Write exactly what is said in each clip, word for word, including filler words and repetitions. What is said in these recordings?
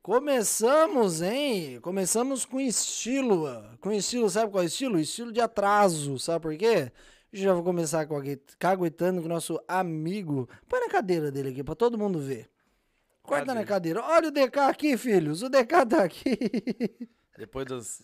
Começamos, hein? Começamos com estilo. Com estilo, sabe qual é o estilo? Estilo de atraso, sabe por quê? Já vou começar caguetando com o nosso amigo. Põe na cadeira dele aqui, pra todo mundo ver. Corta Cadê? Na cadeira. Olha o D K aqui, filhos. O D K tá aqui. Depois das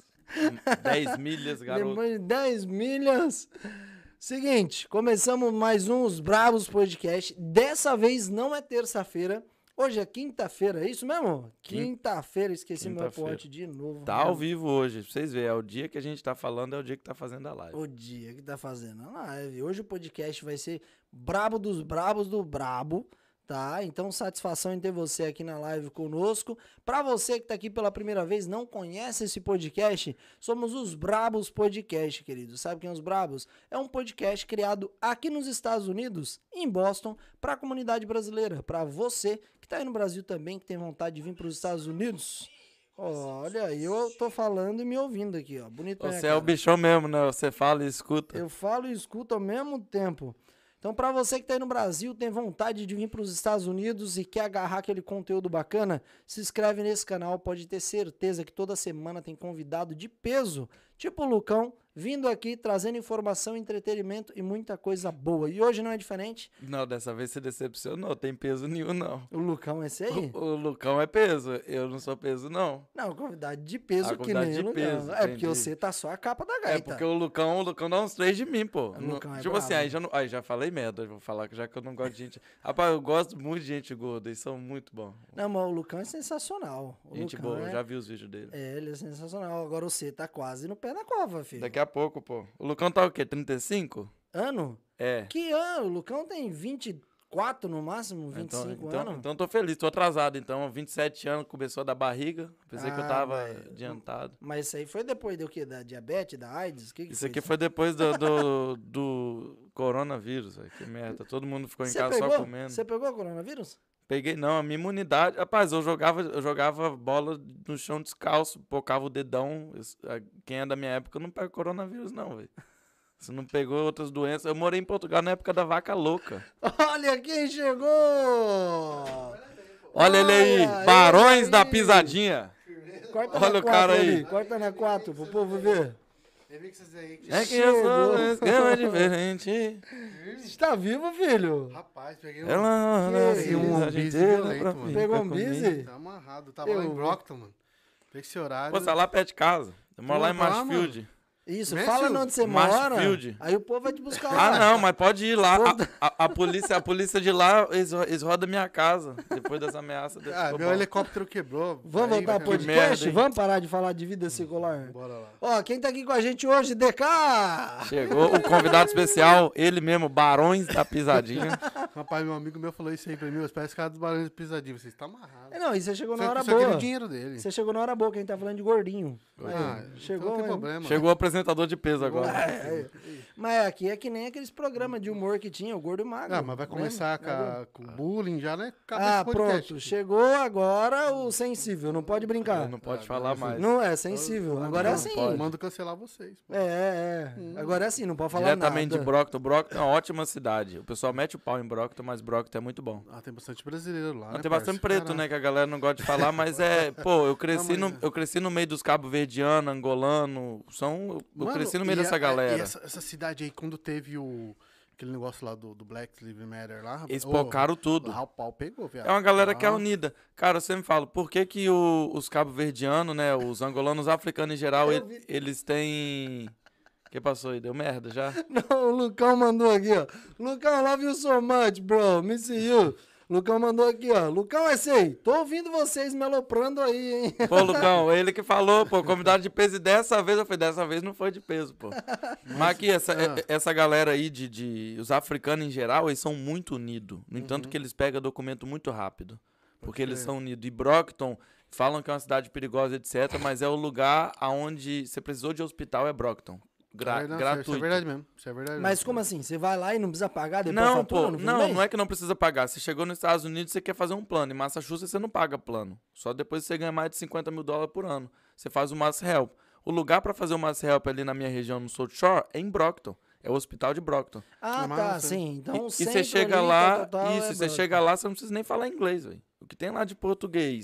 dez milhas, garoto. Depois de dez milhas. Seguinte, começamos mais um Os Bravos Podcast. Dessa vez não é terça-feira. Hoje é quinta-feira, é isso mesmo? Quinta-feira, esqueci Quinta meu pote de novo. Tá ao vivo hoje, pra vocês verem. É o dia que a gente tá falando, é o dia que tá fazendo a live. O dia que tá fazendo a live. Hoje o podcast vai ser Brabo dos Brabos do Brabo, tá? Então, satisfação em ter você aqui na live conosco. Pra você que tá aqui pela primeira vez, não conhece esse podcast, somos os Brabos Podcast, queridos. Sabe quem é os Brabos? É um podcast criado aqui nos Estados Unidos, em Boston, pra comunidade brasileira, pra você que tá aí no Brasil também, que tem vontade de vir pros Estados Unidos. Olha, eu tô falando e me ouvindo aqui, ó. Bonito. Você é o bichão mesmo, né? Você fala e escuta. Eu falo e escuto ao mesmo tempo. Então, para você que está aí no Brasil, tem vontade de vir para os Estados Unidos e quer agarrar aquele conteúdo bacana, se inscreve nesse canal, pode ter certeza que toda semana tem convidado de peso, tipo o Lucão, vindo aqui, trazendo informação, entretenimento e muita coisa boa. E hoje não é diferente? Não, dessa vez você decepcionou, tem peso nenhum, não. O Lucão é esse aí? O, o Lucão é peso, eu não sou peso, não. Não, convidado de peso a que nem de o Lucão. peso, é porque você tá só a capa da gaita. É porque o Lucão, o Lucão dá uns três de mim, pô. O Lucão é tipo bravo. assim, aí já, não, aí já falei merda, eu vou falar que já que eu não gosto de gente... Rapaz, eu gosto muito de gente gorda, eles são muito bons. Não, mas o Lucão é sensacional. O gente Lucão boa, é... eu já vi os vídeos dele. É, ele é sensacional. Agora você tá quase no pé da cova, filho. Daqui a pouco, pô. O Lucão tá o quê? trinta e cinco? Ano? É. Que ano? O Lucão tem vinte e quatro no máximo, vinte e cinco então, anos? Então tô feliz, tô atrasado. Então, vinte e sete anos, começou da barriga. Pensei ah, que eu tava mas, adiantado. Mas isso aí foi depois do quê? Da diabetes, da AIDS? Que que isso foi aqui isso? foi depois do, do, do coronavírus. Véio. Que merda. Todo mundo ficou em Cê casa pegou? só comendo. Você pegou o coronavírus? Peguei, não, a minha imunidade... Rapaz, eu jogava, eu jogava bola no chão descalço, pocava o dedão. Quem é da minha época não pega coronavírus, não, velho. Você não pegou outras doenças. Eu morei em Portugal na época da vaca louca. Olha quem chegou! Olha, Olha ele aí, Barões aí. Da Pisadinha. Corta Olha o cara aí. Ali. Corta na quatro pro povo ver. É que eu sou um esquema diferente. Você tá vivo, filho? Rapaz, peguei um, Ela, peguei um bis violento, mano. Pegou um bis? Tá amarrado. Tava eu... lá em Brockton, mano. Peguei esse horário. Pô, você tá lá perto de casa. Eu moro lá em Marshfield. Isso, Mansfield. Fala onde você mora, aí o povo vai te buscar lá. Ah, não, mas pode ir lá. A, a, a, polícia, a polícia de lá, eles, eles rodam minha casa, depois das ameaças. Ah, meu bom. Helicóptero quebrou. Vamos voltar pro podcast? Merda, vamos parar de falar de vida secular? Bora lá. Ó, quem tá aqui com a gente hoje, D K! Chegou o convidado especial, ele mesmo, Barões da Pisadinha. Rapaz, meu amigo meu falou isso aí pra mim, os pés caras dos Barões da Pisadinha, você está amarrado. É, não, e você chegou na você, hora você boa. o dinheiro dele. Você chegou na hora boa, que a gente tá falando de gordinho. Ah, aí, chegou, não tem problema. Chegou o apresentador de peso agora. É, é. Mas aqui é que nem aqueles programas de humor que tinha, o Gordo e o Magro. Ah, mas vai começar com, a, com bullying já, né? Ah, pronto. Chegou agora o sensível, não pode brincar. Não pode ah, falar mais. Não é sensível, agora é assim. Eu mando cancelar vocês. Pô. É, é, é. Hum. Agora é assim, não pode falar Diretamente nada. de Brockton. Brockton é uma ótima cidade. O pessoal mete o pau em Brockton, mas Brockton é muito bom. Ah, tem bastante brasileiro lá, ah, né? Tem bastante preto, Caramba. Né? Que a galera não gosta de falar, mas é... Pô, eu cresci, não, no, eu cresci no meio dos cabo-verdianos, angolano, são... Eu Mano, cresci no meio dessa a, galera. E essa, essa cidade aí, quando teve o... Aquele negócio lá do, do Black Lives Matter lá... Eles oh, pocaram tudo. O pau pegou, viado. É uma galera ah. que é unida. Cara, eu sempre falo, por que que o, os cabo-verdianos, né, os angolanos, os africanos em geral, ele, eles têm... O que passou aí? Deu merda já? Não, o Lucão mandou aqui, ó. Lucão, love you so much, bro. Miss you. Lucão mandou aqui, ó. Lucão, é sei. Tô ouvindo vocês me aloprando aí, hein? Pô, Lucão, ele que falou, pô, convidado de peso. E dessa vez, eu falei, dessa vez não foi de peso, pô. Mas aqui, essa, ah. essa galera aí, de, de, os africanos em geral, eles são muito unidos. No entanto uhum. que eles pegam documento muito rápido. Porque eles são unidos. E Brockton, falam que é uma cidade perigosa, etcétera. Mas é o lugar onde você precisou de hospital, é Brockton. Gra é, não, gratuito. Isso é verdade mesmo. Isso é verdade Mas mesmo. como assim? Você vai lá e não precisa pagar depois não, a fatura? Pô, não, não é que não precisa pagar. Você chegou nos Estados Unidos, você quer fazer um plano. Em Massachusetts, você não paga plano. Só depois você ganha mais de cinquenta mil dólares por ano. Você faz o Mass Help. O lugar para fazer o Mass Help ali na minha região, no South Shore, é em Brockton. É o hospital de Brockton. Ah, Mas, tá, sim. Então, e você chega ali, lá, tal, tal, isso, é você chega lá, você não precisa nem falar inglês, velho. O que tem lá de português,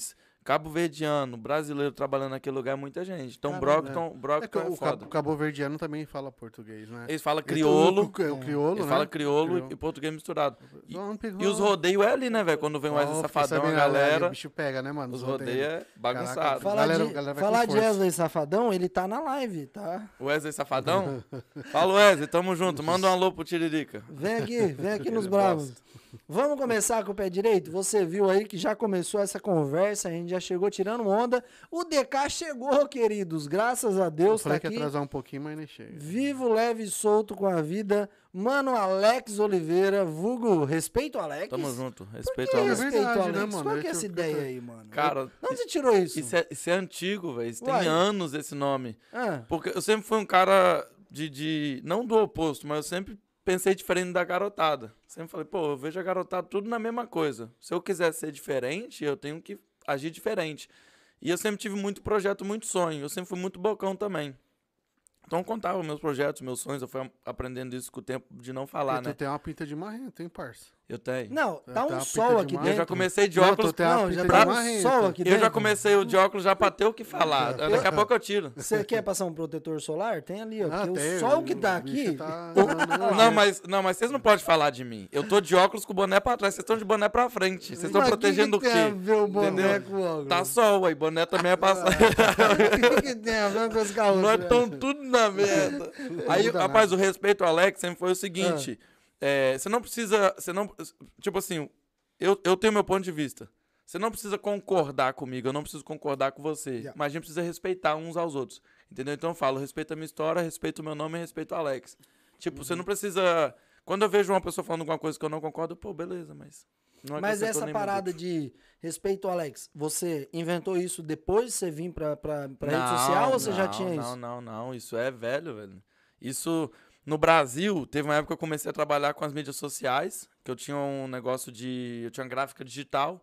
cabo-verdiano, brasileiro trabalhando naquele lugar é muita gente. Então, Caramba, Brockton, É Brockton que é, o foda. cabo- cabo-verdiano também fala português, né? Eles falam Então, crioulo, o, o, o crioulo, eles né? falam crioulo Crioulo. e português misturado. E, Vamos pegar- e os rodeios é ali, né, velho? Quando vem o Wesley Ó, fiquei Safadão, a sabendo, ali galera, O bicho pega, né, mano? os Os rodeios. rodeios é bagunçado. Caraca, Falar Galera- de, galera vai falar com de força. Wesley Safadão, ele tá na live, tá? O Wesley Safadão? Fala, Wesley, tamo junto. Manda um alô pro Tiririca. Vem aqui, vem aqui nos Ele bravos. gosta. Vamos começar com o pé direito? Você viu aí que já começou essa conversa, a gente já chegou tirando onda. O D K chegou, queridos, graças a Eu Deus, tá falei que ia aqui. atrasar um pouquinho, mas nem chega. Vivo, leve e solto com a vida. Mano, Alex Oliveira, vulgo, respeito Alex. Tamo junto. Por Respeito que ao É respeito, verdade, Alex? né, mano? Qual que é Esse essa eu- ideia aí, mano? Cara, De onde você tirou isso? isso é, isso é antigo, velho. Isso tem Uai. anos esse nome. Ah, Porque eu sempre fui um cara de, de. Não do oposto, mas eu sempre pensei diferente da garotada. Sempre falei, pô, eu vejo a garotada tudo na mesma coisa. Se eu quiser ser diferente, eu tenho que agir diferente. E eu sempre tive muito projeto, muito sonho. Eu sempre fui muito bocão também. Então eu contava meus projetos, meus sonhos. Eu fui aprendendo isso com o tempo de não falar, E tu né? tem uma pinta de marrento, hein, parça? Eu tenho. não, É, tá tá um uma sol pinta aqui de Eu dentro. já comecei de Não, óculos. tu tem uma Não, pinta já de tá um marrento. sol aqui Eu dentro. já comecei o de óculos já pra ter o que falar. Daqui a pouco eu tiro. Você quer passar um protetor solar? Tem ali, ó. Ah, porque tem, o sol que o tá bicho aqui. tá- Não, mas, não, mas vocês não podem falar de mim. Eu tô de óculos com o boné pra trás. Vocês estão de boné pra frente. Vocês estão Mas protegendo que o que tem a quê? ver o boné Entendeu? com o óculos? Tá sol aí. Boné também é pra sair. O que, que tem a ver uma coisa com a outra? Nós estamos tudo na merda. Aí, muda rapaz, o respeito ao Alex sempre foi o seguinte. Ah. é, você não precisa... Você não, tipo assim, eu, eu tenho meu ponto de vista. Você não precisa concordar comigo. Eu não preciso concordar com você. Yeah. Mas a gente precisa respeitar uns aos outros. Entendeu? Então eu falo, respeita a minha história, respeita o meu nome e respeita o Alex. Tipo, Uhum. você não precisa... Quando eu vejo uma pessoa falando alguma coisa que eu não concordo, pô, beleza, mas... Não Mas acrescentou essa nem parada minuto. de respeito ao Alex, você inventou isso depois de você vir pra, pra, pra rede Não, social ou você já não, tinha não, isso? Não, não, não. Isso é velho, velho. Isso, no Brasil, teve uma época que eu comecei a trabalhar com as mídias sociais, que eu tinha um negócio de... Eu tinha uma gráfica digital,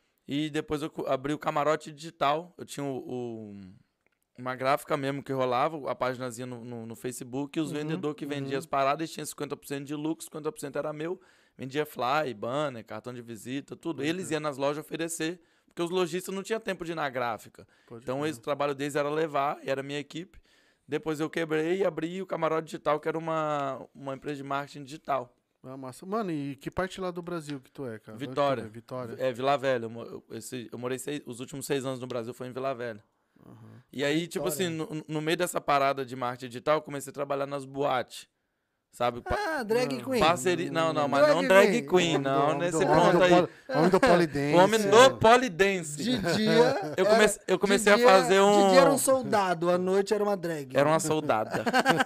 e depois eu cu- abri o Camarote Digital. Eu tinha o, o- uma gráfica mesmo que rolava, a paginazinha no, no, no Facebook, e os Uhum, vendedores que vendiam uhum. as paradas tinham cinquenta por cento de lucro, cinquenta por cento era meu. Vendia fly, banner, cartão de visita, tudo. Eles iam nas lojas oferecer, porque os lojistas não tinham tempo de ir na gráfica. Pode Então, crer. eles, o trabalho deles era levar, e era a minha equipe. Depois eu quebrei e abri o Camarote Digital, que era uma, uma empresa de marketing digital. Ah, massa. Mano, e que parte lá do Brasil que tu é, cara? Onde tu Vitória. é? Vitória. É, Vila Velha. Eu, mo- eu, esse- eu morei seis- os últimos seis anos no Brasil, foi em Vila Velha. Aham. E aí, tipo Vitória. assim, no, no meio dessa parada de marketing digital, eu comecei a trabalhar nas boates. Sabe? Pa- Ah, drag Não, queen. parceria. Não, não, mas Drag não drag queen. queen, Homem do- não, homem nesse do- ponto homem do aí. poli- Homem do polidense. O homem do polidense. De dia. Eu era- comecei, eu comecei de a dia- fazer um. De dia era um soldado, à noite era uma drag. Era uma soldada.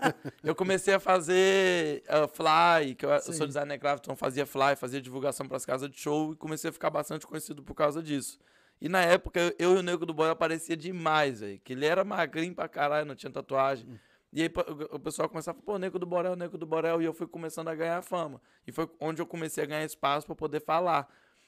Eu comecei a fazer uh, fly, que eu, eu Sim. sou designer gráfico, então fazia fly, fazia divulgação para as casas de show e comecei a ficar bastante conhecido por causa disso. E na época, eu e o Nego do Borel aparecia demais, velho. Que ele era magrinho pra caralho, não tinha tatuagem. E aí pa- o o pessoal começava a falar, pô, Nego do Borel, Nego do Borel. E eu fui começando a ganhar fama. E foi onde eu comecei a ganhar espaço pra poder falar.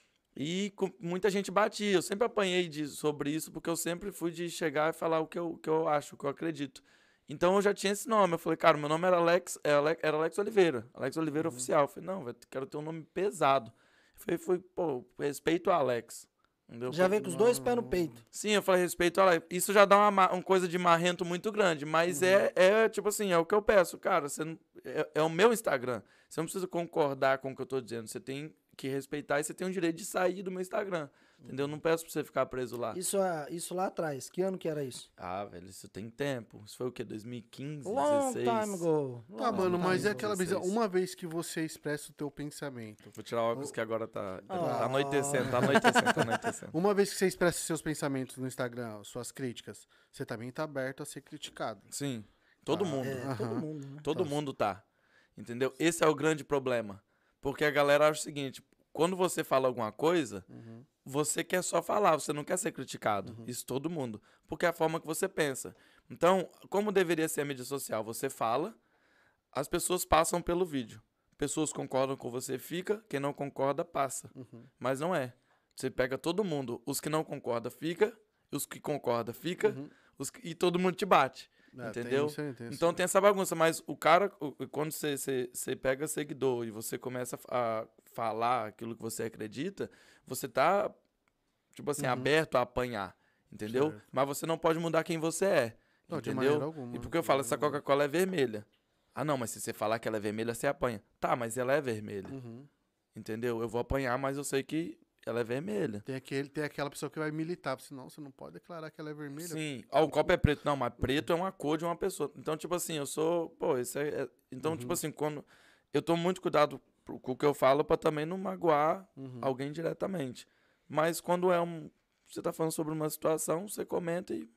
E com- muita gente batia. Eu sempre apanhei de, sobre isso, porque eu sempre fui de chegar e falar o que eu, o que eu acho, o que eu acredito. Então eu já tinha esse nome. Eu falei, cara, meu nome era Alex, é Ale- era Alex Oliveira. Alex Oliveira oficial. Eu falei, não, velho, quero ter um nome pesado. Eu falei, foi, pô, respeito ao Alex. Entendeu? Já veio com os dois pés no peito. Sim, eu falei respeito ao Alex. Isso já dá uma, ma- uma coisa de marrento muito grande, mas é, é tipo assim, é o que eu peço, cara. Você não, é, é o meu Instagram. Você não precisa concordar com o que eu tô dizendo. Você tem que respeitar e você tem o direito de sair do meu Instagram. Entendeu? Não peço pra você ficar preso lá. Isso, ah, isso lá atrás. Que ano que era isso? Ah, velho, isso tem tempo. Isso foi o quê? dois mil e quinze, Long dezesseis? time ago. Tá, Long mano, time mas é ago. aquela visão. dezesseis. Uma vez que você expressa o teu pensamento, Vou tirar o óculos que agora tá, Ah. tá anoitecendo, tá anoitecendo, tá anoitecendo. uma vez que você expressa seus pensamentos no Instagram, suas críticas, você também tá aberto a ser criticado. Sim, todo Ah, mundo. É, todo Aham. mundo, né? Todo Tá. mundo tá. Entendeu? Esse é o grande problema. Porque a galera acha o seguinte: quando você fala alguma coisa, Uhum. você quer só falar, você não quer ser criticado. Isso todo mundo. Porque é a forma que você pensa. Então, como deveria ser a mídia social? Você fala, as pessoas passam pelo vídeo. Pessoas concordam com você, fica. Quem não concorda, passa. Uhum. Mas não é. Você pega todo mundo. Os que não concordam, fica. Os que concordam, fica. Uhum. Os que- e todo mundo te bate. É, tem Entendeu? isso aí, tem Então isso tem essa bagunça, mas o cara, o- quando você, você, você pega seguidor e você começa a a falar aquilo que você acredita, você tá, tipo assim, Uhum. aberto a apanhar. entendeu? Certo. Mas você não pode mudar quem você é, Não, de entendeu? maneira alguma. E porque eu falo, essa Coca-Cola é vermelha. Ah, não, mas se você falar que ela é vermelha, você apanha. Tá, mas ela é vermelha, Uhum. entendeu? Eu vou apanhar, mas eu sei que ela é vermelha. Tem, aquele, tem aquela pessoa que vai militar, senão você não pode declarar que ela é vermelha. Sim. Ó, o copo é preto. Não, mas preto é uma cor de uma pessoa. Então, tipo assim, eu sou... Pô, isso é... é- Então, Uhum. tipo assim, quando... Eu tomo muito cuidado pro- com o que eu falo pra também não magoar Uhum. alguém diretamente. Mas quando é um... Você tá falando sobre uma situação, você comenta e...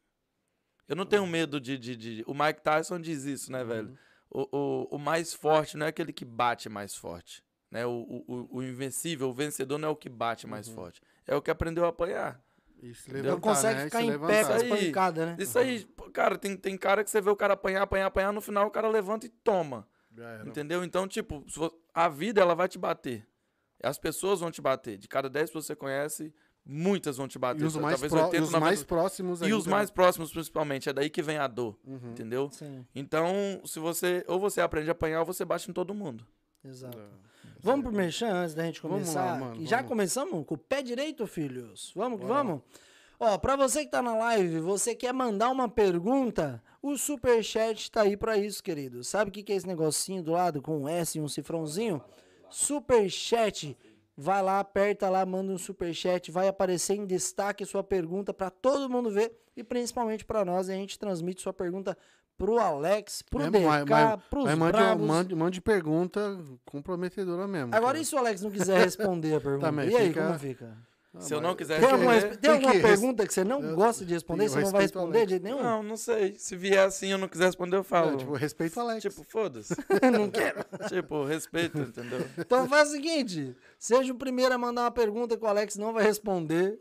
Eu não tenho medo de... de, de- O Mike Tyson diz isso, né, velho? O, o, o mais forte não é aquele que bate mais forte. Né? O, o, o- o invencível, o vencedor não é o que bate mais Uhum. forte. É o que aprendeu a apanhar. E se Entendeu? Não levantar, consegue né? E ficar se em levantar. pé com as Isso aí. pancadas, né? Isso aí, pô, cara, tem, tem cara que você vê o cara apanhar, apanhar, apanhar, no final o cara levanta e toma. Já era. Entendeu? Então, tipo, se vo- a vida ela vai te bater. As pessoas vão te bater. De cada dez pessoas que você conhece, muitas vão te bater. E os mais, Talvez pró- e oitenta, os mais noventa. próximos E ainda, os mais próximos, principalmente. É daí que vem a dor. Uhum. Entendeu? Sim, Então, se você. Ou você aprende a apanhar, ou você bate em todo mundo. exato. É. Vamos pro merchan antes da gente Vamos começar? lá, mano, E já vamos. começamos com o pé direito, filhos? Vamos que Bora. vamos? Ó, pra você que tá na live, você quer mandar uma pergunta, o Superchat tá aí pra isso, querido. Sabe o que que é esse negocinho do lado com um S e um cifrãozinho? Superchat. Vai lá, aperta lá, manda um superchat, vai aparecer em destaque sua pergunta pra todo mundo ver e principalmente pra nós. A gente transmite sua pergunta pro Alex, pro É, D K, mas- mas- pros Mas mande, bravos. mande, mande pergunta comprometedora mesmo. Agora, cara. e se o Alex não quiser responder a pergunta? Também e aí, fica- como fica? Ah, Se eu mas- não quiser Tem alguma, responder. tem alguma Tem que res- pergunta que você não eu- gosta de responder? eu Você não vai respeito o responder de Alex. jeito nenhum? Não, não sei. Se vier assim e eu não quiser responder, eu falo. É, tipo, respeito o Alex. Tipo, foda-se. Não quero. Tipo, respeito, entendeu? Então faz o seguinte: seja o primeiro a mandar uma pergunta que o Alex não vai responder.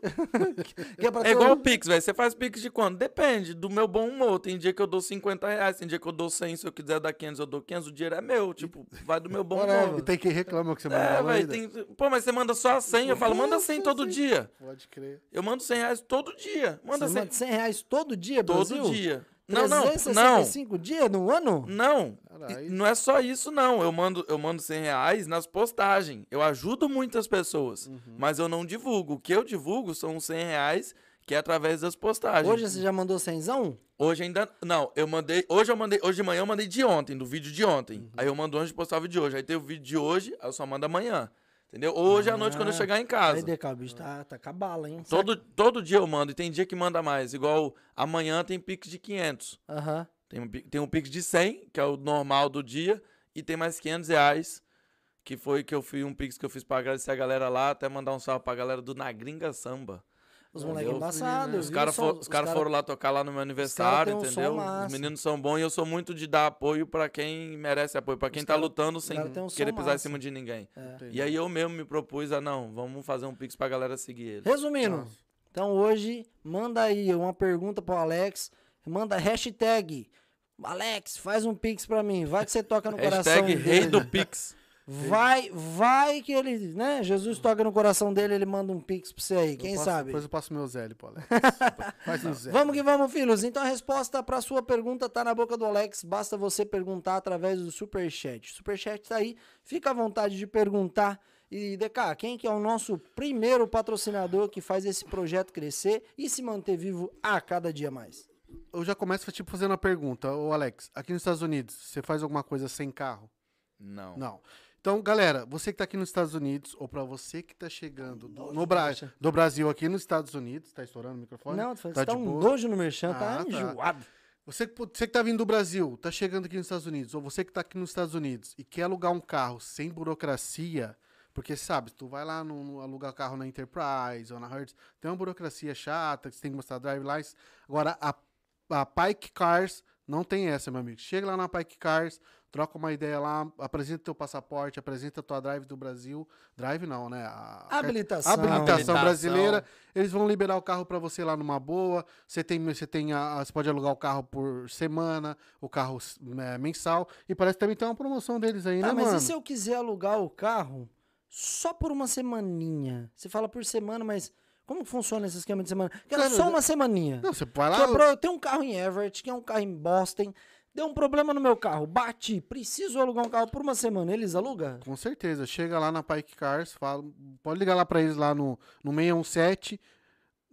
que é pra É ter igual um- o Pix, velho. Você faz Pix de quando? Depende do meu bom humor. Tem dia que eu dou cinquenta reais, tem dia que eu dou cem. Se eu quiser dar quinhentos, eu dou quinhentos. O dinheiro é meu. Tipo, vai do meu bom Whatever. humor. E tem quem reclama que você manda É, valor velho. ainda. Tem... Pô, mas você manda só cem. Eu falo, manda cem todo dia. Pode crer. Eu mando cem reais todo dia. Manda Você cem. manda cem reais todo dia, Todo Brasil? dia. Não, não, trezentos e não. sessenta e cinco dias no ano? Não. Caralho. E não é só isso, não. Eu mando, eu mando cem reais nas postagens. Eu ajudo muitas pessoas, Uhum. mas eu não divulgo. O que eu divulgo são os cem reais que é através das postagens. Hoje você já mandou cenzão? Hoje ainda. Não, eu mandei. Hoje eu mandei. Hoje de manhã eu mandei de ontem, do vídeo de ontem. Uhum. Aí eu mando antes de postar o vídeo de hoje. Aí tem o vídeo de hoje, aí eu só mando amanhã. Entendeu? Hoje à noite, quando eu chegar em casa. Aí, D K, o bicho tá, tá com a bala, hein? Todo, todo dia eu mando. E tem dia que manda mais. Igual amanhã tem Pix de quinhentos. Aham. Tem um, pi- tem um Pix de cem, que é o normal do dia. E tem mais quinhentos reais, que foi que eu fiz um Pix que eu fiz pra agradecer a galera lá. Até mandar um salve pra galera do Nagringa Samba. Os Entendeu? moleques embaçados. Os caras for, os cara foram lá tocar lá no meu aniversário, têm um som entendeu? massa. Os meninos são bons e eu sou muito de dar apoio pra quem merece apoio, pra quem Os tá cara- lutando sem cara têm um som querer pisar em massa. cima de ninguém. É. E aí eu mesmo me propus a, não, vamos fazer um Pix pra galera seguir ele. Resumindo, Nossa. então hoje, manda aí uma pergunta pro Alex. Manda hashtag Alex, faz um pix pra mim. Vai que você toca no coração Hashtag rei dele. do Pix. Vai, vai que ele, né? Jesus toca no coração dele, ele manda um pix pra você aí, quem Eu passo- sabe? Depois eu passo meu Zé ali pro Alex. Faz um Zé. Vamos que vamos, filhos. Então a resposta pra sua pergunta tá na boca do Alex. Basta você perguntar através do Superchat. Superchat tá aí. Fica à vontade de perguntar. E, D K, quem que é o nosso primeiro patrocinador que faz esse projeto crescer e se manter vivo a cada dia mais? Eu já começo tipo, fazendo uma pergunta. Ô, Alex, aqui nos Estados Unidos, você faz alguma coisa sem carro? Não. Não. Então, galera, você que tá aqui nos Estados Unidos, ou pra você que tá chegando do, no Bra do Brasil aqui nos Estados Unidos, tá estourando o microfone? Não, você tá tá de um boa? nojo no merchan, tá Ah, tá. enjoado. Você, que- você que tá vindo do Brasil, tá chegando aqui nos Estados Unidos, ou você que tá aqui nos Estados Unidos e quer alugar um carro sem burocracia, porque sabe, tu vai lá no, no alugar carro na Enterprise ou na Hertz, tem uma burocracia chata, que você tem que mostrar drive license. Agora, a, a Pike Cars não tem essa, meu amigo. Chega lá na Pike Cars, troca uma ideia lá, apresenta teu passaporte, apresenta tua drive do Brasil. Drive não, né? A, Habilitação. habilitação Habilitação. brasileira. Eles vão liberar o carro para você lá numa boa. Você tem, você tem a, você pode alugar o carro por semana, o carro é, mensal. E parece que também tem uma promoção deles aí, Tá, né, mas mano? e se eu quiser alugar o carro só por uma semaninha? Você fala por semana, mas como que funciona esse esquema de semana? Quero Cara, só eu- uma semaninha. Não, você vai lá. Quebrou, eu tenho um carro em Everett, que é um carro em Boston. Deu um problema no meu carro, bati, preciso alugar um carro por uma semana. Eles alugam? Com certeza. Chega lá na Pike Cars, fala, pode ligar lá para eles lá no, no seis um sete,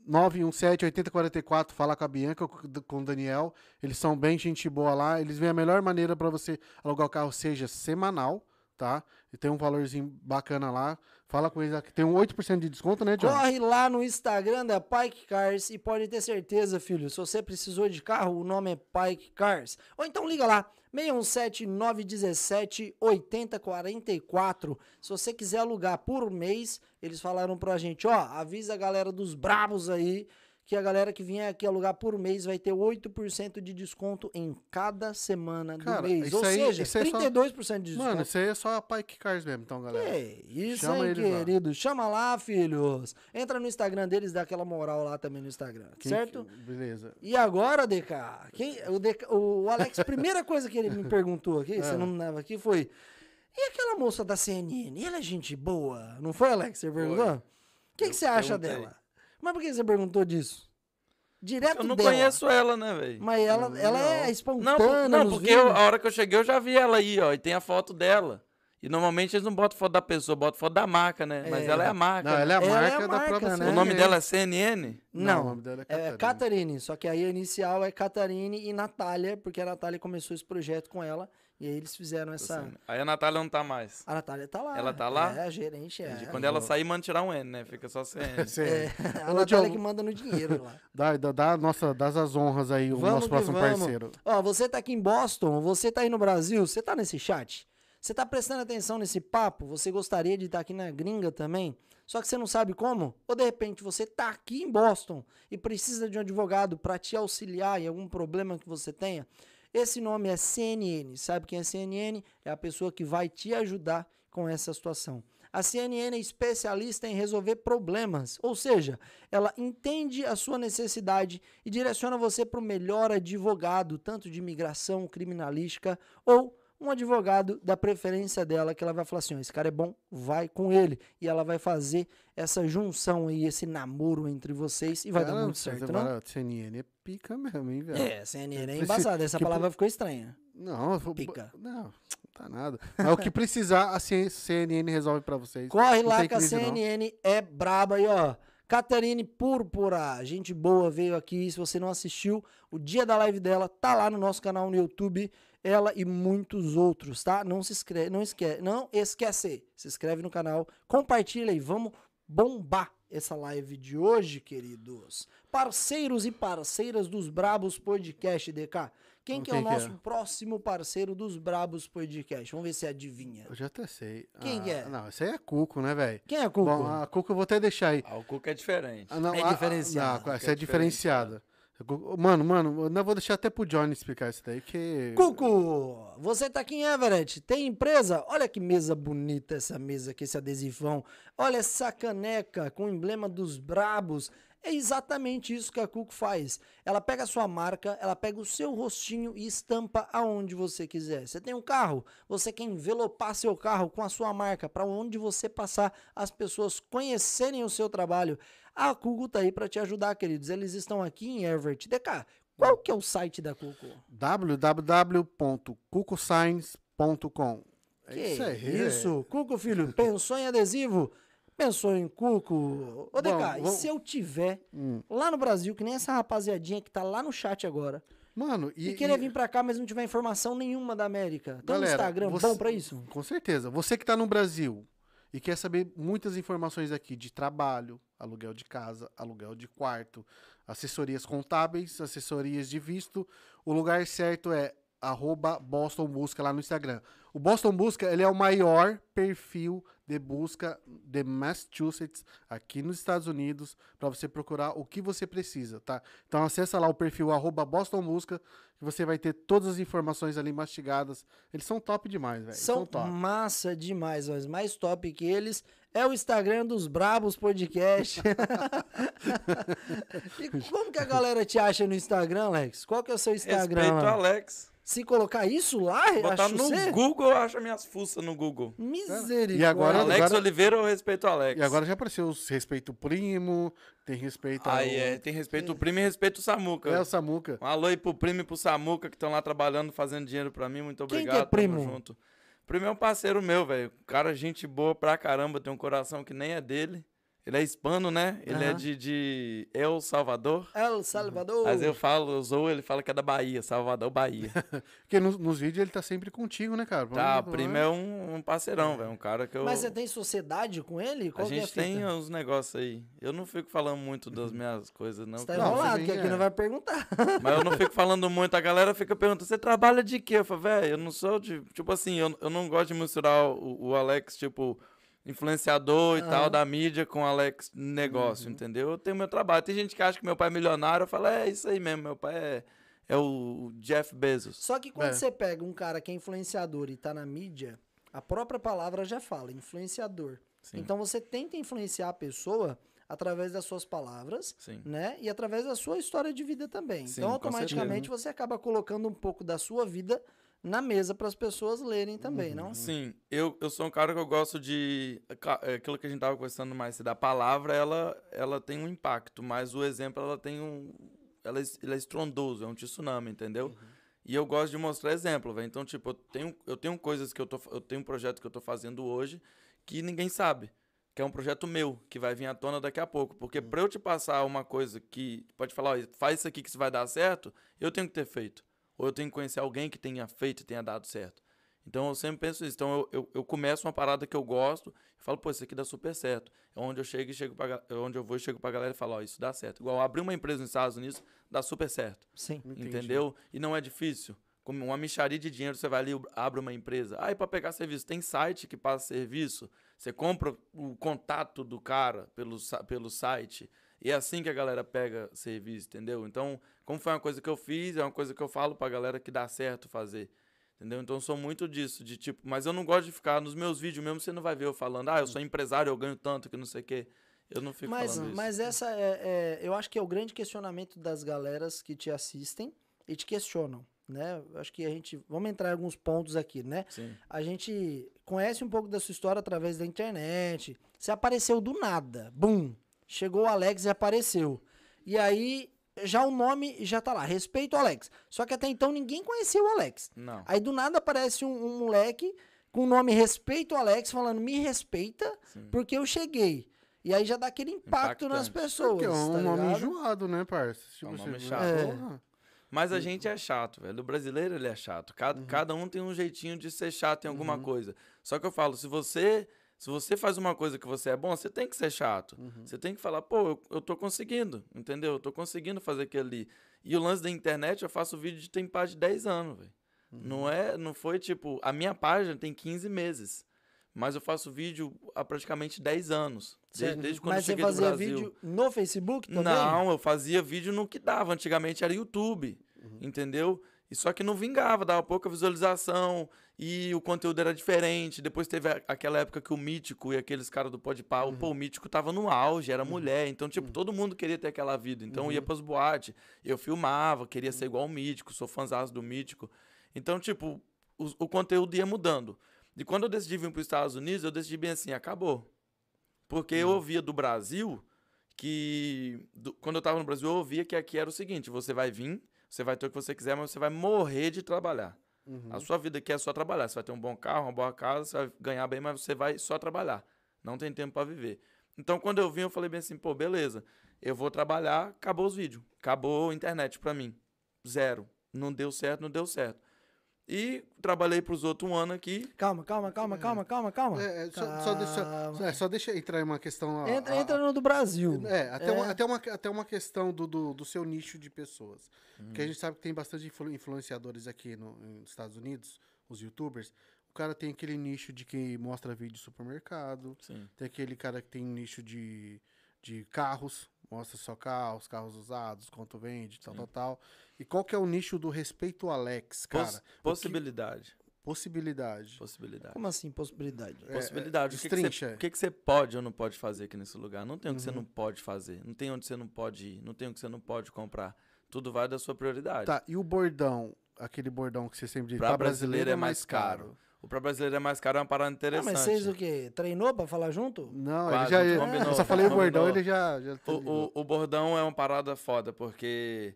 nove um sete, oito zero quatro quatro, fala com a Bianca, com o Daniel. Eles são bem gente boa lá. Eles veem a melhor maneira para você alugar o carro, seja semanal, tá? E tem um valorzinho bacana lá. Fala com eles, que tem um oito por cento de desconto, né, John? Corre lá no Instagram da Pike Cars e pode ter certeza, filho, se você precisou de carro, o nome é Pike Cars. Ou então liga lá, seis um sete, nove um sete, oito zero quatro quatro. Se você quiser alugar por mês, eles falaram pra gente, ó, avisa a galera dos brabos aí, que a galera que vier aqui alugar por mês vai ter oito por cento de desconto em cada semana do Cara, mês. isso Ou aí- seja, isso aí é só- trinta e dois por cento de desconto. Mano, isso aí é só a Pike Cars mesmo, então, galera. Que isso, Chama hein, eles lá. querido? Chama lá, filhos. Entra no Instagram deles, dá aquela moral lá também no Instagram, Quem certo? que- Beleza. E agora, D K, quem, o, D K, o Alex, primeira coisa que ele me perguntou aqui, você não estava aqui, foi: e aquela moça da C N N? Ela é gente boa? Não foi, Alex? Você perguntou? O que, Eu que você acha perguntei. dela? Mas por que você perguntou disso? Direto Eu não dela. conheço ela, né, velho? Mas ela, ela é Não, espontânea por- não nos porque eu- vídeos. a hora que eu cheguei eu já vi ela aí, ó, e tem a foto dela. E normalmente eles não botam foto da pessoa, botam foto da marca, né? Mas É. ela é a marca. Não, ela é a Ela é a marca da marca, própria né? O C N N. nome dela é C N N? Não, o nome dela é é Catarina. Catarine, só que aí a inicial é Catarine e Natália, porque a Natália começou esse projeto com ela, e aí eles fizeram essa... Aí a Natália não tá mais. A Natália tá lá. Ela tá lá? É, a gerente, é. Entendi. Quando ela sair, manda tirar um N, né? Fica só C N. C N N. É, a Ô, Natália Diogo, que manda no dinheiro lá. Dá, dá, dá nossa, dá as honras aí, o Vamos nosso que próximo vamos. parceiro. Ó, você tá aqui em Boston, você tá aí no Brasil, você tá nesse chat? Você tá prestando atenção nesse papo? Você gostaria de estar aqui na gringa também? Só que você não sabe como? Ou de repente você tá aqui em Boston e precisa de um advogado para te auxiliar em algum problema que você tenha? Esse nome é C N N. Sabe quem é C N N? É a pessoa que vai te ajudar com essa situação. A C N N é especialista em resolver problemas, ou seja, ela entende a sua necessidade e direciona você para o melhor advogado, tanto de imigração, criminalística ou um advogado da preferência dela, que ela vai falar assim, ó, esse cara é bom, vai com ele. E ela vai fazer essa junção aí, esse namoro entre vocês e vai dar Cara, muito você certo, vai- não? C N N é pica mesmo, hein, velho? É, C N N é Preci- embaçada, essa que palavra ficou estranha. Não, eu vou- Pica. não, não tá nada. Mas o que precisar, a C N N resolve pra vocês. Corre Não lá tem que a crise, C N N é braba aí, ó. Catarine Púrpura, gente boa, veio aqui. Se você não assistiu, o dia da live dela tá lá no nosso canal no YouTube. Ela e muitos outros, tá? Não se inscreve, não esquece, não esquece. Se inscreve no canal, compartilha e vamos bombar essa live de hoje, queridos. Parceiros e parceiras dos Brabos Podcast, D K. Quem que é o Quem que nosso é? próximo parceiro dos Brabos Podcast? Vamos ver se adivinha. Eu já até sei. Quem Ah, que é? Não, isso aí é Cuco, né, velho? Quem é Cuco? Bom, a Cuco eu vou até deixar aí. Ah, o Cuca é diferente. Ah, não, É a- a- diferenciada. Não, essa É é diferenciada. Mano, mano, eu não vou deixar até pro Johnny explicar isso daí, que... Cuco, você tá aqui em Everett, tem empresa? Olha que mesa bonita essa mesa aqui, esse adesivão. Olha essa caneca com o emblema dos Brabos. É exatamente isso que a Cuco faz. Ela pega a sua marca, ela pega o seu rostinho e estampa aonde você quiser. Você tem um carro, você quer envelopar seu carro com a sua marca, para onde você passar, as pessoas conhecerem o seu trabalho. A Cuco tá aí para te ajudar, queridos. Eles estão aqui em Everett. D K, qual que é o site da Cuco? w w w ponto cuco signs ponto com. É Que isso aí. isso, Cuco, filho, pensou em adesivo? Pensou em Cuco? Ô, D K, Bom, e vamos- se eu tiver Hum. lá no Brasil, que nem essa rapaziadinha que tá lá no chat agora, Mano, e, e... querer e- vir pra cá, mas não tiver informação nenhuma da América? Tem um Galera, Instagram você- bom pra isso? Com certeza. Você que tá no Brasil e quer saber muitas informações aqui de trabalho, aluguel de casa, aluguel de quarto, assessorias contábeis, assessorias de visto, o lugar certo é arroba Boston Busca lá no Instagram. O Boston Busca, ele é o maior perfil de busca de Massachusetts aqui nos Estados Unidos para você procurar o que você precisa, tá? Então acessa lá o perfil arroba Boston Busca que você vai ter todas as informações ali mastigadas. Eles são top demais, velho. São top. massa demais, mas mais top que eles é o Instagram dos Brabos Podcast. E como que a galera te acha no Instagram, Alex? Qual que é o seu Instagram? Respeito lá? Alex. Se colocar isso lá, Botar acho no você? Google, eu acho minhas fuças no Google. Misericórdia. E agora- Alex Oliveira ou Respeito Alex? E agora já apareceu os respeito primo, tem respeito ao... Aí é, tem respeito o primo e respeito o Samuca. É o Samuca. Um alô aí pro primo e pro Samuca que estão lá trabalhando, fazendo dinheiro pra mim. Muito Quem que é obrigado. primo? Tamo junto. Primo é um parceiro meu, velho. Cara, gente boa pra caramba, tem um coração que nem é dele. Ele é hispano, né? Ele é Aham. de, de El Salvador. El Salvador. Mas eu falo, eu sou, ele fala que é da Bahia, Salvador, Bahia. Porque nos, nos vídeos ele tá sempre contigo, né, cara? Tá, o Vamos- primo é um, um parceirão, velho. Um cara que eu. Mas você tem sociedade com ele? A Qual que é a gente fita? tem uns negócios aí. Eu não fico falando muito das minhas coisas, não. Você tá que eu- enrolado, você que tem, aqui é. não vai perguntar. Mas eu não fico falando muito. A galera fica perguntando, você trabalha de quê? Eu falo, velho, eu não sou de. Tipo assim, eu, eu não gosto de misturar o, o Alex, tipo, influenciador e Aham. tal, da mídia com o Alex negócio, entendeu? Eu tenho meu trabalho. Tem gente que acha que meu pai é milionário. Eu falo, é isso aí mesmo, meu pai é, é o Jeff Bezos. Só que quando É. você pega um cara que é influenciador e tá na mídia, a própria palavra já fala, influenciador. Sim. Então você tenta influenciar a pessoa através das suas palavras, Sim. né? E através da sua história de vida também. Sim, então com automaticamente você acaba colocando um pouco da sua vida na mesa para as pessoas lerem também, não? Sim, eu, eu sou um cara que eu gosto de. ca- é Aquilo que a gente tava conversando mais, da palavra, ela, ela tem um impacto, mas o exemplo, ela tem um. Ela, é es- ele é estrondoso, é um tsunami, entendeu? E eu gosto de mostrar exemplo, velho. Então, tipo, eu tenho, eu tenho coisas que eu tô. Eu tenho um projeto que eu tô fazendo hoje que ninguém sabe. Que é um projeto meu, que vai vir à tona daqui a pouco. Porque pra eu te passar uma coisa que pode falar, ó, faz isso aqui que isso vai dar certo, eu tenho que ter feito. Ou eu tenho que conhecer alguém que tenha feito e tenha dado certo. Então eu sempre penso isso. Então eu, eu, eu começo uma parada que eu gosto e falo, pô, isso aqui dá super certo. É onde eu chego e chego pra, ga- é onde eu vou e chego pra galera e falo, ó, isso dá certo. Igual abrir uma empresa nos Estados Unidos, dá super certo. Sim. Entendi. Entendeu? E não é difícil. Como uma mixaria de dinheiro, você vai ali, abre uma empresa. Ah, e para pegar serviço, tem site que passa serviço. Você compra o contato do cara pelo, sa- pelo site. E é assim que a galera pega serviço, entendeu? Então, como foi uma coisa que eu fiz, é uma coisa que eu falo pra galera que dá certo fazer. Entendeu? Então, eu sou muito disso, de tipo... Mas eu não gosto de ficar nos meus vídeos mesmo, você não vai ver eu falando, ah, eu sou empresário, eu ganho tanto, que não sei o quê. Eu não fico Mas, falando isso. mas essa é, é- eu acho que é o grande questionamento das galeras que te assistem e te questionam, né? Eu acho que a gente, vamos entrar em alguns pontos aqui, né? Sim. A gente conhece um pouco da sua história através da internet. Você apareceu do nada, bum, chegou o Alex e apareceu. E aí já o nome já tá lá, respeito ao Alex. Só que até então ninguém conhecia o Alex. Não. Aí do nada aparece um, um moleque com o nome Respeito ao Alex falando me respeita Sim. porque eu cheguei. E aí já dá aquele impacto nas Impactante. pessoas. Porque é um tá nome ligado? enjoado, né, parça? Tipo, É um você nome vê- chato. É. Porra. Mas a gente é chato, velho. O brasileiro, ele é chato. Cada, cada um tem um jeitinho de ser chato em alguma coisa. Só que eu falo, se você, se você faz uma coisa que você é bom, você tem que ser chato. Você tem que falar, pô, eu, eu tô conseguindo, entendeu? Eu tô conseguindo fazer aquilo ali. E o lance da internet, eu faço vídeo de tem mais de dez anos, velho. Não é, não foi tipo, a minha página tem quinze meses. Mas eu faço vídeo há praticamente dez anos. Desde, Certo. desde quando Mas eu você cheguei no fazia Brasil. vídeo no Facebook também? Não, eu fazia vídeo no que dava. Antigamente era YouTube, entendeu? E só que não vingava, dava pouca visualização e o conteúdo era diferente. Depois teve a- aquela época que o Mítico e aqueles caras do Podpah, pô, o Mítico tava no auge, era mulher. Então, tipo, todo mundo queria ter aquela vida. Então, eu ia pras boates, eu filmava, queria ser igual o Mítico, sou fãzaço do Mítico. Então, tipo, o, o conteúdo ia mudando. E quando eu decidi vir pros Estados Unidos, eu decidi bem assim, acabou. Porque eu ouvia do Brasil que... do- quando eu tava no Brasil, eu ouvia que aqui era o seguinte, você vai vir, você vai ter o que você quiser, mas você vai morrer de trabalhar. A sua vida aqui é só trabalhar. Você vai ter um bom carro, uma boa casa, você vai ganhar bem, mas você vai só trabalhar. Não tem tempo pra viver. Então, quando eu vim, eu falei bem assim, pô, beleza. Eu vou trabalhar, acabou os vídeos. Acabou a internet pra mim. Zero. Não deu certo, não deu certo. E trabalhei pros outros um ano aqui. Calma, calma, calma, calma, calma, calma. É, é, só, só deixa, Calma. é, só deixa entrar em uma questão. a- Entra, a- entra no do Brasil. É, até, É. Uma, até, uma, até uma questão do, do, do seu nicho de pessoas. Porque a gente sabe que tem bastante influ- influenciadores aqui no, nos Estados Unidos, os youtubers. O cara tem aquele nicho de que mostra vídeo de supermercado. Sim. Tem aquele cara que tem nicho de, de carros, mostra só carros, carros usados, quanto vende, tal, tal, tal. E qual que é o nicho do Respeito ao Alex, cara? Poss- O que- possibilidade. possibilidade. Possibilidade. Como assim, possibilidade? É, Possibilidade. O que, que, destrincha. você, o que, que você pode ou não pode fazer aqui nesse lugar? Não tem o que você Uhum. não pode fazer. Não tem onde você não pode ir. Não tem o que você não pode comprar. Tudo vai da sua prioridade. Tá, e o bordão? Aquele bordão que você sempre diz, Pra pra brasileiro é mais caro. O pra brasileiro é mais caro é uma parada Ah, interessante. mas vocês o quê? Treinou pra falar junto? Não, Quase, ele já. combinou, eu só falei o bordão, combinou. ele já. já O, o, o bordão é uma parada foda, porque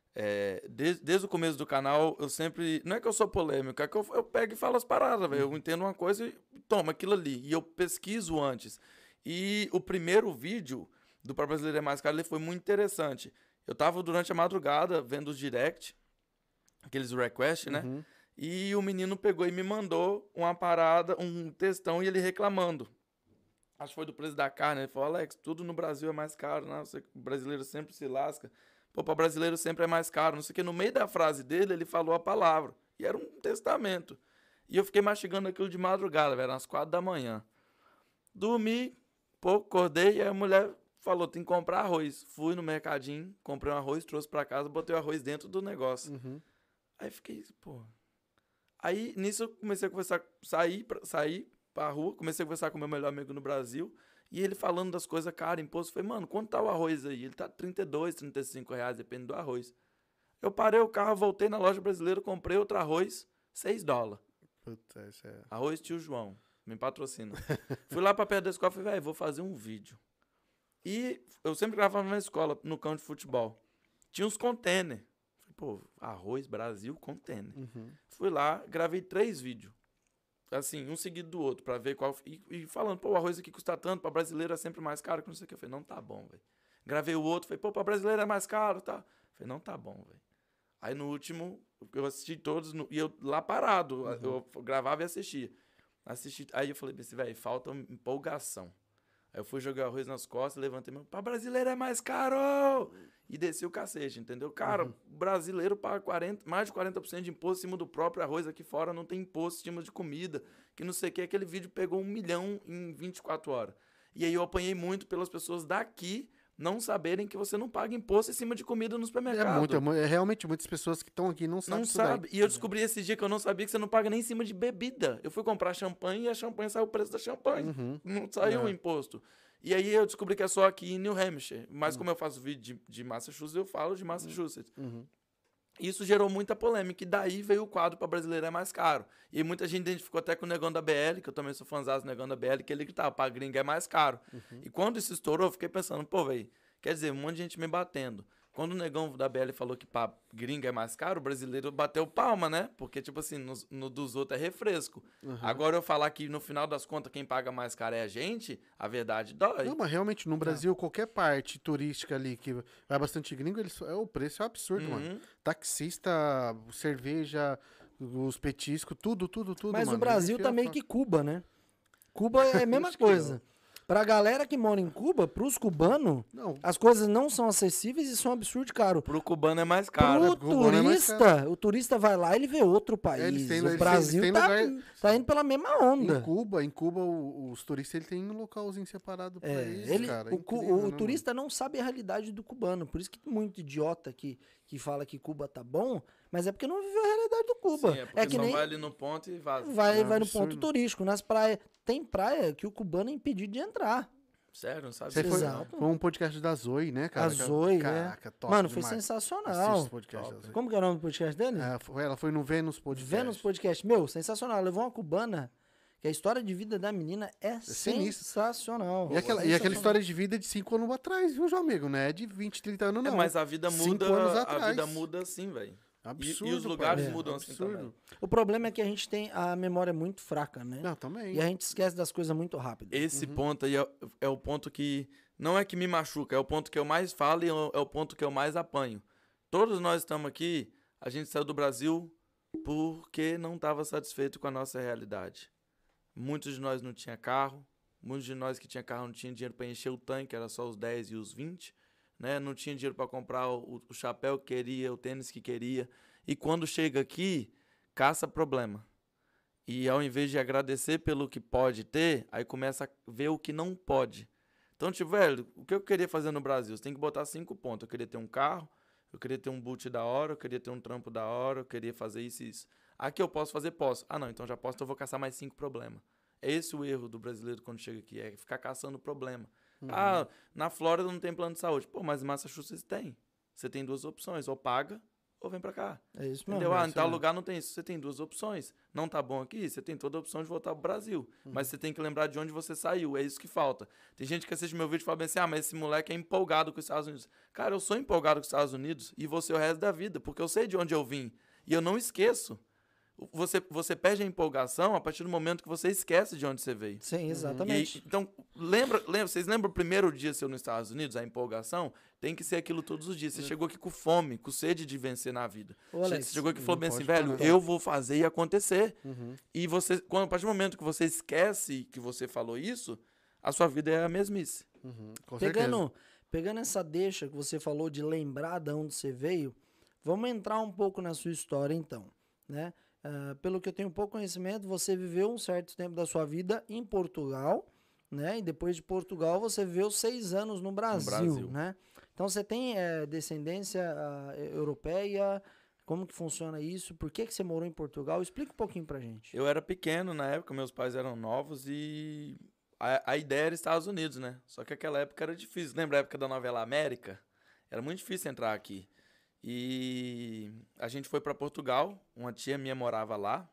é, desde, desde o começo do canal, eu sempre... Não é que eu sou polêmico, é que eu, eu pego e falo as paradas, velho. Eu entendo uma coisa e toma aquilo ali. E eu pesquiso antes. E o primeiro vídeo do Para Brasileiro é Mais Caro, ele foi muito interessante. Eu tava durante a madrugada vendo os direct, aqueles requests, né? Uhum. E o menino pegou e me mandou uma parada, um textão, e ele reclamando. Acho que foi do preço da carne. Ele falou, Alex, tudo no Brasil é mais caro, né? O brasileiro sempre se lasca. Pô, para brasileiro sempre é mais caro. Não sei o que. No meio da frase dele, ele falou a palavra. E era um testamento. E eu fiquei mastigando aquilo de madrugada, velho, às quatro da manhã. Dormi, pouco, acordei, e aí a mulher falou, tem que comprar arroz. Fui no mercadinho, comprei um arroz, trouxe pra casa, botei o arroz dentro do negócio. Uhum. Aí fiquei, pô... Aí, nisso, eu comecei a conversar, sair pra, sair pra rua, comecei a conversar com o meu melhor amigo no Brasil, e ele falando das coisas caras, imposto. Eu falei, mano, quanto tá o arroz aí? Ele tá trinta e dois, trinta e cinco reais, depende do arroz. Eu parei o carro, voltei na loja brasileira, comprei outro arroz, seis dólares. Puta, isso é... Arroz Tio João, me patrocina. Fui lá pra perto da escola e falei, velho, vou fazer um vídeo. E eu sempre gravava na escola, no campo de futebol. Tinha uns containers. Pô, arroz, Brasil, container. Uhum. Fui lá, gravei três vídeos. Assim, um seguido do outro, pra ver qual... E, e falando, pô, o arroz aqui custa tanto, pra brasileiro é sempre mais caro, que não sei o que. Eu falei, não tá bom, velho. Gravei o outro, falei, pô, pra brasileiro é mais caro, tá? Falei, não tá bom, velho. Aí no último, eu assisti todos, no, e eu lá parado, uhum. eu gravava e assistia. Assisti, aí eu falei, velho, falta empolgação. Aí eu fui jogar arroz nas costas, levantei meu, pra brasileiro é mais caro! E desci o cacete, entendeu? Cara, Uhum. brasileiro paga quarenta, mais de quarenta por cento de imposto em cima do próprio arroz. Aqui fora não tem imposto em cima de comida. Que não sei o que. Aquele vídeo pegou um milhão em vinte e quatro horas. E aí eu apanhei muito pelas pessoas daqui não saberem que você não paga imposto em cima de comida no supermercado. É, muito, é, mu- é realmente muitas pessoas que estão aqui não sabem Não isso daí. sabe. E eu descobri esse dia que eu não sabia que você não paga nem em cima de bebida. Eu fui comprar champanhe e a champanhe saiu o preço da champanhe. Uhum. Não saiu o É. imposto. E aí eu descobri que é só aqui em New Hampshire. Mas como eu faço vídeo de, de Massachusetts, eu falo de Massachusetts. Uhum. Isso gerou muita polêmica. E daí veio o quadro para brasileiro é mais caro. E muita gente identificou até com o Negão da B L, que eu também sou fãzão do Negão da B L, que ele gritava, para gringa é mais caro. Uhum. E quando isso estourou, eu fiquei pensando, pô, velho, quer dizer, um monte de gente me batendo. Quando o Negão da B L falou que pra gringa é mais caro, o brasileiro bateu palma, né? Porque, tipo assim, no, no dos outros é refresco. Uhum. Agora eu falar que, no final das contas, quem paga mais caro é a gente, a verdade dói. Não, mas realmente, no Brasil, qualquer parte turística ali que vai bastante gringo, eles, é, o preço é um absurdo, Uhum. mano. Taxista, cerveja, os petiscos, tudo, tudo, tudo, Mas mano. o Brasil Eles tá tiram meio fa- que Cuba, né? Cuba é a mesma Acho que coisa. Pra galera que mora em Cuba, pros cubanos, Não, as coisas não são acessíveis e são absurdo caro. Pro cubano é mais caro. Pro cubano é mais turista, o turista vai lá e ele vê outro país. eles têm- o eles Brasil têm- eles tá, têm lugar- tá indo pela mesma onda. em Cuba, em Cuba, o- os turistas ele tem um localzinho separado pra É, isso, ele, cara. É o, cu- incrível, o né, mano? turista não sabe a realidade do cubano. Por isso que tem muito idiota que, que fala que Cuba tá bom, mas é porque não viveu a realidade do Cuba. Sim, é porque é que só nem vai ali no ponto e vaza. vai, É vai no absurdo. ponto turístico. Nas praias, tem praia que o cubano é impedido de entrar. Sério, não sabe Você disso, foi, não. Exato. foi um podcast da Zoe, né, cara? A Zoe, Caraca, né? top Mano, foi demais. sensacional. Assiste o podcast Top. da Zoe. Como que é o nome do podcast dele? É, foi- ela foi no Vênus Podcast. Vênus Podcast. Meu, sensacional. Levou uma cubana, que a história de vida da menina é, sinistro. sensacional. E aquela, e aquela Sensacional. história de vida de cinco anos atrás, viu, João amigo? Não é de vinte, trinta anos, É, não. mas a vida Cinco muda, anos a atrás. vida muda assim, velho. E, Absurdo, e os pai. lugares É, mudam assim absurdo. também. O problema é que a gente tem a memória muito fraca, né? Não, também. E a gente esquece das coisas muito rápido. Esse Uhum. ponto aí é, é o ponto que não é que me machuca, é o ponto que eu mais falo e é o- é o ponto que eu mais apanho. Todos nós estamos aqui, a gente saiu do Brasil porque não estava satisfeito com a nossa realidade. Muitos de nós não tinha carro, muitos de nós que tinha carro não tinha dinheiro para encher o tanque, era só os dez e os vinte, né? Não tinha dinheiro para comprar o, o chapéu que queria, o tênis que queria. E quando chega aqui, caça problema. E ao invés de agradecer pelo que pode ter, aí começa a ver o que não pode. Então, tipo, velho, o que eu queria fazer no Brasil? Você tem que botar cinco pontos. Eu queria ter um carro, eu queria ter um boot da hora, eu queria ter um trampo da hora, eu queria fazer isso e isso. Aqui eu posso fazer? Posso. Ah, não, então já posso, então eu vou caçar mais cinco problemas. É esse o erro do brasileiro quando chega aqui, é ficar caçando problema. Uhum. Ah, na Flórida não tem plano de saúde. Pô, mas em Massachusetts tem. Você tem duas opções, ou paga ou vem pra cá. É isso mesmo. Entendeu? é Ah, isso em tal mesmo. lugar não tem isso. Você tem duas opções. Não tá bom aqui, você tem toda a opção de voltar pro Brasil. Mas você tem que lembrar de onde você saiu. É isso que falta. Tem gente que assiste meu vídeo e fala bem assim, ah, mas esse moleque é empolgado com os Estados Unidos. Cara, eu sou empolgado com os Estados Unidos e você o resto da vida, porque eu sei de onde eu vim. E eu não esqueço. Você, você perde a empolgação a partir do momento que você esquece de onde você veio. Sim, E exatamente. aí, então, lembra, lembra, vocês lembram o primeiro dia seu nos Estados Unidos, a empolgação? Tem que ser aquilo todos os dias. Você chegou aqui com fome, com sede de vencer na vida. Ô, Você Alex, chegou aqui e falou não bem assim, pode velho, parar. eu vou fazer e acontecer. Uhum. E você, quando, a partir do momento que você esquece que você falou isso, a sua vida é a mesmice. Uhum. Com certeza. Pegando, pegando essa deixa que você falou de lembrar de onde você veio, vamos entrar um pouco na sua história então, né? Uh, pelo que eu tenho pouco conhecimento, você viveu um certo tempo da sua vida em Portugal, né? E depois de Portugal você viveu seis anos no Brasil, Brasil. né? Então você tem é, descendência uh, europeia, como que funciona isso? Por que que você morou em Portugal? Explica um pouquinho pra gente. Eu era pequeno na época, meus pais eram novos e a, a ideia era Estados Unidos, né? Só que aquela época era difícil. Lembra a época da novela América? Era muito difícil entrar aqui. E a gente foi para Portugal, uma tia minha morava lá,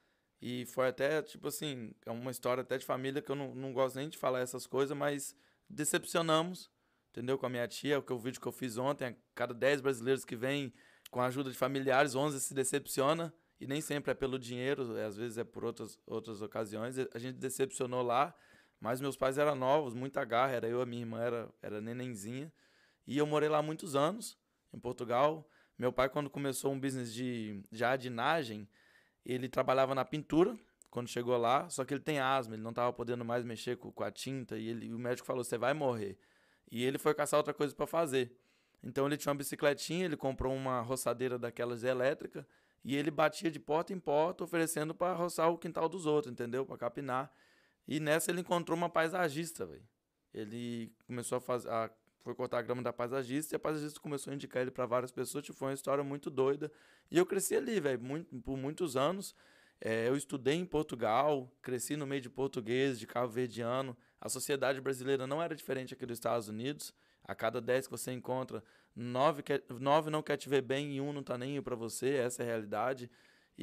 e foi até, tipo assim, é uma história até de família que eu não, não gosto nem de falar essas coisas, mas decepcionamos, entendeu? Com a minha tia, o que o vídeo que eu fiz ontem, a cada dez brasileiros que vêm com a ajuda de familiares, onze se decepciona, e nem sempre é pelo dinheiro, às vezes é por outras, outras ocasiões. A gente decepcionou lá, mas meus pais eram novos, muita garra, era eu, a minha irmã era, era nenenzinha, e eu morei lá muitos anos, em Portugal. Meu pai, quando começou um business de jardinagem, ele trabalhava na pintura, quando chegou lá, só que ele tem asma, ele não estava podendo mais mexer com, com a tinta, e, ele, e o médico falou, você vai morrer. E ele foi caçar outra coisa para fazer. Então ele tinha uma bicicletinha, ele comprou uma roçadeira daquelas elétricas, e ele batia de porta em porta, oferecendo para roçar o quintal dos outros, entendeu? Para capinar. E nessa ele encontrou uma paisagista, velho. Ele começou a fazer... A foi cortar a grama da paisagista, e a paisagista começou a indicar ele para várias pessoas, tipo, foi uma história muito doida. E eu cresci ali, velho, muito, por muitos anos. É, eu estudei em Portugal, cresci no meio de português, de cabo-verdiano. A sociedade brasileira não era diferente aqui dos Estados Unidos. A cada dez que você encontra, nove, quer, nove não quer te ver bem e um não tá nem aí para você, essa é a realidade.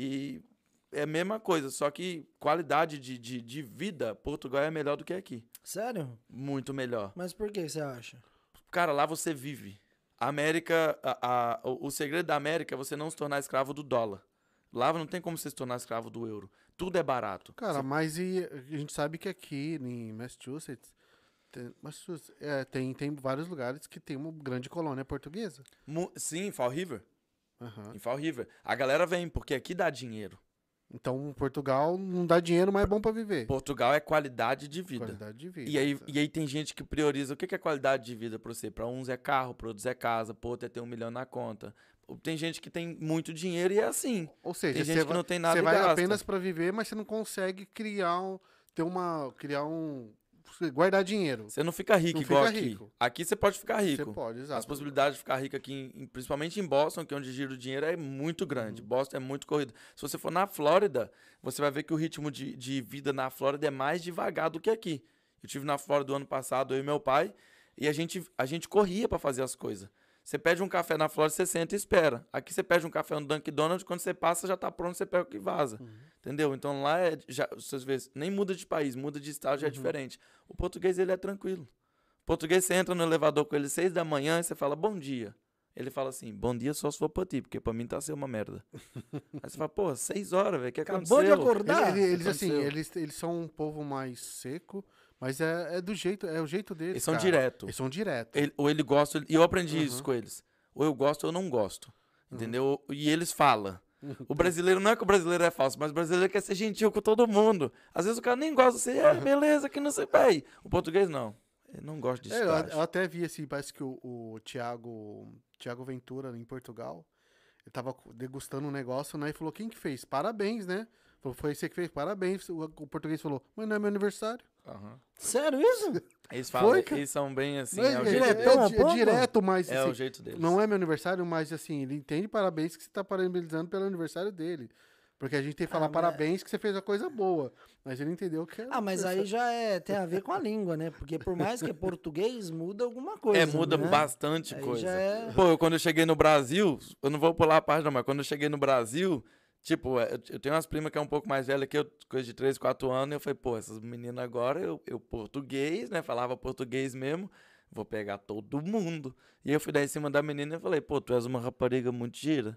E é a mesma coisa, só que qualidade de, de, de vida, Portugal é melhor do que aqui. Sério? Muito melhor. Mas por que você acha? Cara, lá você vive. A América, a, a, o, o segredo da América é você não se tornar escravo do dólar. Lá não tem como você se tornar escravo do euro. Tudo é barato. Cara, você... mas e, a gente sabe que aqui em Massachusetts, tem, Massachusetts é, tem, tem vários lugares que tem uma grande colônia portuguesa. Mu- Sim, em Fall River. Uhum. Em Fall River. A galera vem porque aqui dá dinheiro. Então, Portugal não dá dinheiro, mas é bom pra viver. Portugal é qualidade de vida. Qualidade de vida. E aí, e aí tem gente que prioriza o que que é qualidade de vida pra você. Pra uns é carro, pra outros é casa, pra outro é ter um milhão na conta. Tem gente que tem muito dinheiro e é assim. Ou seja, tem gente você que vai, não tem nada você e vai gasta. apenas pra viver, mas você não consegue criar um, ter uma, criar um, guardar dinheiro. Você não fica rico Não igual fica aqui. rico. Aqui você pode ficar rico. Você pode, exato. As possibilidades de ficar rico aqui, em- principalmente em Boston, que é onde gira o dinheiro, é muito grande. Uhum. Boston é muito corrido. Se você for na Flórida, você vai ver que o ritmo de, de vida na Flórida é mais devagar do que aqui. Eu tive na Flórida do ano passado, eu e meu pai, e a gente, a gente corria para fazer as coisas. Você pede um café na Flórida, você senta e espera. Aqui você pede um café no Dunkin' Donuts, quando você passa já tá pronto, você pega o que vaza. Uhum. Entendeu? Então lá é, já, vocês vê, nem muda de país, muda de estado, já é Uhum. diferente. O português, ele é tranquilo. O português, você entra no elevador com ele seis da manhã e você fala, bom dia. Ele fala assim, bom dia só se for pra ti, porque pra mim tá sendo uma merda. Aí você fala, pô, seis horas, velho, o que Acabou de aconteceu? acordar. Ele- ele- eles, que assim, aconteceu? eles, eles são um povo mais seco, mas é, é do jeito, é o jeito deles. Eles são cara. direto. Eles são direto. Ele- ou ele gosta, e eu aprendi Uhum. isso com eles. Ou eu gosto ou eu não gosto. Entendeu? E eles falam. O brasileiro, não é que o brasileiro é falso, mas o brasileiro quer ser gentil com todo mundo. Às vezes o cara nem gosta, você, é, beleza, que não sei, pai. O português não. Ele não gosta disso. É, eu, eu até vi assim, parece que o, o Thiago, Thiago Ventura em Portugal, ele tava degustando um negócio, né, e falou, quem que fez? Parabéns, né? Falou, foi você que fez, parabéns. O, o português falou, mas não é meu aniversário. Aham. Sério isso? Eles falam, Foi, cara. eles são bem assim, Mas é o é, jeito é, deles. diretão ao é ponto? direto, mas É assim, o jeito deles. não é meu aniversário, mas assim, ele entende parabéns que você tá parabenizando pelo aniversário dele. Porque a gente tem que falar Ah, mas- parabéns que você fez uma coisa boa. Mas ele entendeu que é. Ah, mas aí já é, tem a ver com a língua, né? Porque por mais que é português, muda alguma coisa. É, muda né? bastante Aí coisa. já é- Pô, eu, quando eu cheguei no Brasil, eu não vou pular a página, mas quando eu cheguei no Brasil, tipo, eu, eu tenho umas primas que é um pouco mais velha que eu, coisa de três, quatro anos, e eu falei, pô, essas meninas agora, eu, eu português, né? Falava português mesmo, vou pegar todo mundo. E eu fui dar em cima da menina e falei, pô, tu és uma rapariga muito gira.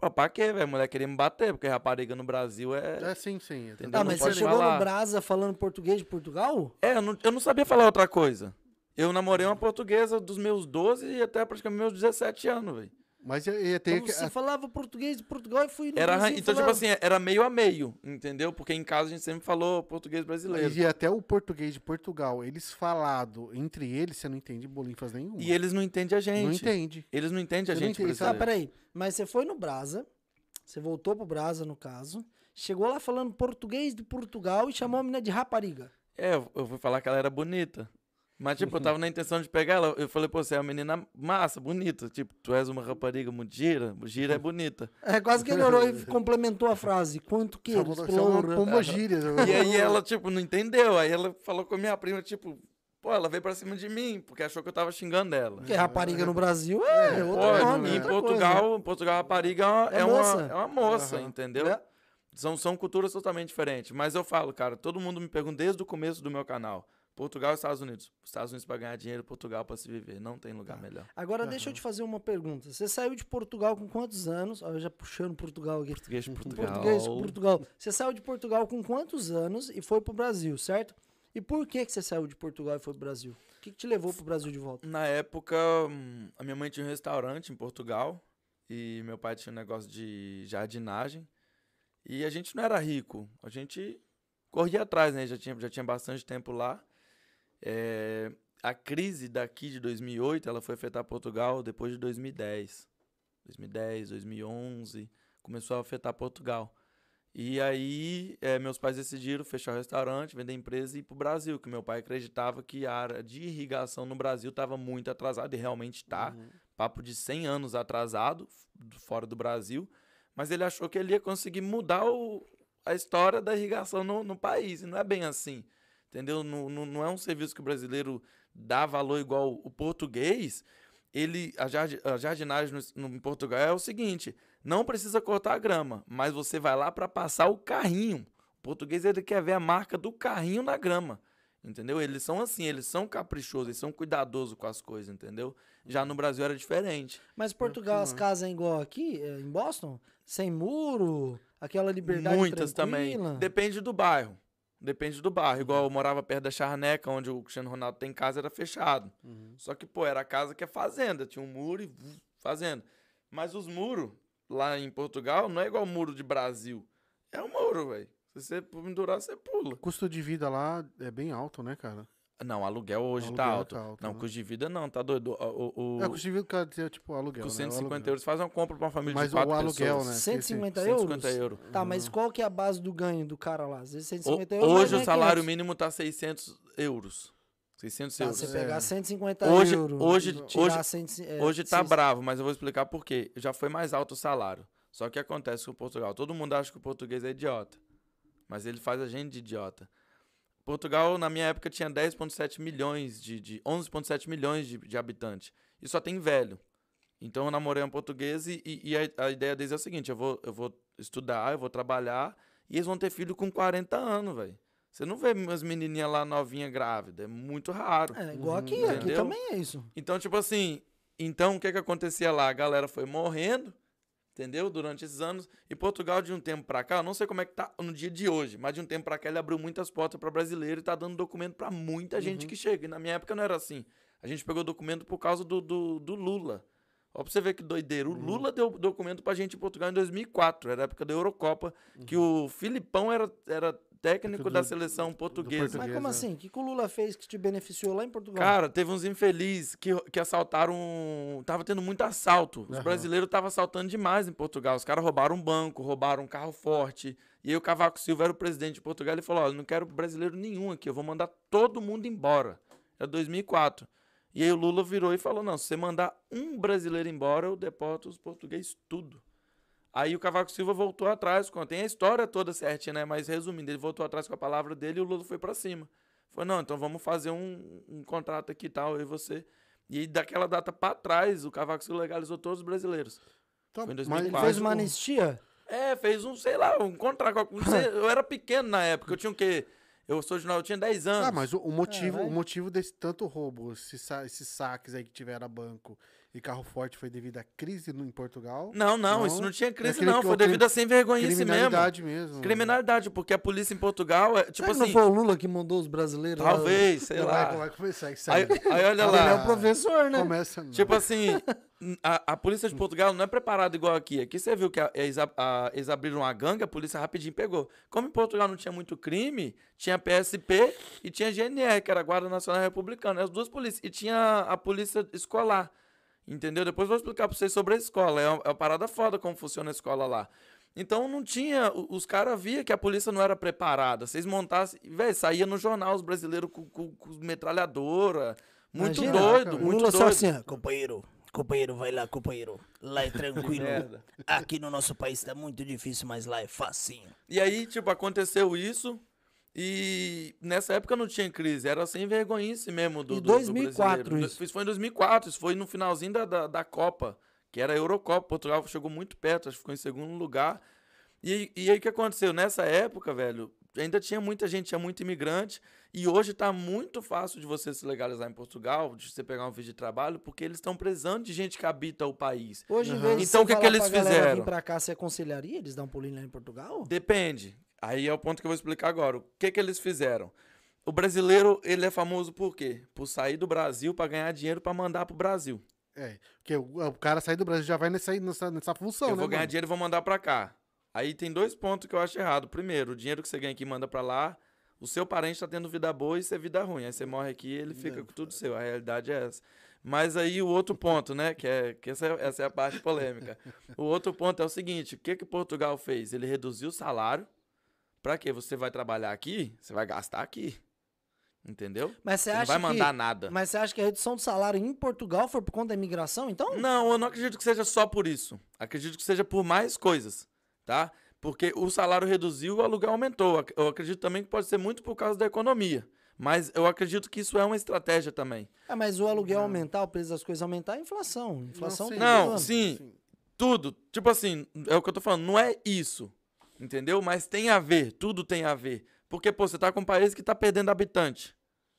Pô, pra quê, velho? A mulher queria me bater, porque rapariga no Brasil é... É, sim, sim. Entendeu? Tá, não mas você pode chegou falar. no Brasa falando português de Portugal? É, eu não, eu não sabia falar outra coisa. Eu namorei uma portuguesa dos meus doze e até praticamente meus dezessete anos, velho. Mas eu ia ter Então que... você falava português de Portugal e fui no Era, Brasil então, falava... tipo assim, era meio a meio, entendeu? Porque em casa a gente sempre falou português brasileiro. Mas e até o português de Portugal, eles falado entre eles, você não entende bolinfas nenhuma. E eles não entendem a gente. Não entende. Eles não entendem a Você não gente entende, Tá, brasileiro. peraí. Mas você foi no Brasa, você voltou pro Brasa, no caso, chegou lá falando português de Portugal e chamou a menina de rapariga. É, eu eu fui falar que ela era bonita. Mas, tipo, eu tava na intenção de pegar ela. Eu falei, pô, você é uma menina massa, bonita. Tipo, tu és uma rapariga muito gira. Gira é bonita. É, quase que ele orou e complementou a frase. Quanto que eles? Isso é uma pomogíria. E aí ela, tipo, não entendeu. Aí ela falou com a minha prima, tipo, pô, ela veio pra cima de mim, porque achou que eu tava xingando ela. Porque rapariga no Brasil é, É, outro Pô, nome, em outra Portugal, em Portugal, rapariga é uma, É é uma, moça. é uma moça, Aham. entendeu? É. São, são culturas totalmente diferentes. Mas eu falo, cara, todo mundo me pergunta desde o começo do meu canal. Portugal e Estados Unidos. Estados Unidos pra ganhar dinheiro, Portugal pra se viver. Não tem lugar melhor. Agora deixa eu te fazer uma pergunta. Você saiu de Portugal com quantos anos? Ó, eu já puxando Portugal aqui. Português de Portugal. Português, Portugal. Você saiu de Portugal com quantos anos e foi pro Brasil, certo? E por que que você saiu de Portugal e foi pro Brasil? O que que te levou pro Brasil de volta? Na época, hum, a minha mãe tinha um restaurante em Portugal e meu pai tinha um negócio de jardinagem. E a gente não era rico, a gente corria atrás, né? Já tinha, já tinha bastante tempo lá. É, a crise daqui de dois mil e oito, ela foi afetar Portugal depois de dois mil e dez. dois mil e dez, dois mil e onze, começou a afetar Portugal. E aí, é, meus pais decidiram fechar o restaurante, vender a empresa e ir pro Brasil, que meu pai acreditava que a área de irrigação no Brasil estava muito atrasada, e realmente está. Uhum. Papo de cem anos atrasado, f- fora do Brasil. Mas ele achou que ele ia conseguir mudar o, a história da irrigação no, no país, e não é bem assim. Entendeu? Não, não, não é um serviço que o brasileiro dá valor igual o português. Ele, a, jardi, a jardinagem no, no, em Portugal é o seguinte: não precisa cortar a grama, mas você vai lá para passar o carrinho. O português ele quer ver a marca do carrinho na grama. Entendeu? Eles são assim, eles são caprichosos, eles são cuidadosos com as coisas, entendeu? Já no Brasil era diferente. Mas Portugal, as casas é igual aqui, é, em Boston? Sem muro? Aquela liberdade Muitas também. tranquila? Depende do bairro. Depende do bairro. Igual eu morava perto da Charneca, onde o Cristiano Ronaldo tem casa, era fechado. Uhum. Só que, pô, era a casa que é fazenda. Tinha um muro e vuf, fazenda. Mas os muros lá em Portugal não é igual o muro de Brasil. É um muro, velho. Se você pendurar, você pula. O custo de vida lá é bem alto, né, cara? Não, aluguel hoje Aluguel tá alto. tá alto, não, né? custo de vida não, tá doido. O, o, o, É, o custo de vida, cara, é tipo aluguel, com né? cento e O cinquenta aluguel. euros faz uma compra pra uma família Mas de quatro o aluguel, pessoas. né? cento e cinquenta cento e euros? cinquenta euros. Tá, mas qual que é a base do ganho do cara lá? Às vezes cento e O- cinquenta euros, mas hoje o ganha salário quinhentos. mínimo tá seiscentos euros. seiscentos Tá, euros. você É. pegar cento e cinquenta Hoje- euros, hoje- tirar hoje- cento, é, Hoje tá seis- bravo, mas eu vou explicar por quê. Já foi mais alto o salário. Só que acontece com Portugal. Todo mundo acha que o português é idiota. Mas ele faz a gente de idiota. Portugal, na minha época, tinha dez vírgula sete milhões de, de onze vírgula sete milhões de, de habitantes. E só tem velho. Então eu namorei um português e, e- e a, a ideia deles é a seguinte: eu vou, eu vou estudar, eu vou trabalhar e eles vão ter filho com quarenta anos, velho. Você não vê umas menininhas lá novinha grávida. É muito raro. É, igual aqui, Uhum, aqui entendeu? também é isso. Então, tipo assim, então o que que acontecia lá? A galera foi morrendo, entendeu? Durante esses anos. E Portugal, de um tempo pra cá, eu não sei como é que tá no dia de hoje, mas de um tempo pra cá ele abriu muitas portas pra brasileiro e tá dando documento pra muita gente que chega. E na minha época não era assim. A gente pegou documento por causa do, do, do Lula. Ó, pra você ver que doideira. O Lula deu documento pra gente em Portugal em dois mil e quatro. Era a época da Eurocopa, que o Filipão era, era técnico Do- da do- seleção do portuguesa. português. Mas como é. assim? O que, que o Lula fez que te beneficiou lá em Portugal? Cara, teve uns infelizes que, que assaltaram. Tava tendo muito assalto. Os Aham. brasileiros estavam assaltando demais em Portugal. Os caras roubaram um banco, roubaram um carro forte. E aí o Cavaco Silva era o presidente de Portugal. Ele falou: Olha, não quero brasileiro nenhum aqui, eu vou mandar todo mundo embora. Era dois mil e quatro. E aí o Lula virou e falou: Não, se você mandar um brasileiro embora, eu deporto os portugueses tudo. Aí o Cavaco Silva voltou atrás, com- tem a história toda certinha, né? Mas resumindo, ele voltou atrás com a palavra dele e o Lula foi pra cima. Falou, não, então vamos fazer um, um contrato aqui e tal, eu e você. E aí, daquela data pra trás, o Cavaco Silva legalizou todos os brasileiros. Tá, Foi em mas dois mil e Ele quatro. fez uma o- anistia? É, fez um, sei lá, um contrato. não sei, eu era pequeno na época, eu tinha o quê? Eu sou de nove, eu tinha dez anos. Ah, mas o, o motivo, vai. o motivo desse tanto roubo, esses, sa- esses saques aí que tiveram a banco e carro forte foi devido à crise no, em Portugal? Não, não, Não? isso não tinha É crise, aquele não. que- Foi o crime- devido a sem vergonhice mesmo. Criminalidade mesmo. Criminalidade, porque a polícia em Portugal é, tipo Será que assim. não foi o Lula que mandou os brasileiros lá? Talvez, sei Não, lá. Vai, vai começar, isso Aí, aí. aí olha Ele lá. é o professor, né? Começa, não. Tipo assim, a, a polícia de Portugal não é preparada igual aqui. Aqui você viu que a- eles, a- a- eles abriram uma gangue, a polícia rapidinho pegou. Como em Portugal não tinha muito crime, tinha P S P e tinha G N R, que era a Guarda Nacional Republicana, as duas polícias. E tinha a polícia escolar, entendeu? Depois eu vou explicar pra vocês sobre a escola. É uma, é uma parada foda como funciona a escola lá. Então não tinha. o- Os caras viam que a polícia não era preparada. Vocês montassem. Velho, saía no jornal os brasileiros com, com, com metralhadora. Muito Imagina, doido, o muito Lula só doido. assim, ó, companheiro, companheiro, vai lá, companheiro. Lá é tranquilo. merda. Aqui no nosso país tá muito difícil, mas lá é facinho. E aí, tipo, aconteceu isso. E nessa época não tinha crise, era sem vergonhice mesmo do, Em do, dois do mil e quatro brasileiro. isso. Isso foi em dois mil e quatro, isso foi no finalzinho da, da, da Copa, que era a Eurocopa. Portugal chegou muito perto, acho que ficou em segundo lugar. E, e aí o que aconteceu? Nessa época, velho, ainda tinha muita gente, tinha muito imigrante. E hoje tá muito fácil de você se legalizar em Portugal, de você pegar um visto de trabalho, porque eles estão precisando de gente que habita o país. Hoje, em Aham. vez de Então, você o que que falar eles pra galera fizeram? vir pra cá, você aconselharia eles dar um pulinho lá em Portugal? Depende. Aí é o ponto que eu vou explicar agora. O que que eles fizeram? O brasileiro, ele é famoso por quê? Por sair do Brasil para ganhar dinheiro para mandar pro Brasil. É, porque o, o cara sair do Brasil já vai nessa, nessa, nessa função, eu né, vou ganhar mano? dinheiro e vou mandar para cá. Aí tem dois pontos que eu acho errado. Primeiro, o dinheiro que você ganha aqui e manda para lá, o seu parente tá tendo vida boa e isso é vida ruim. Aí você morre aqui e ele fica com tudo seu. A realidade é essa. Mas aí o outro ponto, né, que, é, que essa, é, essa é a parte polêmica. O outro ponto é o seguinte, o que que Portugal fez? Ele reduziu o salário. Pra quê? Você vai trabalhar aqui, você vai gastar aqui. Entendeu? Mas você Você não acha vai mandar que, nada. Mas você acha que a redução do salário em Portugal foi por conta da imigração, então? Não, eu não acredito que seja só por isso. Acredito que seja por mais coisas, tá? Porque o salário reduziu e o aluguel aumentou. Ac- Eu acredito também que pode ser muito por causa da economia. Mas eu acredito que isso é uma estratégia também. É, mas o aluguel aumentar, o preço das coisas aumentar, é inflação. Inflação sim. tem Não, todo ano. sim, tudo. Tipo assim, é o que eu tô falando, não é isso. Entendeu? Mas tem a ver, tudo tem a ver. Porque, pô, você tá com um país que tá perdendo habitante.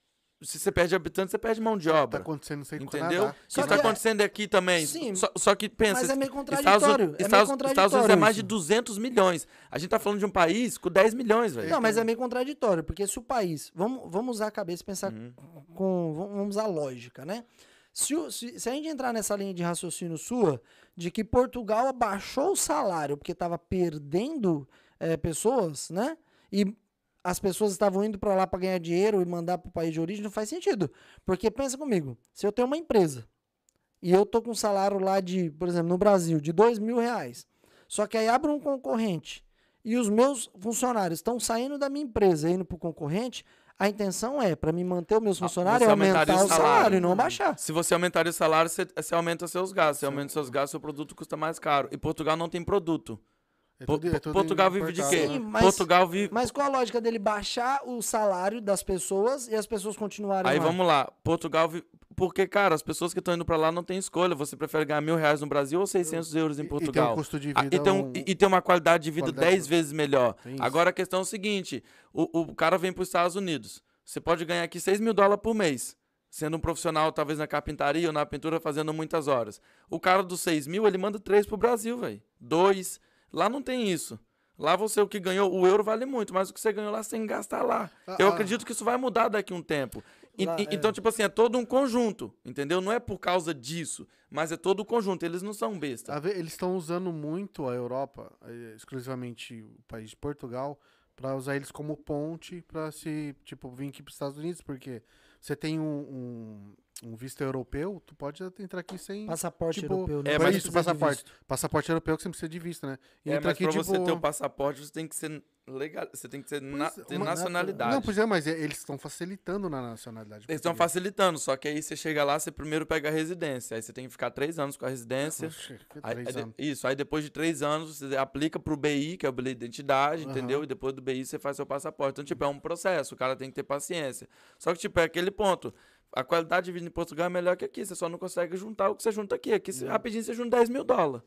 Se você perde habitante, você perde mão de Tá obra. acontecendo isso aí com o Entendeu? Canadá. Isso Só tá que é- acontecendo aqui também. Sim, só, só que pensa. mas é meio Estados, contraditório, é meio Estados, Estados Unidos é contraditório mais de isso. duzentos milhões. A gente tá falando de um país com dez milhões, velho. Não, mas é meio contraditório, porque se o país. Vamos, vamos usar a cabeça e pensar Uhum. com. Vamos usar a lógica, né? Se, o- se, se a gente entrar nessa linha de raciocínio sua, de que Portugal abaixou o salário porque estava perdendo eh, pessoas, né? E as pessoas estavam indo para lá para ganhar dinheiro e mandar para o país de origem, não faz sentido. Porque pensa comigo, se eu tenho uma empresa e eu tô com um salário lá de, por exemplo, no Brasil, de dois mil reais, só que aí abre um concorrente e os meus funcionários estão saindo da minha empresa e indo para o concorrente, a intenção é, para me manter os meus Ah, funcionários, você é aumentaria aumentar o o salário, salário. e não abaixar. Se você aumentaria o salário, você, você aumenta seus gastos. Se aumenta seus gastos, seu produto custa mais caro. E Portugal não tem produto. É Po- tudo- é tudo Portugal vive de importado, quê? né? Sim, mas- Portugal vive. Mas qual a lógica dele baixar o salário das pessoas e as pessoas continuarem Aí lá? vamos lá. Portugal vive. Porque, cara, as pessoas que estão indo pra lá não têm escolha. Você prefere ganhar mil reais no Brasil ou seiscentos euros E- em e tem um Portugal? custo de Ah, vida e, tem um- um- e- e tem uma qualidade de vida qualidade dez de- vezes melhor. Tem isso. Agora a questão é o seguinte: o, o cara vem para os Estados Unidos. Você pode ganhar aqui seis mil dólares por mês, sendo um profissional, talvez na carpintaria ou na pintura, fazendo muitas horas. O cara dos seis mil, ele manda três pro Brasil, velho. Dois. Lá não tem isso. Lá você, o que ganhou, o euro vale muito, mas o que você ganhou lá, você tem que gastar lá. Ah, Eu ah. acredito que isso vai mudar daqui a um tempo. E- Lá, e- é. Então, tipo assim, é todo um conjunto, entendeu? Não é por causa disso, mas é todo o conjunto. Eles não são besta. A ve- Eles estão usando muito a Europa, eh, exclusivamente o país de Portugal, para usar eles como ponte para se, tipo, vir aqui para os Estados Unidos, porque você tem um, um, um visto europeu, tu pode entrar aqui sem Passaporte tipo, europeu, né? é, Pra mas isso, precisa de passaporte. visto. Passaporte europeu que você não precisa de visto, né? E É, entra mas aqui, pra tipo... você ter o passaporte, você tem que ser legal, você tem que ser na- Pois- ter uma- nacionalidade. Não, pois é, mas é- eles estão facilitando na nacionalidade. Eles estão portuguesa. facilitando, só que aí você chega lá, você primeiro pega a residência. Aí você tem que ficar três anos com a residência. Oxe, que Aí- três aí de- anos. isso, aí depois de três anos você aplica pro B I, que é o bilhete de identidade, Aham. entendeu? E depois do B I você faz seu passaporte. Então, tipo, é um processo, o cara tem que ter paciência. Só que, tipo, é aquele ponto. A qualidade de vida em Portugal é melhor que aqui, você só não consegue juntar o que você junta aqui. Aqui, você- rapidinho, você junta dez mil dólares.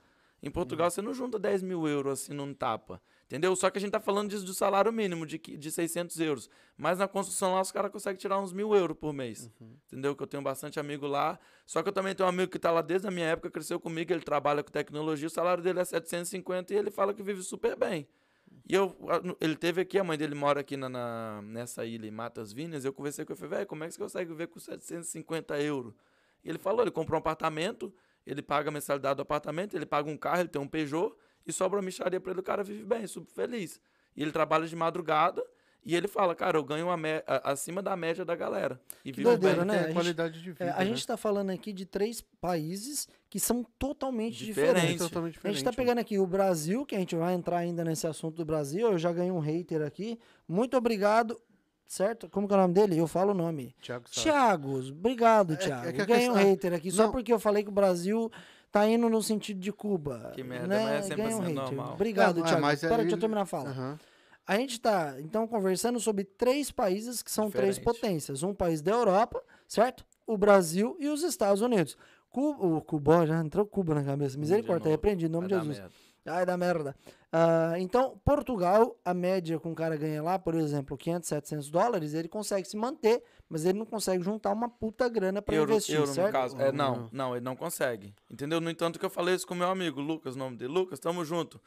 Em Portugal, você não junta dez mil euros assim num tapa. Entendeu? Só que a gente tá falando disso do salário mínimo, de, de seiscentos euros. Mas na construção lá, os caras conseguem tirar uns mil euros por mês. Uhum. Entendeu? Que eu tenho bastante amigo lá. Só que eu também tenho um amigo que tá lá desde a minha época, cresceu comigo, ele trabalha com tecnologia, o salário dele é setecentos e cinquenta e ele fala que vive super bem. E eu, ele teve aqui, a mãe dele mora aqui na, na, nessa ilha, em Matas Vinas, eu conversei com ele, falei, velho, como é que você consegue viver com setecentos e cinquenta euros? E ele falou, ele comprou um apartamento, ele paga a mensalidade do apartamento, ele paga um carro, ele tem um Peugeot, e sobra uma mixaria pra ele, o cara vive bem, super feliz. E ele trabalha de madrugada, e ele fala, cara, eu ganho uma me- acima da média da galera. E Que vive doideira, bem. né? Tem A a qualidade de vida. É, a né? gente tá falando aqui de três países que são totalmente Diferente. diferentes. Totalmente A diferente. gente tá pegando aqui o Brasil, que a gente vai entrar ainda nesse assunto do Brasil. Eu já ganhei um hater aqui. Muito obrigado, certo? Como que é o nome dele? Eu falo o nome. Thiago Sá. Thiago, obrigado, É- Thiago. é que a ganhei um questão- hater aqui só Não. porque eu falei que o Brasil tá indo no sentido de Cuba. Que merda, né? mas é sempre Ganhei um assim, é hater. normal. Obrigado, Não, é, Thiago. mas Espera, aí- deixa eu terminar a fala. Aham. A gente está, então, conversando sobre três países que são três Diferente. potências. Um país da Europa, certo? O Brasil e os Estados Unidos. Cuba, o Cuba, já entrou Cuba na cabeça. Misericórdia, novo. repreendi, em nome Vai de dar Jesus. merda. Ai, da merda. Ah, então, Portugal, a média que um cara ganha lá, por exemplo, quinhentos, setecentos dólares, ele consegue se manter, mas ele não consegue juntar uma puta grana para Euro, investir, euro, no certo? caso. É, não, Uhum. não, ele não consegue. Entendeu? No entanto, que eu falei isso com meu amigo, Lucas, o nome dele. Lucas, tamo junto.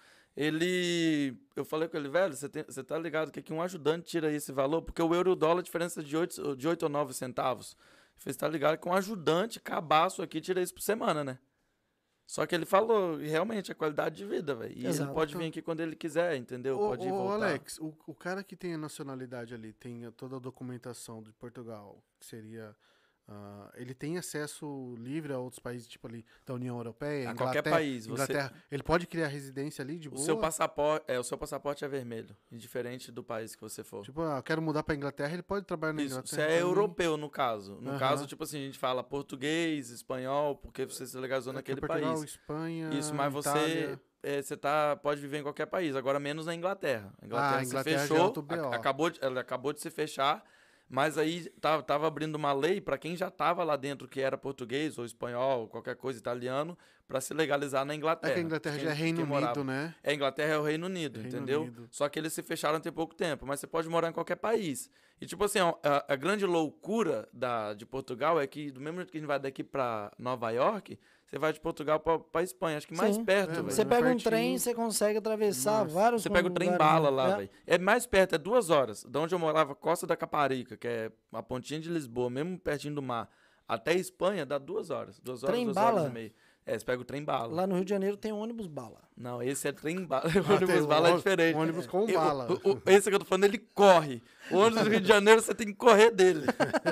Ele. Eu falei com ele, velho, você tem- você tá ligado que aqui um ajudante tira esse valor? Porque o euro e o dólar, a diferença de oito, de oito ou nove centavos. Você tá ligado que um ajudante cabaço aqui tira isso por semana, né? Só que ele falou, e realmente, a qualidade de vida, velho. E Exato. ele pode vir aqui quando ele quiser, entendeu? Ô, Pode ir ô, voltar. Alex, o, o cara que tem a nacionalidade ali, tem toda a documentação de Portugal, que seria... ah, ele tem acesso livre a outros países, tipo ali, da União Europeia, A Inglaterra, qualquer país, você- Inglaterra. Ele pode criar residência ali de O boa? seu passaporte, é, o seu passaporte é vermelho, indiferente do país que você for. Tipo, ah, eu quero mudar pra Inglaterra, ele pode trabalhar na Isso, Inglaterra você é também? europeu, no caso. No Aham. caso, tipo assim, a gente fala português, espanhol, porque você se legalizou Aqui naquele Portugal, país. Espanha, Isso, mas você, Itália. é, você tá, pode viver em qualquer país, agora menos na Inglaterra. A Inglaterra, Ah, a se Inglaterra já é fechou, outro B O. a- acabou de, ela acabou de se fechar, mas aí tava, tava abrindo uma lei para quem já tava lá dentro, que era português ou espanhol, qualquer coisa, italiano, para se legalizar na Inglaterra. É que a Inglaterra Quem- já é Reino quem morava- Unido, né? É, Inglaterra é o Reino Unido, Reino entendeu? Unido. Só que eles se fecharam tem pouco tempo, mas você pode morar em qualquer país. E tipo assim, ó, a, a grande loucura da, de Portugal é que do mesmo jeito que a gente vai daqui pra Nova York, você vai de Portugal pra, pra Espanha, acho que mais Sim. perto, É, velho. Você mas pega um pertinho. trem, você consegue atravessar Nossa. vários Você pega o trem lugares, bala né? lá, É. velho. É mais perto, é duas horas. Da onde eu morava, Costa da Caparica, que é a pontinha de Lisboa, mesmo pertinho do mar, até Espanha, dá duas horas. Duas horas, Trem duas bala? horas e meia. É, você pega o trem bala. Lá no Rio de Janeiro tem um ônibus bala. Não, esse é trem bala. O Ah, tem ônibus o bala é ônibus- diferente. ônibus com Eu- bala. o- o- esse que eu tô falando, ele corre. O ônibus do Rio de Janeiro, você tem que correr dele.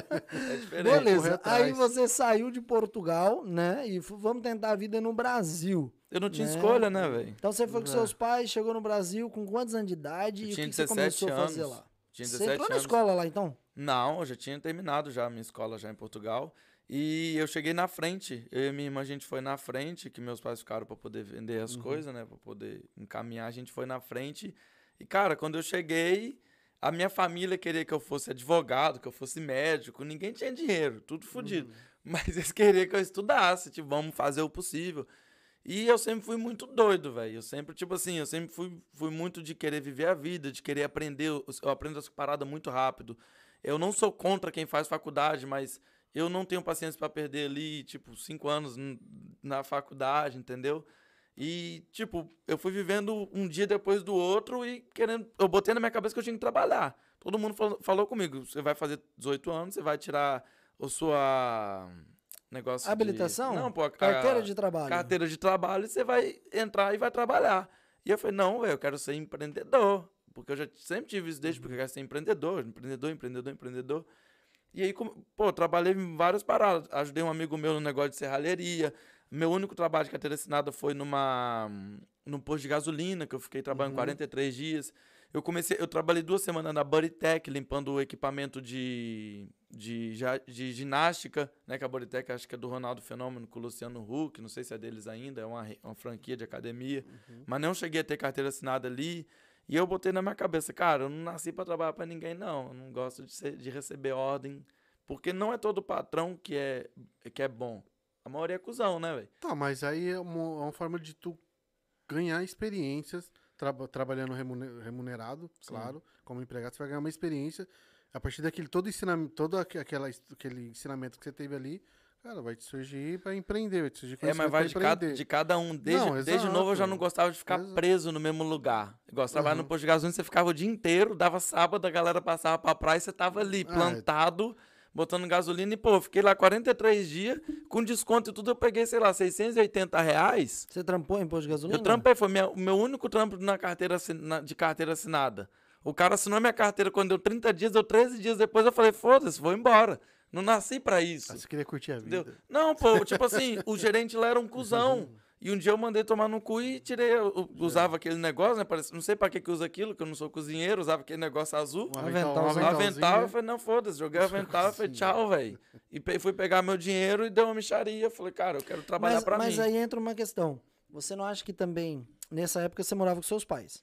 É diferente. correr Beleza, atrás. aí você saiu de Portugal, né? E f- vamos tentar a vida no Brasil. Eu não tinha né? escolha, né, velho? Então você foi com É. seus pais, chegou no Brasil com quantos anos de idade Eu e o tinha que, que você dezessete começou a fazer anos. lá? Tinha Você dezessete entrou na anos. escola lá então? Não, eu já tinha terminado já a minha escola já em Portugal. E eu cheguei na frente. Eu e minha irmã, a gente foi na frente, que meus pais ficaram para poder vender as coisas, né? Para poder encaminhar, a gente foi na frente. E, cara, quando eu cheguei, a minha família queria que eu fosse advogado, que eu fosse médico. Ninguém tinha dinheiro, tudo fodido. Mas eles queriam que eu estudasse, tipo, vamos fazer o possível. E eu sempre fui muito doido, velho. Eu sempre, tipo assim, eu sempre fui, fui muito de querer viver a vida, de querer aprender. Eu eu aprendo as paradas muito rápido. Eu não sou contra quem faz faculdade, mas eu não tenho paciência pra perder ali, tipo, cinco anos n- na faculdade, entendeu? E, tipo, eu fui vivendo um dia depois do outro e querendo. Eu botei na minha cabeça que eu tinha que trabalhar. Todo mundo falou, falou comigo: você vai fazer dezoito anos, você vai tirar a sua. Negócio Habilitação? De, não, pô, a- Carteira a- de trabalho. Carteira de trabalho e você vai entrar e vai trabalhar. E eu falei: não, velho, eu quero ser empreendedor. Porque eu já sempre tive isso desde porque eu quero ser empreendedor, empreendedor, empreendedor, empreendedor. E aí, como- pô, trabalhei em várias paradas. Ajudei um amigo meu no negócio de serralheria. Meu único trabalho de carteira assinada foi numa, num posto de gasolina, que eu fiquei trabalhando quarenta e três dias. Eu comecei, eu trabalhei duas semanas na Bodytech, limpando o equipamento de, de, ja- de ginástica, né? Que a Bodytech acho que é do Ronaldo Fenômeno, com o Luciano Huck, não sei se é deles ainda, é uma, re- uma franquia de academia. Mas não cheguei a ter carteira assinada ali. E eu botei na minha cabeça, cara, eu não nasci pra trabalhar pra ninguém, não. Eu não gosto de, ser- de receber ordem. Porque não é todo patrão que é, que é bom. A maioria é cuzão, né, velho? Tá, mas aí é uma, é uma forma de tu ganhar experiências, tra trabalhando remunerado, Sim. claro, como empregado, você vai ganhar uma experiência. A partir daquele todo ensinamento, todo aquela, aquele ensinamento que você teve ali, cara, vai te surgir para empreender, vai te surgir É, mas vai de cada, de cada um. Desde, não, desde novo eu já não gostava de ficar exato. preso no mesmo lugar. Eu gostava uhum. no posto de gasolina, você ficava o dia inteiro, dava sábado, a galera passava pra praia e você tava ali, plantado, ah, é. botando gasolina. E, pô, fiquei lá quarenta e três dias, com desconto e tudo, eu peguei, sei lá, seiscentos e oitenta reais. Você trampou em posto de gasolina? Eu trampei, foi minha, o meu único trampo na carteira, na, de carteira assinada. O cara assinou minha carteira quando deu trinta dias, deu treze dias depois, eu falei, foda-se, vou embora. Não nasci pra isso. Ah, você queria curtir a vida. Entendeu? Não, pô, tipo assim, o gerente lá era um cuzão. E um dia eu mandei tomar no cu e tirei, eu usava aquele negócio, né? Parece, não sei pra que que usa aquilo, que eu não sou cozinheiro, usava aquele negócio azul. Um avental, um avental, avental eu falei, não, foda-se, joguei o avental, eu falei, tchau, velho. E fui pegar meu dinheiro e deu uma micharia. Eu falei, cara, eu quero trabalhar mas, pra mas mim. Mas aí entra uma questão. Você não acha que também, nessa época, você morava com seus pais?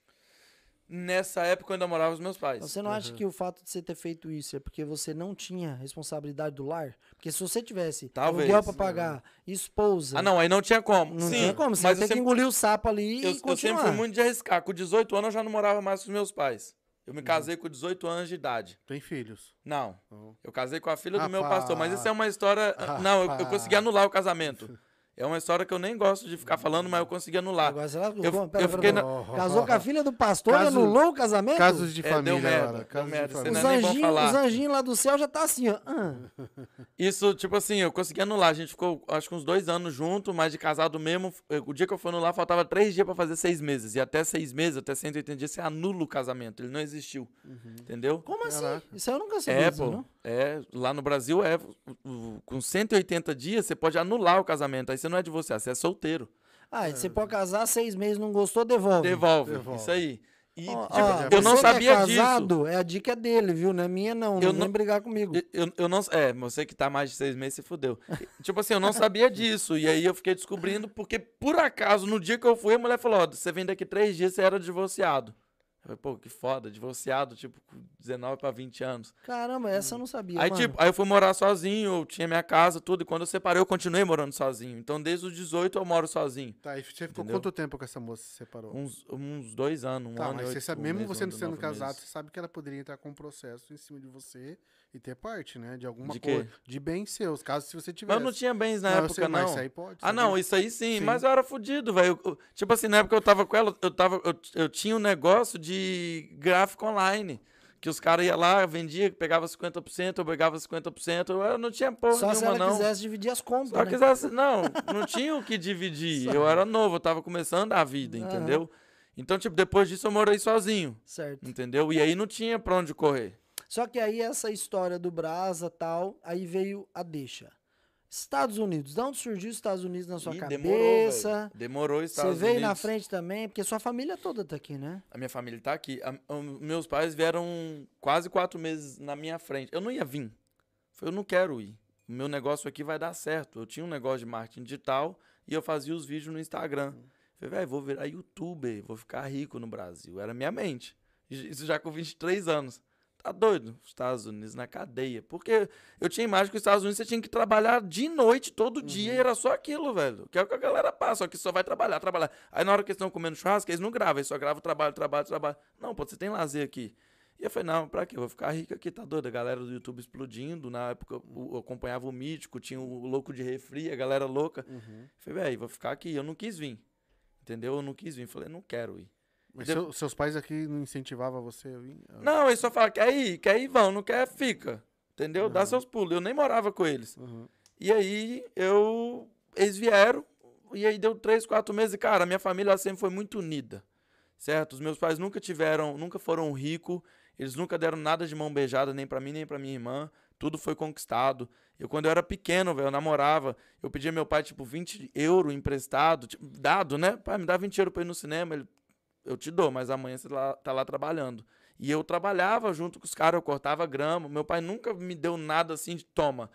Nessa época eu ainda morava com os meus pais. Você não uhum. acha que o fato de você ter feito isso é porque você não tinha responsabilidade do lar? Porque se você tivesse Talvez. aluguel pra pagar, esposa... Ah, não, aí não tinha como. Não Sim, tinha como, você mas ia ter sempre, que engolir o sapo ali eu, e continuar. Eu sempre fui muito de arriscar. Com dezoito anos eu já não morava mais com os meus pais. Eu me casei uhum. com dezoito anos de idade. Tem filhos? Não. Uhum. Eu casei com a filha Rapaz. do meu pastor. Mas isso é uma história... Rapaz. Não, eu, eu consegui anular o casamento. É uma história que eu nem gosto de ficar falando, mas eu consegui anular. Agora, será que... eu, Pera, eu pera, fiquei pera. Na... Casou com a filha do pastor Caso, e anulou o casamento? Casos de família. É, deu merda, Cara, deu merda. De Você família. não é nem bom falar. Os anjinhos lá do céu já tá assim, ó. Ah. Isso, tipo assim, eu consegui anular. A gente ficou, acho que uns dois anos junto, mas de casado mesmo. O dia que eu fui anular, faltava três dias pra fazer seis meses. E até seis meses, até cento e oitenta dias, você anula o casamento. Ele não existiu. Uhum. Entendeu? Como assim? Caraca. Isso aí eu nunca sabia. É, disso, pô. Não? É, lá no Brasil, é com cento e oitenta dias, você pode anular o casamento. Aí você não é divorciado, você é solteiro. Ah, você pode casar seis meses, não gostou, devolve. Devolve, Devolve. isso aí. E, Ó, tipo, ó, eu não você sabia que é casado, disso. É a dica dele, viu? Não é minha, não. Eu Não não- vem brigar comigo. Eu, eu, eu não, é, você que tá mais de seis meses se fudeu. Tipo assim, eu não sabia disso. E aí eu fiquei descobrindo, porque por acaso, no dia que eu fui, a mulher falou: ó, você vem daqui três dias, você era divorciado. Eu falei, pô, que foda, divorciado, tipo, com dezenove pra vinte anos. Caramba, essa eu não sabia, Aí, mano. tipo, aí eu fui morar sozinho, eu tinha minha casa, tudo. E quando eu separei, eu continuei morando sozinho. Então, desde os dezoito, eu moro sozinho. Tá, e você ficou Entendeu? quanto tempo com essa moça que você separou? Uns, uns dois anos, um Tá, ano mas e você oito sabe, mesmo meses, você um não ano e sendo nove casado, meses. você sabe que ela poderia entrar com um processo em cima de você e ter parte, né? De alguma De quê? coisa. De bens seus, caso se você tivesse. Mas eu não tinha bens na Não, eu época, sei, não. mas isso aí pode, Ah, sabia? não, isso aí sim, Sim. mas eu era fudido, velho. Eu- eu- Tipo assim, na época eu tava com ela, eu, tava, eu, eu tinha um negócio de gráfico online. Que os caras iam lá, vendia, pegava cinquenta por cento, eu pegava cinquenta por cento. Eu não tinha porra Só se nenhuma, ela não. quisesse dividir as contas, Só né? quisesse. Não, não tinha o que dividir. Eu era novo, eu tava começando a vida, Aham. entendeu? Então, tipo, depois disso eu morei sozinho, Certo. entendeu? E aí não tinha pra onde correr. Só que aí essa história do Brasa tal, aí veio a deixa. Estados Unidos, de onde surgiu os Estados Unidos na sua Ih, cabeça? demorou, velho. Demorou os Você Estados veio Unidos. na frente também, porque sua família toda tá aqui, né? A minha família tá aqui. A- a- meus pais vieram quase quatro meses na minha frente. Eu não ia vir. Falei, eu não quero ir. O meu negócio aqui vai dar certo. Eu tinha um negócio de marketing digital e eu fazia os vídeos no Instagram. Falei, velho, vou virar youtuber, vou ficar rico no Brasil. Era a minha mente. Isso já com vinte e três anos. Tá doido? Estados Unidos na cadeia. Porque eu tinha imagem que os Estados Unidos você tinha que trabalhar de noite, todo dia, e era só aquilo, velho. Que é o que a galera passa, só que só vai trabalhar, trabalhar. Aí na hora que eles estão comendo churrasco, eles não gravam, eles só gravam trabalho, trabalho, trabalho. Não, pô, você tem lazer aqui. E eu falei, não, pra quê? Eu vou ficar rico aqui, tá doido? A galera do YouTube explodindo. Na época eu, eu acompanhava o Mítico, tinha o Louco de Refri, a galera louca. Uhum. Falei, velho, vou ficar aqui. Eu não quis vir. Entendeu? Eu não quis vir. Falei, não quero ir. Mas De- seu- seus pais aqui não incentivavam você a vir? Não, eles só falam, quer ir? Quer ir, vão. Não quer, fica. Entendeu? Dá Uhum. seus pulos. Eu nem morava com eles. Uhum. E aí, eu... Eles vieram. E aí, deu três, quatro meses. E, cara, a minha família ela sempre foi muito unida. Certo? Os meus pais nunca tiveram... Nunca foram ricos. Eles nunca deram nada de mão beijada, nem pra mim, nem pra minha irmã. Tudo foi conquistado. Eu, quando eu era pequeno, velho, eu namorava. Eu pedia meu pai, tipo, vinte euros emprestado. Tipo, dado, né? Pai, me dá vinte euros pra ir no cinema. Ele... Eu te dou, mas amanhã você lá, tá lá trabalhando. E eu trabalhava junto com os caras, eu cortava grama. Meu pai nunca me deu nada assim de toma,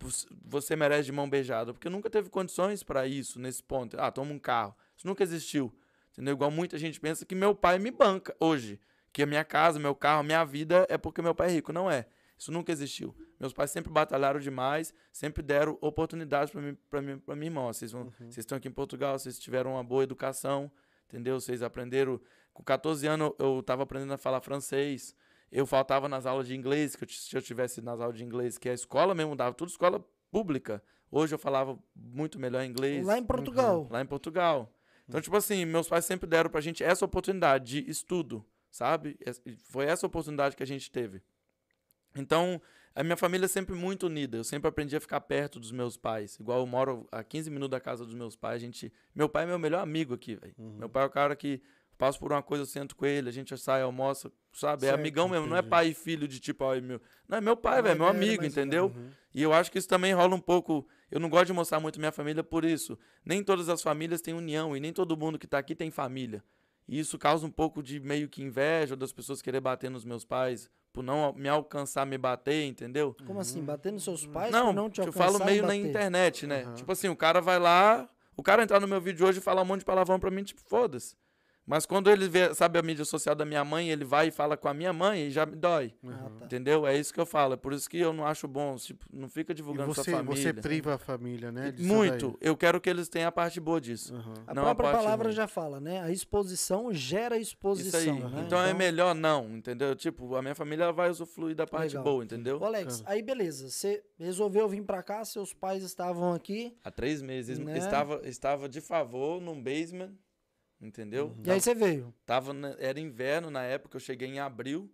você merece de mão beijada. Porque nunca teve condições pra isso, nesse ponto. Ah, toma um carro. Isso nunca existiu. Entendeu? Igual muita gente pensa que meu pai me banca hoje. Que a minha casa, meu carro, a minha vida é porque meu pai é rico. Não é. Isso nunca existiu. Meus pais sempre batalharam demais, sempre deram oportunidades pra mim, pra mim, pra minha irmã. Vocês, vão, uhum. vocês estão aqui em Portugal, vocês tiveram uma boa educação. entendeu? Vocês aprenderam... Com quatorze anos eu tava aprendendo a falar francês. Eu faltava nas aulas de inglês, que eu, se eu tivesse nas aulas de inglês, que a escola mesmo dava, tudo escola pública. Hoje eu falava muito melhor inglês. Lá em Portugal. Uhum. Lá em Portugal. Então, tipo assim, meus pais sempre deram pra gente essa oportunidade de estudo, sabe? Foi essa oportunidade que a gente teve. Então, a minha família é sempre muito unida. Eu sempre aprendi a ficar perto dos meus pais. Igual eu moro a quinze minutos da casa dos meus pais. A gente... Meu pai é meu melhor amigo aqui, velho. Uhum. Meu pai é o cara que passo por uma coisa, eu sento com ele, a gente sai, almoça, sabe? Certo, é amigão mesmo, entendi. Não é pai e filho de tipo, ó, meu... Não, é meu pai, velho, é meu amigo, entendeu? Uhum. E eu acho que isso também rola um pouco... Eu não gosto de mostrar muito minha família por isso. Nem todas as famílias têm união e nem todo mundo que tá aqui tem família. E isso causa um pouco de meio que inveja das pessoas querer bater nos meus pais por não me alcançar, me bater, entendeu? Como assim? Bater nos seus pais não, por não te alcançar? Eu falo meio na internet, né? Uhum. Tipo assim, o cara vai lá... O cara entrar no meu vídeo hoje e falar um monte de palavrão pra mim, tipo, foda-se. Mas quando ele vê, sabe, a mídia social da minha mãe, ele vai e fala com a minha mãe e já me dói. Uhum. Entendeu? É isso que eu falo. É por isso que eu não acho bom. Tipo, não fica divulgando e você, sua família. Você priva a família, né? Muito. Daí. Eu quero que eles tenham a parte boa disso. Uhum. A não própria a palavra ruim. Já fala, né? A exposição gera exposição. Isso aí. Né? Então, então é melhor não, entendeu? Tipo, a minha família vai usufruir da parte legal. boa, entendeu? Ô Alex, aí beleza. Você resolveu vir pra cá, seus pais estavam aqui. Há três meses. Né? Estava, estava de favor num basement. Entendeu? Uhum. E aí você veio? Tava na, era inverno na época, eu cheguei em abril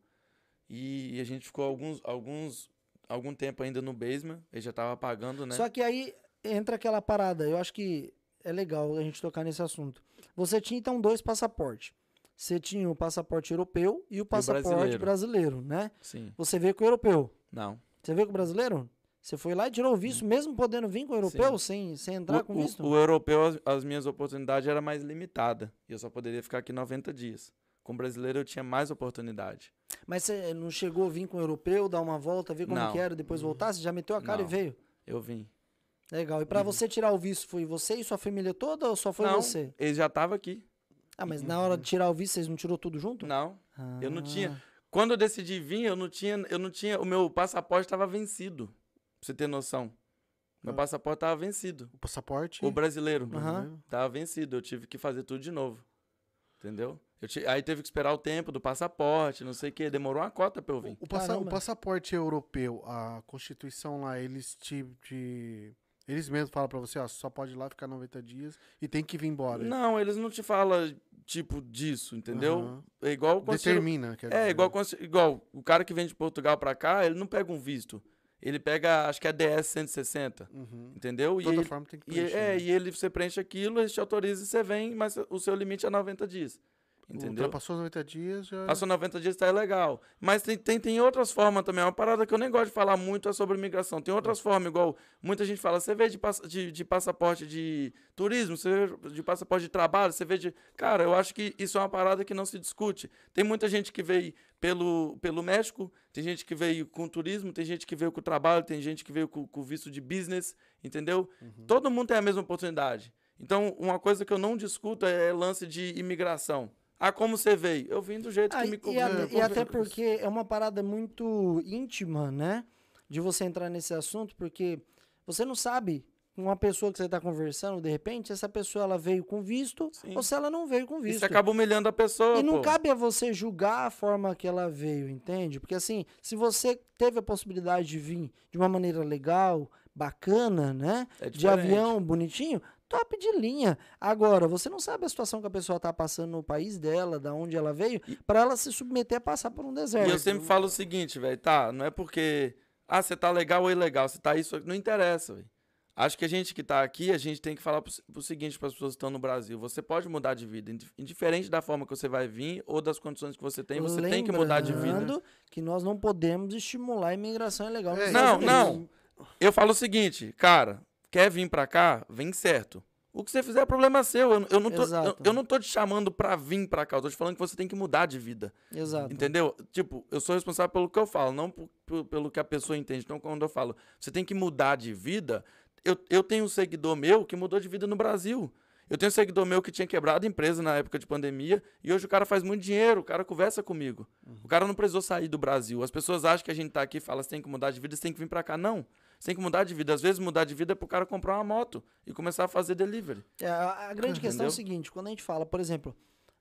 e, e a gente ficou alguns, alguns, algum tempo ainda no basement, ele já tava pagando, né? Só que aí entra aquela parada, eu acho que é legal a gente tocar nesse assunto. Você tinha então dois passaportes. Você tinha o passaporte europeu e o passaporte e o brasileiro. brasileiro, né? Sim. Você veio com o europeu? Não. Você veio com o brasileiro? Você foi lá e tirou o visto, mesmo podendo vir com o europeu, sem, sem entrar o, com visto? O, o europeu, as, as minhas oportunidades eram mais limitadas. E eu só poderia ficar aqui noventa dias. Com o brasileiro eu tinha mais oportunidade. Mas você não chegou a vir com o europeu, dar uma volta, ver como não. que era, depois voltar? Você já meteu a cara não. e veio? Eu vim. Legal. E pra uhum. você tirar o visto, foi você e sua família toda ou só foi não, você? Ele já tava aqui. Ah, mas uhum. na hora de tirar o visto, vocês não tirou tudo junto? Não. Ah. Eu não tinha... Quando eu decidi vir, eu não tinha... Eu não tinha o meu passaporte estava vencido. Pra você ter noção. Meu passaporte tava vencido. O passaporte? O brasileiro. Uhum. Tava vencido. Eu tive que fazer tudo de novo. Entendeu? Eu te... Aí teve que esperar o tempo do passaporte, não sei o quê. Demorou uma cota pra eu vir. O, passa... o passaporte europeu, a Constituição lá, eles te... te... Eles mesmos falam pra você, ó, só pode ir lá ficar noventa dias e tem que vir embora. Não, eles não te falam, tipo, disso, entendeu? Uhum. É igual... Determina. Quer dizer. É, igual, igual o cara que vem de Portugal pra cá, ele não pega um visto. Ele pega, acho que é D S cento e sessenta, uhum. entendeu? De toda e ele, forma tem que preencher. E, é, né? E ele, você preenche aquilo, ele te autoriza e você vem, mas o seu limite é noventa dias. Entendeu? Passou noventa dias, já... Passou noventa dias, tá legal. Mas tem, tem, tem outras formas também. Uma parada que eu nem gosto de falar muito é sobre imigração. Tem outras formas, igual muita gente fala, você vê de, de, de passaporte de turismo, você vê de passaporte de trabalho, você vê de... Cara, eu acho que isso é uma parada que não se discute. Tem muita gente que veio pelo, pelo México, tem gente que veio com turismo, tem gente que veio com trabalho, tem gente que veio com, com visto de business, entendeu? Uhum. Todo mundo tem a mesma oportunidade. Então, uma coisa que eu não discuto é lance de imigração. Ah, como você veio? Eu vim do jeito ah, que me... E, a, e até porque é uma parada muito íntima, né? De você entrar nesse assunto, porque você não sabe, uma pessoa que você está conversando, de repente, essa pessoa ela veio com visto, sim, ou se ela não veio com visto. E você acaba humilhando a pessoa, E não pô. cabe a você julgar a forma que ela veio, entende? Porque assim, se você teve a possibilidade de vir de uma maneira legal, bacana, né? É de avião, bonitinho... Top de linha. Agora, você não sabe a situação que a pessoa tá passando no país dela, da onde ela veio, para ela se submeter a passar por um deserto. E eu sempre falo o seguinte, velho, tá? Não é porque, ah, você tá legal ou ilegal, você tá isso, não interessa, velho. Acho que a gente que tá aqui, a gente tem que falar pro, pro seguinte para as pessoas que estão no Brasil, você pode mudar de vida, indiferente da forma que você vai vir ou das condições que você tem, você Lembrando tem que mudar de vida. Lembrando que nós não podemos estimular a imigração ilegal. É, não, não. Eu falo o seguinte, cara, quer vir pra cá, vem certo. O que você fizer é problema seu. Eu, eu, não, tô, eu, eu não tô te chamando pra vir pra cá. Eu tô te falando que você tem que mudar de vida. Exato. Entendeu? Tipo, eu sou responsável pelo que eu falo, não por, por, pelo que a pessoa entende. Então, quando eu falo, você tem que mudar de vida, eu, eu tenho um seguidor meu que mudou de vida no Brasil. Eu tenho um seguidor meu que tinha quebrado a empresa na época de pandemia e hoje o cara faz muito dinheiro, o cara conversa comigo. Uhum. O cara não precisou sair do Brasil. As pessoas acham que a gente tá aqui e fala, você tem que mudar de vida, você tem que vir pra cá. Não. Você tem que mudar de vida. Às vezes, mudar de vida é pro cara comprar uma moto e começar a fazer delivery. É, a, a grande Entendeu? questão é o seguinte, quando a gente fala, por exemplo,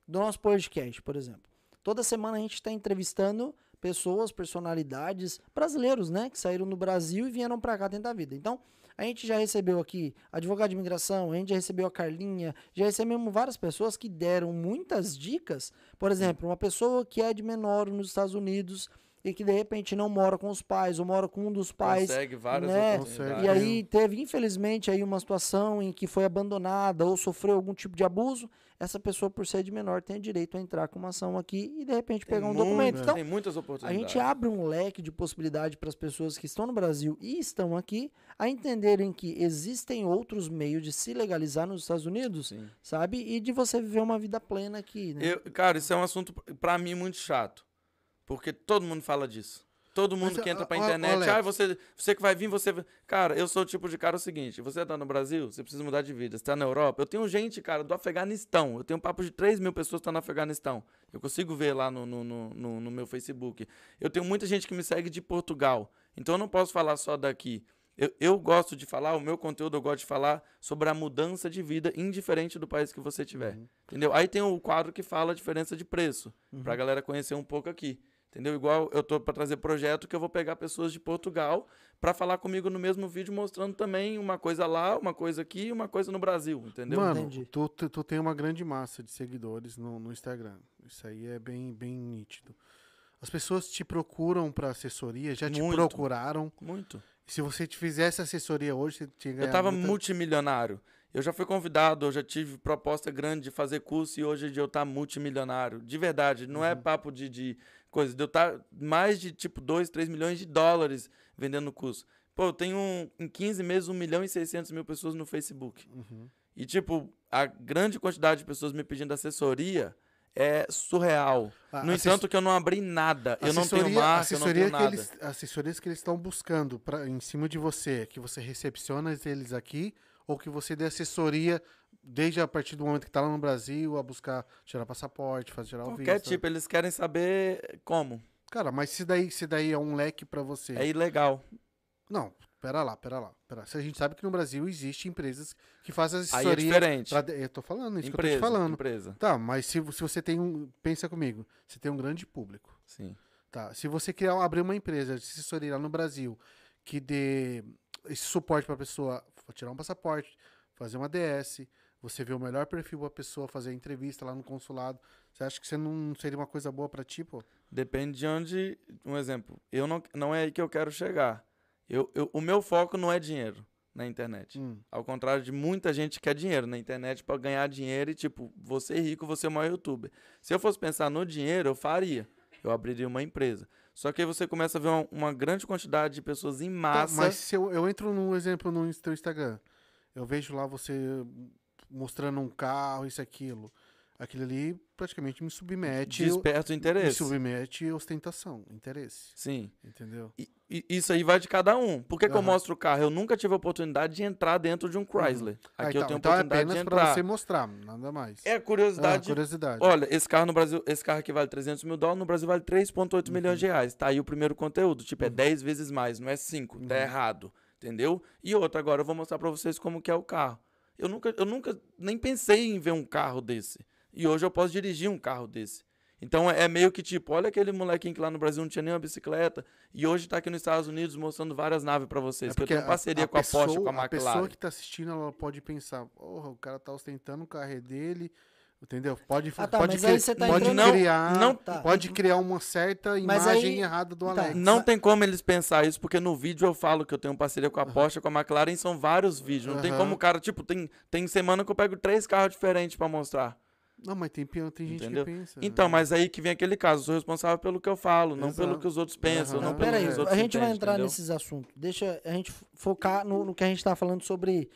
do nosso podcast, por exemplo. Toda semana a gente está entrevistando pessoas, personalidades brasileiros, né? Que saíram do Brasil e vieram para cá tentar a vida. Então, a gente já recebeu aqui advogado de imigração, a gente já recebeu a Carlinha, já recebemos várias pessoas que deram muitas dicas. Por exemplo, uma pessoa que é de menor nos Estados Unidos e que de repente não mora com os pais ou mora com um dos pais, consegue várias né? oportunidades. E aí teve infelizmente aí uma situação em que foi abandonada ou sofreu algum tipo de abuso. Essa pessoa, por ser de menor, tem direito a entrar com uma ação aqui e de repente Tem pegar um muito, documento. Então, tem muitas a oportunidades. gente abre um leque de possibilidade para as pessoas que estão no Brasil e estão aqui a entenderem que existem outros meios de se legalizar nos Estados Unidos, Sim. sabe? E de você viver uma vida plena aqui, né? Eu, cara, isso é um assunto, pra mim, muito chato. Porque todo mundo fala disso. Todo mundo Mas, que entra pra ó, ó, internet, Alex. ah, você, você que vai vir, você... Cara, eu sou o tipo de cara o seguinte, você tá no Brasil, você precisa mudar de vida. Você tá na Europa, eu tenho gente, cara, do Afeganistão. Eu tenho um papo de três mil pessoas que estão no Afeganistão. Eu consigo ver lá no, no, no, no, no meu Facebook. Eu tenho muita gente que me segue de Portugal. Então eu não posso falar só daqui. Eu, eu gosto de falar, o meu conteúdo eu gosto de falar sobre a mudança de vida, indiferente do país que você tiver. Uhum. Entendeu? Aí tem o quadro que fala a diferença de preço, Uhum. pra galera conhecer um pouco aqui. Entendeu? Igual eu tô para trazer projeto que eu vou pegar pessoas de Portugal para falar comigo no mesmo vídeo, mostrando também uma coisa lá, uma coisa aqui e uma coisa no Brasil, entendeu? Mano, Entendi. tu, tu, tu tem uma grande massa de seguidores no, no Instagram. Isso aí é bem, bem nítido. As pessoas te procuram para assessoria, já te Muito. procuraram. Muito. Se você te fizesse assessoria hoje, você tinha ganhado Eu tava muita... multimilionário. Eu já fui convidado, eu já tive proposta grande de fazer curso e hoje é de eu estar multimilionário. De verdade, não é papo de, de coisa. De eu estar mais de tipo dois, três milhões de dólares vendendo curso. Pô, eu tenho um, em quinze meses um milhão e seiscentos mil pessoas no Facebook. Uhum. E tipo, a grande quantidade de pessoas me pedindo assessoria é surreal. A- No assess- entanto, que eu não abri nada. Eu não tenho Assessoria- marca, eu não assessoria tenho que nada. eles, assessorias que eles estão buscando pra, em cima de você, que você recepciona eles aqui, ou que você dê assessoria desde a partir do momento que tá lá no Brasil, a buscar tirar passaporte, fazer tirar o Qualquer visto. tipo, eles querem saber como. Cara, mas se daí, se daí é um leque pra você. É ilegal. Não, pera lá, pera lá. Pera. Se a gente sabe que no Brasil existem empresas que fazem Aí é assessoria. diferente. pra de- Eu tô falando, isso que eu Empresa, tô te falando. empresa. Tá, mas se, se você tem um. Pensa comigo, você tem um grande público. Sim. Tá, se você criar, abrir uma empresa de assessoria lá no Brasil que dê esse suporte pra pessoa tirar um passaporte, fazer uma D S, você vê o melhor perfil pra pessoa fazer a entrevista lá no consulado, você acha que você não seria uma coisa boa pra ti, pô? Depende de onde. Um exemplo. Eu não, não é aí que eu quero chegar. Eu, eu, o meu foco não é dinheiro na internet. Hum. Ao contrário de muita gente que quer dinheiro na internet pra ganhar dinheiro e, tipo, você é rico, você é o maior youtuber. Se eu fosse pensar no dinheiro, eu faria. Eu abriria uma empresa. Só que aí você começa a ver uma, uma grande quantidade de pessoas em Tá, massa. mas se eu, eu entro num exemplo no teu Instagram, eu vejo lá você mostrando um carro, isso, aquilo. Aquilo ali praticamente me submete. Desperta o Me interesse. submete ostentação, interesse. Sim. Entendeu? E, e isso aí vai de cada um. Por que, que eu Aham. mostro o carro? Eu nunca tive a oportunidade de entrar dentro de um Chrysler. Ah, Aqui eu então, tenho então é oportunidade apenas de pra entrar. você mostrar, nada mais. É Ah, curiosidade. curiosidade. Olha, esse carro no Brasil, esse carro aqui vale trezentos mil dólares, no Brasil vale três vírgula oito milhões de reais. Tá aí o primeiro conteúdo, tipo, é dez vezes mais, não é cinco, tá errado, entendeu? E outra, agora eu vou mostrar pra vocês como que é o carro. Eu nunca, eu nunca nem pensei em ver um carro desse. E hoje eu posso dirigir um carro desse. Então é é meio que tipo, olha aquele molequinho que lá no Brasil não tinha nem uma bicicleta e hoje tá aqui nos Estados Unidos mostrando várias naves pra vocês. É que eu porque tenho parceria com a pessoa, Porsche, com a A pessoa McLaren. que tá assistindo, ela pode pensar, porra, o cara tá ostentando o carro é dele, entendeu? Pode, Ah, tá, pode, mas cri- aí você tá pode entrando- criar, Não- Tá. pode criar uma certa Mas imagem aí- errada do tá. Alex. Não tem como eles pensar isso, porque no vídeo eu falo que eu tenho parceria com a Porsche, com a McLaren, são vários vídeos. Não tem Aham. como o cara, tipo, tem, tem semana que eu pego três carros diferentes pra mostrar. Não, mas tem, pi- tem gente Entendeu? que pensa. Então, né? mas aí que vem aquele caso, eu sou responsável pelo que eu falo, não Exato. pelo que os outros pensam, Aham. não Não, pelo peraí, que os a outros gente vai entendem, entrar entendeu? nesses assuntos. Deixa a gente focar no, no que a gente tá falando sobre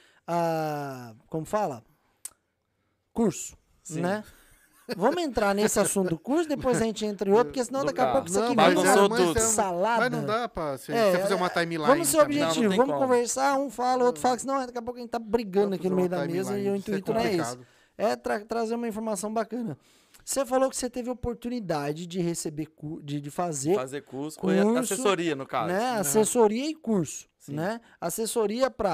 a. Como fala? Curso. Sim. Né? Vamos entrar nesse assunto do curso, depois a gente entra em outro, porque senão Do daqui a carro. pouco isso aqui mas vira eu sou uma tudo. salada. Mas não dá pra você, É, você fazer uma timeline. Vamos ser também. Não, não objetivo, tem vamos como. conversar, um fala, o outro fala que não, daqui a pouco a gente tá brigando Pra aqui no fazer meio uma da mesa timeline, e o isso é intuito não é esse. complicado. É tra- trazer uma informação bacana. Você falou que você teve oportunidade de receber, cu- de, de fazer Fazer curso, Curso, assessoria, no caso. né, assessoria e curso, Sim. né? Assessoria para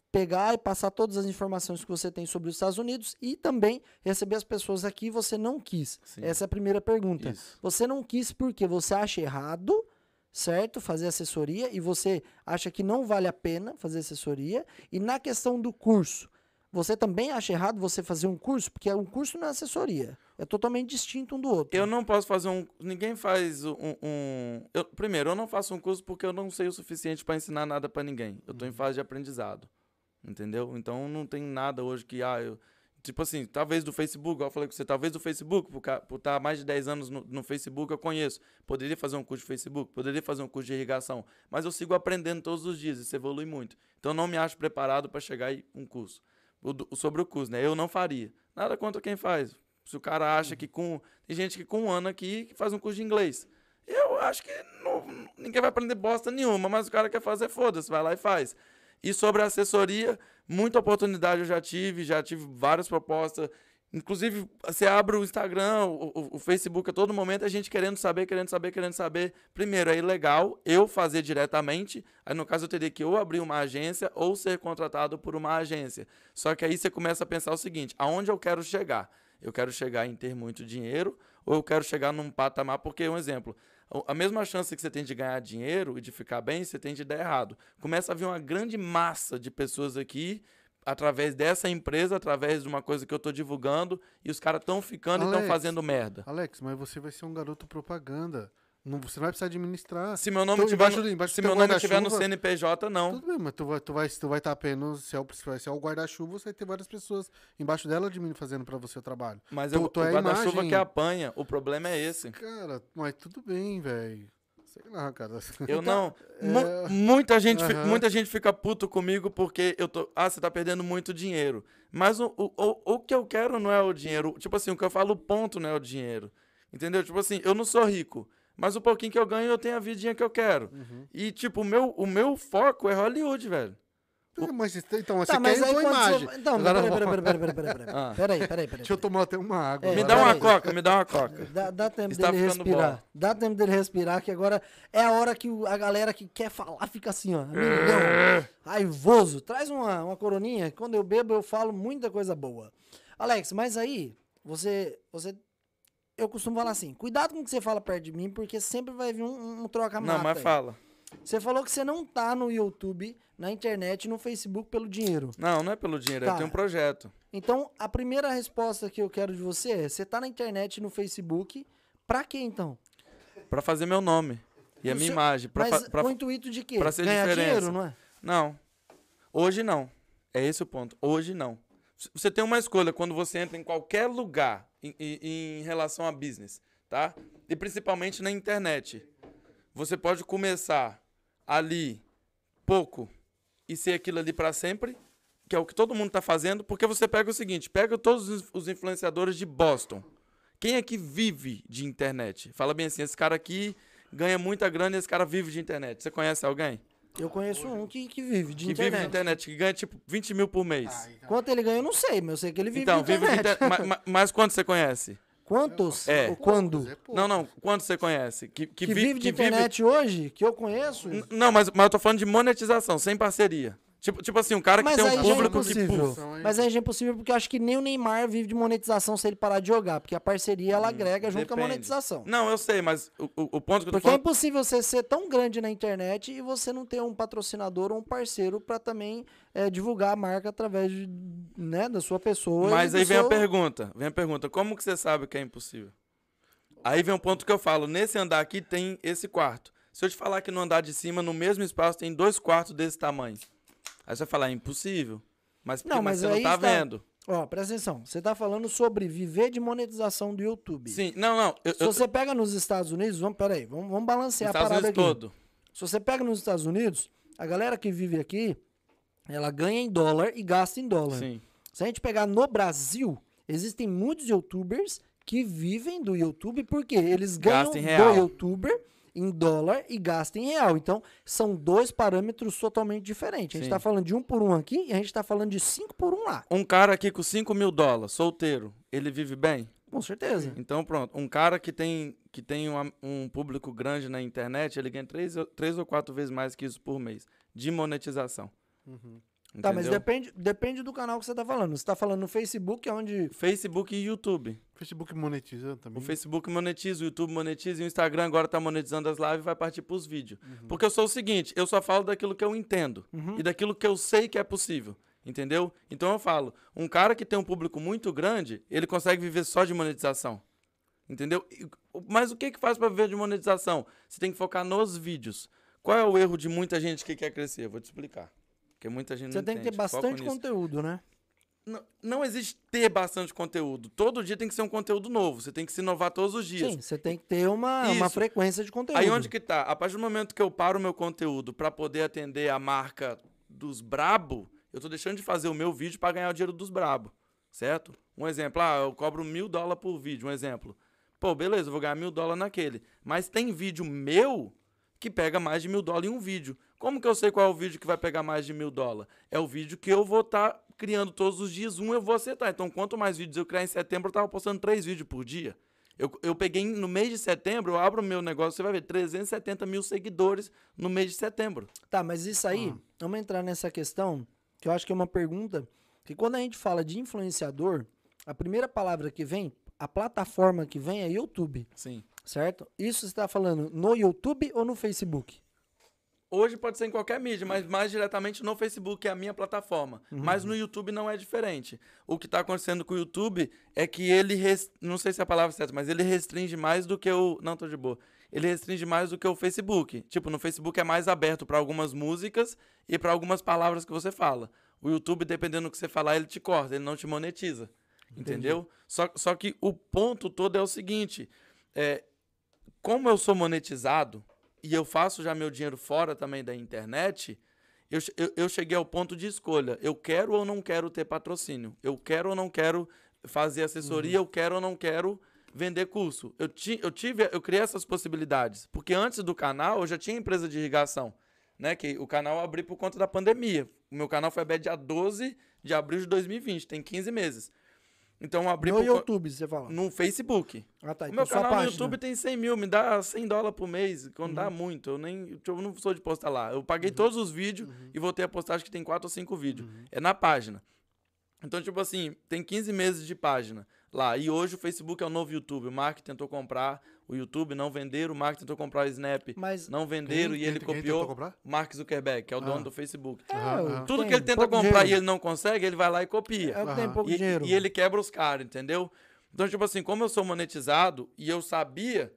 pegar e passar todas as informações que você tem sobre os Estados Unidos e também receber as pessoas aqui e você não quis. Sim. Essa é a primeira pergunta. Isso. Você não quis porque você acha errado, certo? Fazer assessoria e você acha que não vale a pena fazer assessoria. E na questão do curso, você também acha errado você fazer um curso? Porque um curso não é assessoria. É totalmente distinto um do outro. Eu não posso fazer um... Ninguém faz um... um eu, primeiro, eu não faço um curso porque eu não sei o suficiente para ensinar nada para ninguém. Eu tô em fase de aprendizado. Entendeu? Então não tem nada hoje que, ah, eu, tipo assim, talvez do Facebook, igual eu falei com você, talvez do Facebook, por, por estar há mais de dez anos no, no Facebook, eu conheço. Poderia fazer um curso de Facebook, poderia fazer um curso de irrigação, mas eu sigo aprendendo todos os dias, isso evolui muito. Então eu não me acho preparado para chegar em um curso. O, do, sobre o curso, né? Eu não faria. Nada contra quem faz. Se o cara acha que com... Tem gente que com um ano aqui que faz um curso de inglês. Eu acho que não, ninguém vai aprender bosta nenhuma, mas o cara quer fazer, foda-se, vai lá e faz. E sobre a assessoria, muita oportunidade eu já tive, já tive várias propostas. Inclusive, você abre o Instagram, o, o, o Facebook a todo momento, a gente querendo saber, querendo saber, querendo saber. Primeiro, é ilegal eu fazer diretamente. Aí, no caso, eu teria que ou abrir uma agência ou ser contratado por uma agência. Só que aí você começa a pensar o seguinte, aonde eu quero chegar? Eu quero chegar em ter muito dinheiro ou eu quero chegar num patamar... Porque, um exemplo... A mesma chance que você tem de ganhar dinheiro e de ficar bem, você tem de dar errado. Começa a vir uma grande massa de pessoas aqui, através dessa empresa, através de uma coisa que eu estou divulgando, e os caras estão ficando Alex, e estão fazendo merda. Alex, mas você vai ser um garoto propaganda. Não, você não vai precisar administrar. Se meu nome Então, tiver embaixo, no, embaixo se do meu teu nome tiver no guarda-chuva- C N P J, não. Tudo bem, mas tu vai tu vai, tu vai estar apenas, se é o, se é o guarda-chuva, você vai ter várias pessoas embaixo dela admin fazendo pra você o trabalho. Mas Tu- eu, tu o é a guarda-chuva imagem. que apanha, o problema é esse. Cara, mas tudo bem, velho. Sei lá, cara. Eu Então, não. é, Mu- muita, gente, fi- aham. muita gente fica puto comigo porque eu tô. Ah, você tá perdendo muito dinheiro. Mas o, o, o, o que eu quero não é o dinheiro. Tipo assim, o que eu falo, o ponto não é o dinheiro. Entendeu? Tipo assim, eu não sou rico. Mas o pouquinho que eu ganho, eu tenho a vidinha que eu quero. Uhum. E, tipo, o meu, o meu foco é Hollywood, velho. É, mas então, você Tá, quer mas a aí tua quando imagem. você... Então, Agora, peraí, peraí, peraí, peraí, peraí, peraí. Ah. Peraí, peraí, peraí. Deixa eu tomar até uma água. É, Me agora. dá uma peraí. coca, me dá uma coca. Dá, dá tempo Está dele ficando respirar. bom. Dá tempo dele respirar, que agora é a hora que o- a galera que quer falar fica assim, ó. Amigão, raivoso. Traz uma, uma coroninha. Quando eu bebo, eu falo muita coisa boa. Alex, mas aí, você. você eu costumo falar assim: cuidado com o que você fala perto de mim, porque sempre vai vir um, um troca-mata. Não, mas aí. fala. Você falou que você não tá no YouTube, na internet, no Facebook pelo dinheiro. Não, não é pelo dinheiro, Tá. eu tenho um projeto. Então, a primeira resposta que eu quero de você é: você tá na internet, no Facebook, pra quê então? Pra fazer meu nome. E a O minha seu- imagem. Pra, Mas fa- pra, com o intuito de quê? pra ser Ganhar diferença. dinheiro, não é? Não. Hoje não. É esse o ponto. Hoje não. S- Você tem uma escolha quando você entra em qualquer lugar em, em- em relação a business, tá? E principalmente na internet. Você pode começar ali pouco e ser aquilo ali pra sempre, que é o que todo mundo tá fazendo, porque você pega o seguinte, pega todos os- os influenciadores de Boston. Quem é que vive de internet? Fala bem assim, esse cara aqui ganha muita grana e esse cara vive de internet. Você conhece alguém? Eu conheço um que, que vive de que internet. vive de internet, que ganha tipo vinte mil por mês. Ah, então. Quanto ele ganha, eu não sei, mas eu sei que ele vive então, de vive de internet. internet. Mas, mas quanto você conhece? Quantos? É. Ou quando? É pouco. Não, não. Quanto você conhece? Que, que, Que, vi- vive de que vive- internet hoje, que eu conheço. N- Não, mas, mas eu tô falando de monetização, sem parceria. Tipo, tipo assim, um cara que Mas tem aí um já é público que... impossível. puf, São aí. Mas aí já é impossível porque eu acho que nem o Neymar vive de monetização se ele parar de jogar. Porque a parceria ela agrega junto com a depende. monetização. Não, eu sei, mas o, o, o ponto que eu tô Porque é falando... impossível você ser tão grande na internet e você não ter um patrocinador ou um parceiro pra também é, divulgar a marca através de, né, da sua pessoa. Mas e do aí vem seu... a pergunta, vem a pergunta, como que você sabe que é impossível? Aí vem um ponto que eu falo, nesse andar aqui tem esse quarto. Se eu te falar que no andar de cima, no mesmo espaço, tem dois quartos desse tamanho. Aí você vai falar, é impossível. Mas, Não, mas mas você não aí tá está- vendo. Ó, presta atenção. Você tá falando sobre viver de monetização do YouTube. Sim, não, não. Eu, Se eu, você pega nos Estados Unidos, vamos, peraí, vamos, vamos balancear a Estados parada Unidos aqui. todo. Se você pega nos Estados Unidos, a galera que vive aqui, ela ganha em dólar e gasta em dólar. Sim. Se a gente pegar no Brasil, existem muitos youtubers que vivem do YouTube porque eles ganham Gasta em real. do youtuber em dólar e gastam em real. Então, são dois parâmetros totalmente diferentes. A gente Sim. tá falando de um por um aqui e a gente tá falando de cinco por um lá. Um cara aqui com cinco mil dólares, solteiro, ele vive bem? Com certeza. Então pronto. Um cara que tem, que tem uma- um público grande na internet, ele ganha três, ou- três ou quatro vezes mais que isso por mês. De monetização. Uhum. Entendeu? Tá, mas depende, depende do canal que você tá falando. Você tá falando no Facebook, onde... Facebook e YouTube. Facebook monetiza também. O Facebook monetiza, o YouTube monetiza e o Instagram agora tá monetizando as lives e vai partir pros vídeos. Uhum. Porque eu sou o seguinte, eu só falo daquilo que eu entendo Uhum. e daquilo que eu sei que é possível. Entendeu? Então eu falo, um cara que tem um público muito grande, ele consegue viver só de monetização. Entendeu? Mas o que que faz para viver de monetização? Você tem que focar nos vídeos. Qual é o erro de muita gente que quer crescer? Eu vou te explicar. Porque muita gente Você não tem que entende. ter bastante Foco nisso. conteúdo, né? Não, não existe ter bastante conteúdo. Todo dia tem que ser um conteúdo novo. Você tem que se inovar todos os dias. Sim, você tem que ter uma, uma Isso. frequência de conteúdo. Aí onde que tá? A partir do momento que eu paro o meu conteúdo para poder atender a marca dos brabo, eu tô deixando de fazer o meu vídeo para ganhar o dinheiro dos brabo, certo? Um exemplo, ah, eu cobro mil dólares por vídeo, um exemplo. Pô, beleza, eu vou ganhar mil dólares naquele. Mas tem vídeo meu que pega mais de mil dólares em um vídeo. Como que eu sei qual é o vídeo que vai pegar mais de mil dólares? É o vídeo que eu vou estar tá criando todos os dias, um eu vou acertar. Então, quanto mais vídeos eu criar em setembro, eu tava postando três vídeos por dia. Eu, eu peguei no mês de setembro, eu abro o meu negócio, você vai ver, trezentos e setenta mil seguidores no mês de setembro. Tá, mas isso aí, Ah. vamos entrar nessa questão, que eu acho que é uma pergunta, que quando a gente fala de influenciador, a primeira palavra que vem, a plataforma que vem é YouTube, Sim. certo? Isso você está falando no YouTube ou no Facebook? Hoje pode ser em qualquer mídia, mas mais diretamente no Facebook, que é a minha plataforma. Uhum. Mas no YouTube não é diferente. O que está acontecendo com o YouTube é que ele, rest... não sei se é a palavra certa, mas ele restringe mais do que o... Não, tô de boa. Ele restringe mais do que o Facebook. Tipo, no Facebook é mais aberto para algumas músicas e para algumas palavras que você fala. O YouTube, dependendo do que você falar, ele te corta, ele não te monetiza. Entendi. Entendeu? Só, só que o ponto todo é o seguinte, é, como eu sou monetizado e eu faço já meu dinheiro fora também da internet, eu, eu, eu cheguei ao ponto de escolha. Eu quero ou não quero ter patrocínio? Eu quero ou não quero fazer assessoria? Uhum. Eu quero ou não quero vender curso? Eu, ti, eu, tive, eu criei essas possibilidades, porque antes do canal eu já tinha empresa de irrigação, né? Que o canal eu abri por conta da pandemia. O meu canal foi aberto dia doze de abril de dois mil e vinte, tem quinze meses. Então eu abri No por YouTube, você fala? no Facebook. Ah, tá. O Então meu sua canal no página. YouTube tem cem mil, me dá cem dólares por mês, quando Uhum. dá muito. Eu nem eu não sou de postar lá. Eu paguei uhum. todos os vídeos uhum. e voltei a postar, acho que tem quatro ou cinco vídeos. Uhum. É na página. Então, tipo assim, tem quinze meses de página lá. E hoje o Facebook é o novo YouTube. O Mark tentou comprar o YouTube, não venderam. O Mark tentou comprar o Snap, Mas não venderam. quem, e ele quem, copiou quem o Mark Zuckerberg, que é o ah. dono do Facebook. é, Aham. Tudo tem que ele tenta pouco comprar dinheiro. e ele não consegue, ele vai lá e copia. É o que tem Aham. pouco E, dinheiro. e ele quebra os caras, entendeu? Então, tipo assim, como eu sou monetizado e eu sabia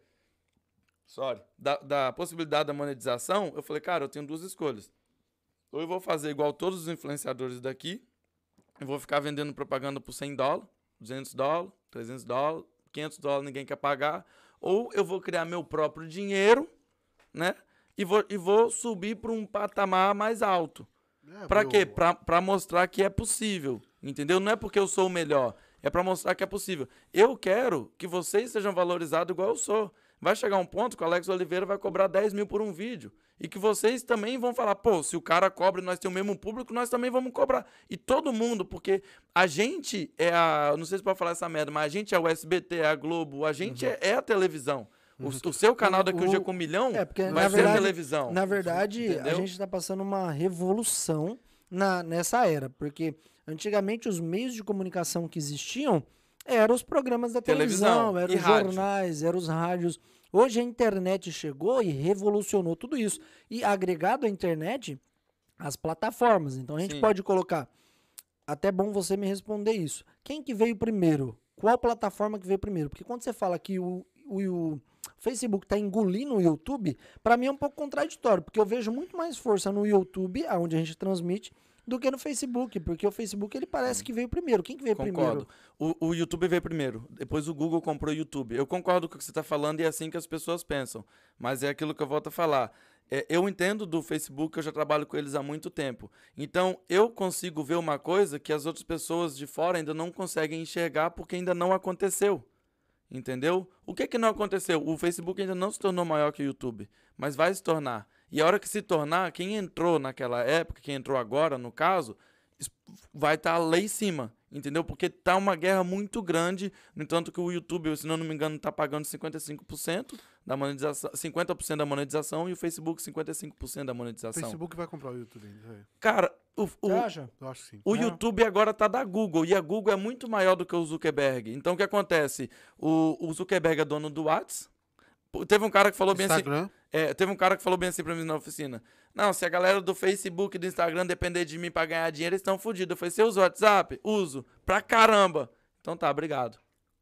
sorry, da, da possibilidade da monetização, eu falei, cara, eu tenho duas escolhas. Ou eu vou fazer igual todos os influenciadores daqui, eu vou ficar vendendo propaganda por cem dólares, duzentos dólares, trezentos dólares, quinhentos dólares, ninguém quer pagar. Ou eu vou criar meu próprio dinheiro, né? E vou, e vou subir para um patamar mais alto. É, Pra meu- quê? Pra, pra mostrar que é possível, entendeu? Não é porque eu sou o melhor, é pra mostrar que é possível. Eu quero que vocês sejam valorizados igual eu sou. Vai chegar um ponto que o Alex Oliveira vai cobrar dez mil por um vídeo. E que vocês também vão falar, pô, se o cara cobra e nós temos o mesmo público, nós também vamos cobrar. E todo mundo, porque a gente é a... Não sei se pode falar essa merda, mas a gente é o S B T, é a Globo, a gente é, é a televisão. O, o seu canal daqui O- um dia com um milhão É, porque vai na ser verdade, televisão. na verdade a Entendeu? gente está passando uma revolução na, nessa era, porque antigamente os meios de comunicação que existiam eram os programas da televisão, Televisão eram e os rádio. jornais, eram os rádios. Hoje a internet chegou e revolucionou tudo isso. E agregado à internet, as plataformas. Então a gente Sim. pode colocar, até bom você me responder isso. Quem que veio primeiro? Qual plataforma que veio primeiro? Porque quando você fala que o, o, o Facebook está engolindo o YouTube, para mim é um pouco contraditório, porque eu vejo muito mais força no YouTube, onde a gente transmite, do que no Facebook, porque o Facebook ele parece que veio primeiro. Quem que veio Concordo. primeiro? O, o YouTube veio primeiro, depois o Google comprou o YouTube. Eu concordo com o que você está falando e é assim que as pessoas pensam. Mas é aquilo que eu volto a falar. É, eu entendo do Facebook, eu já trabalho com eles há muito tempo. Então, eu consigo ver uma coisa que as outras pessoas de fora ainda não conseguem enxergar porque ainda não aconteceu. Entendeu? O que que não aconteceu? O Facebook ainda não se tornou maior que o YouTube, mas vai se tornar. E a hora que se tornar, quem entrou naquela época, quem entrou agora, no caso, es- vai estar lá em cima, entendeu? Porque tá uma guerra muito grande, no entanto que o YouTube, se não me engano, tá pagando cinquenta e cinco por cento da monetização, cinquenta por cento da monetização e o Facebook cinquenta e cinco por cento da O monetização. Facebook vai comprar o YouTube ainda. é. Cara, O, o, Você acha? Eu acho que sim. o É. YouTube agora tá da Google, e a Google é muito maior do que o Zuckerberg. Então, o que acontece? O, o Zuckerberg é dono do WhatsApp. Pô, Teve um cara que falou bem assim... Instagram. É, teve um cara que falou bem assim pra mim na oficina. Não, se a galera do Facebook e do Instagram depender de mim pra ganhar dinheiro, eles estão fodidos. Eu falei, você usa o WhatsApp? Uso. Pra caramba. Então tá, obrigado.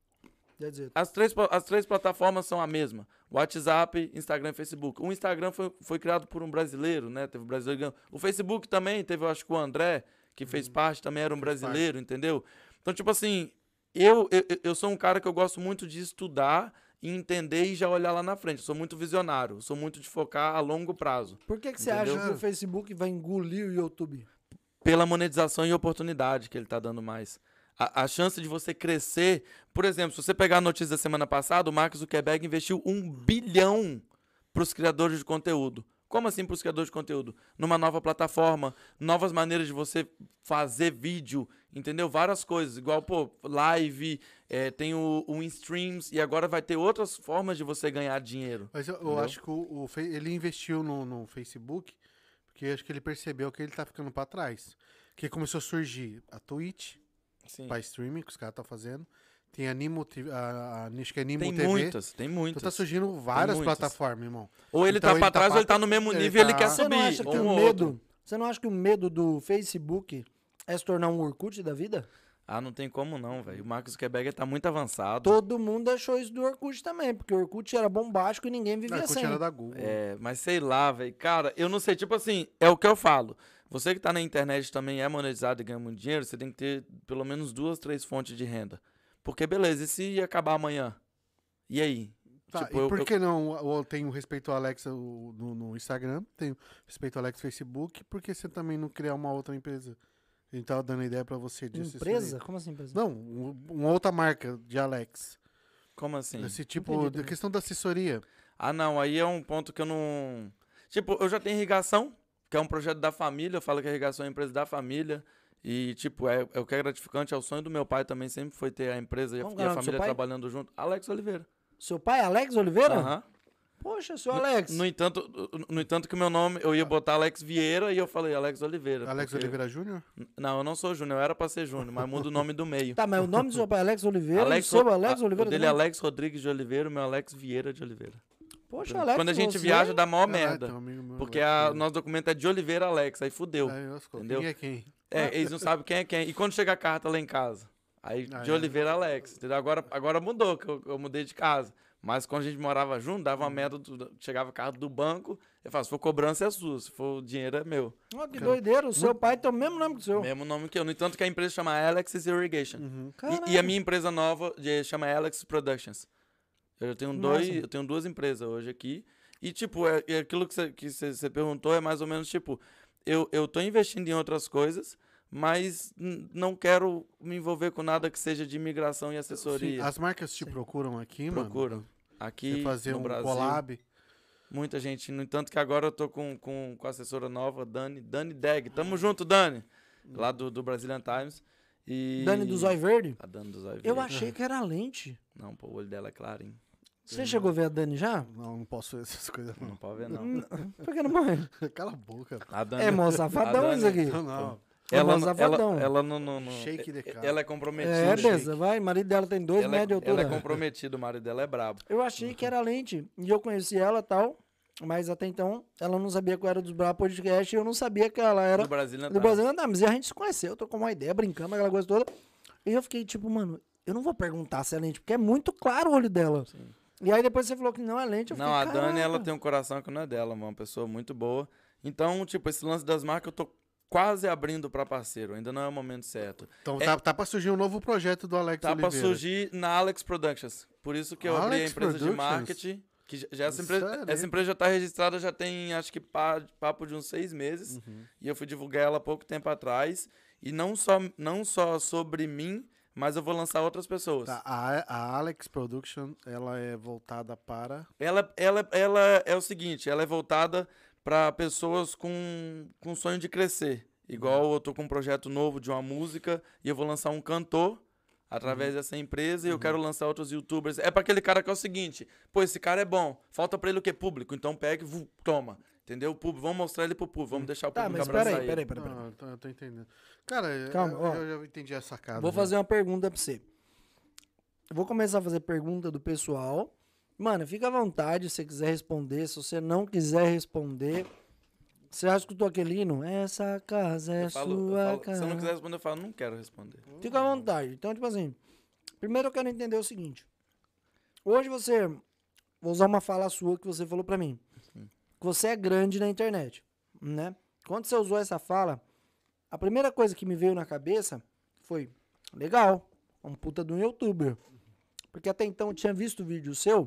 Quer dizer, As três, pla- as três plataformas são a mesma. WhatsApp, Instagram e Facebook. O Instagram foi, foi criado por um brasileiro, né? Teve um brasileiro ganhando. O Facebook também teve, eu acho que o André, que fez parte, também era um Fez brasileiro, entendeu? Então, tipo assim, eu, eu, eu sou um cara que eu gosto muito de estudar e entender e já olhar lá na frente. Eu sou muito visionário, eu sou muito de focar a longo prazo. por que, que você Entendeu? acha que o Facebook vai engolir o YouTube? Pela monetização e oportunidade que ele tá dando mais. A, a chance de você crescer... Por exemplo, se você pegar a notícia da semana passada, o Mark Zuckerberg investiu um bilhão para os criadores de conteúdo. Como assim para os criadores de conteúdo? Numa nova plataforma, novas maneiras de você fazer vídeo, entendeu? Várias coisas, igual, pô, live, é, tem o, o InStreams, e agora vai ter outras formas de você ganhar dinheiro. Mas eu, eu Entendeu? acho que o, o Fe- ele investiu no, no Facebook, porque acho que ele percebeu que ele tá ficando pra trás. Que começou a surgir a Twitch, Sim. pra streaming, que os caras estão fazendo. Tem a Nimo, T V, a, a, acho que é Nimo Tem T V. muitas, tem Então muitas. tá surgindo várias muitas. plataformas, irmão. Ou ele Então tá ele pra tá trás pra ou ele tá no trás, mesmo ele nível e ele tá- quer Você subir. não acha que um o ou medo... outro. Você não acha que o medo do Facebook é se tornar um Orkut da vida? Ah, não tem como não, velho. O Mark Zuckerberg tá muito avançado. Todo mundo achou isso do Orkut também, porque o Orkut era bombástico e ninguém Não, vivia a sem. era da Google. É, mas sei lá, velho. Cara, eu não sei, tipo assim, é o que eu falo. Você que tá na internet também é monetizado e ganha muito dinheiro, você tem que ter pelo menos duas, três fontes de renda. Porque, beleza, e se acabar amanhã? E aí? Tá, Tipo, e eu- por eu- que não o- tem o respeito ao Alexa o- no, no Instagram, tem o respeito ao Alexa no Facebook, por que você também não criar uma outra empresa? A gente tava dando ideia pra você de assessoria. Empresa? Como assim empresa? Não, um- uma outra marca de Alex. Como assim? Esse tipo, Entendi de também. questão da assessoria. Ah, não, aí é um ponto que eu não... Tipo, eu já tenho irrigação, que é um projeto da família, eu falo que a irrigação é uma empresa da família, e, tipo, é, é o que é gratificante, é o sonho do meu pai também, sempre foi ter a empresa e a, Como e que é o a nome do seu família pai? trabalhando junto. Alex Oliveira. Seu pai é Alex Oliveira? Aham. Poxa, seu Alex. No entanto, no entanto que o meu nome, eu ia botar Alex Vieira e eu falei Alex Oliveira. Alex porque- Oliveira Júnior? Não, eu não sou Júnior, eu era pra ser Júnior, mas muda o nome do meio. Tá, mas o nome do seu pai é Alex Oliveira Alex, e o seu Ro- Alex a- Oliveira O dele é também? Alex Rodrigues de Oliveira, o meu Alex Vieira de Oliveira. Poxa, Alex, Quando a gente você- viaja, dá maior Caralho, merda. tem um amigo meu, Porque Alex a- o Oliveira. nosso documento é de Oliveira Alex, aí fudeu. Aí, lascou. Entendeu? Quem é quem? É, eles não sabem quem é quem. E quando chega a carta lá em casa? Aí, Ah, de é. Oliveira Alex. Entendeu? Agora, agora mudou, que eu, eu mudei de casa. Mas quando a gente morava junto, dava uma Uhum. merda, do- chegava a carta do banco, eu falo, se for cobrança é sua, se for dinheiro é meu. Ó, que doideira, o seu pai tem o mesmo nome que o seu. Mesmo nome que eu. No entanto que a empresa chama Alex's Irrigation. Uhum. E, e a minha empresa nova de- chama Alex Productions. Eu tenho, dois, Massa. eu tenho duas empresas hoje aqui. E, tipo, é, é aquilo que você que você- você perguntou é mais ou menos, tipo, eu, eu tô investindo em outras coisas, mas n- não quero me envolver com nada que seja de imigração e Sim, assessoria. as marcas te procuram aqui, mano? Procuram. Aqui Você fazer no um Brasil, collab. muita gente. No entanto que agora eu tô com, com, com a assessora nova, Dani, Dani Deg. Tamo junto, Dani. Lá do, do Brazilian Times. E... Dani do Zóio Verde? A Dani do Zóio Eu Verde. achei que era lente. Não, pô, o olho dela é clarinho. Você chegou a ver a Dani já? Não, não posso ver essas coisas, Não não. pode ver, não. Hum, Por que não, mãe? Cala a boca. A Dani, É, mó safadão a isso Dani- aqui. Não, não. Ela, Mó não- safadão. ela, ela não, não, não- Shake de cara. Ela é comprometida. É, shake. Bessa, vai. O marido dela tem dois ela, é, metros de ela altura. é comprometida, o marido dela é brabo. Eu achei que era lente. E eu conheci ela e tal. Mas até então, ela não sabia que eu era dos Brabo Podcast e eu não sabia que ela era No Brasil, né? do Brasil. Não, mas a gente se conheceu, trocou uma ideia, brincamos, aquela coisa toda. E eu fiquei tipo, mano, eu não vou perguntar se é lente, porque é muito claro o olho dela. Sim. E aí depois você falou que não é lente, eu Não, fiquei, a Dani, ela "Caraca." tem um coração que não é dela, uma pessoa muito boa. Então, tipo, esse lance das marcas eu tô quase abrindo pra parceiro. Ainda não é o momento certo. Então É- tá, tá pra surgir um novo projeto do Alex Tá pra Oliveira. surgir na Alex Productions. Por isso que eu abri a Alex empresa de Productions? marketing. Que já- já essa, empresa, Sério? essa empresa já tá registrada, já tem acho que pa- papo de uns seis meses. Uhum. E eu fui divulgar ela há pouco tempo atrás. E não só, não só sobre mim, mas eu vou lançar outras pessoas. Tá, a, a Alex Production, ela é voltada para... Ela, ela, ela é o seguinte, ela é voltada para pessoas com, com sonho de crescer. Igual eu tô com um projeto novo de uma música e eu vou lançar um cantor através dessa empresa e eu quero lançar outros youtubers. É para aquele cara que é o seguinte, pô, esse cara é bom, falta para ele o quê? Público. Então pega e vu, toma. Entendeu? O público, vamos mostrar ele pro público, vamos deixar o Tá, público mas abraçar peraí, ele. peraí, peraí. peraí. Não, eu tô, eu tô entendendo. Cara, Calma, eu, ó. eu já entendi a sacada. Vou já. fazer uma pergunta pra você. Eu vou começar a fazer pergunta do pessoal. Mano, fica à vontade se você quiser responder. Se você não quiser responder... Você já escutou aquele hino? Essa casa é Eu falo- eu sua falo- casa. se eu não quiser responder, eu falo, não quero responder. Fica à vontade. Então, tipo assim, primeiro eu quero entender o seguinte. Hoje você, vou usar uma fala sua que você falou pra mim. Que você é grande na internet, né? Quando você usou essa fala, a primeira coisa que me veio na cabeça foi, legal, um puta de um youtuber. Porque até então eu tinha visto vídeo seu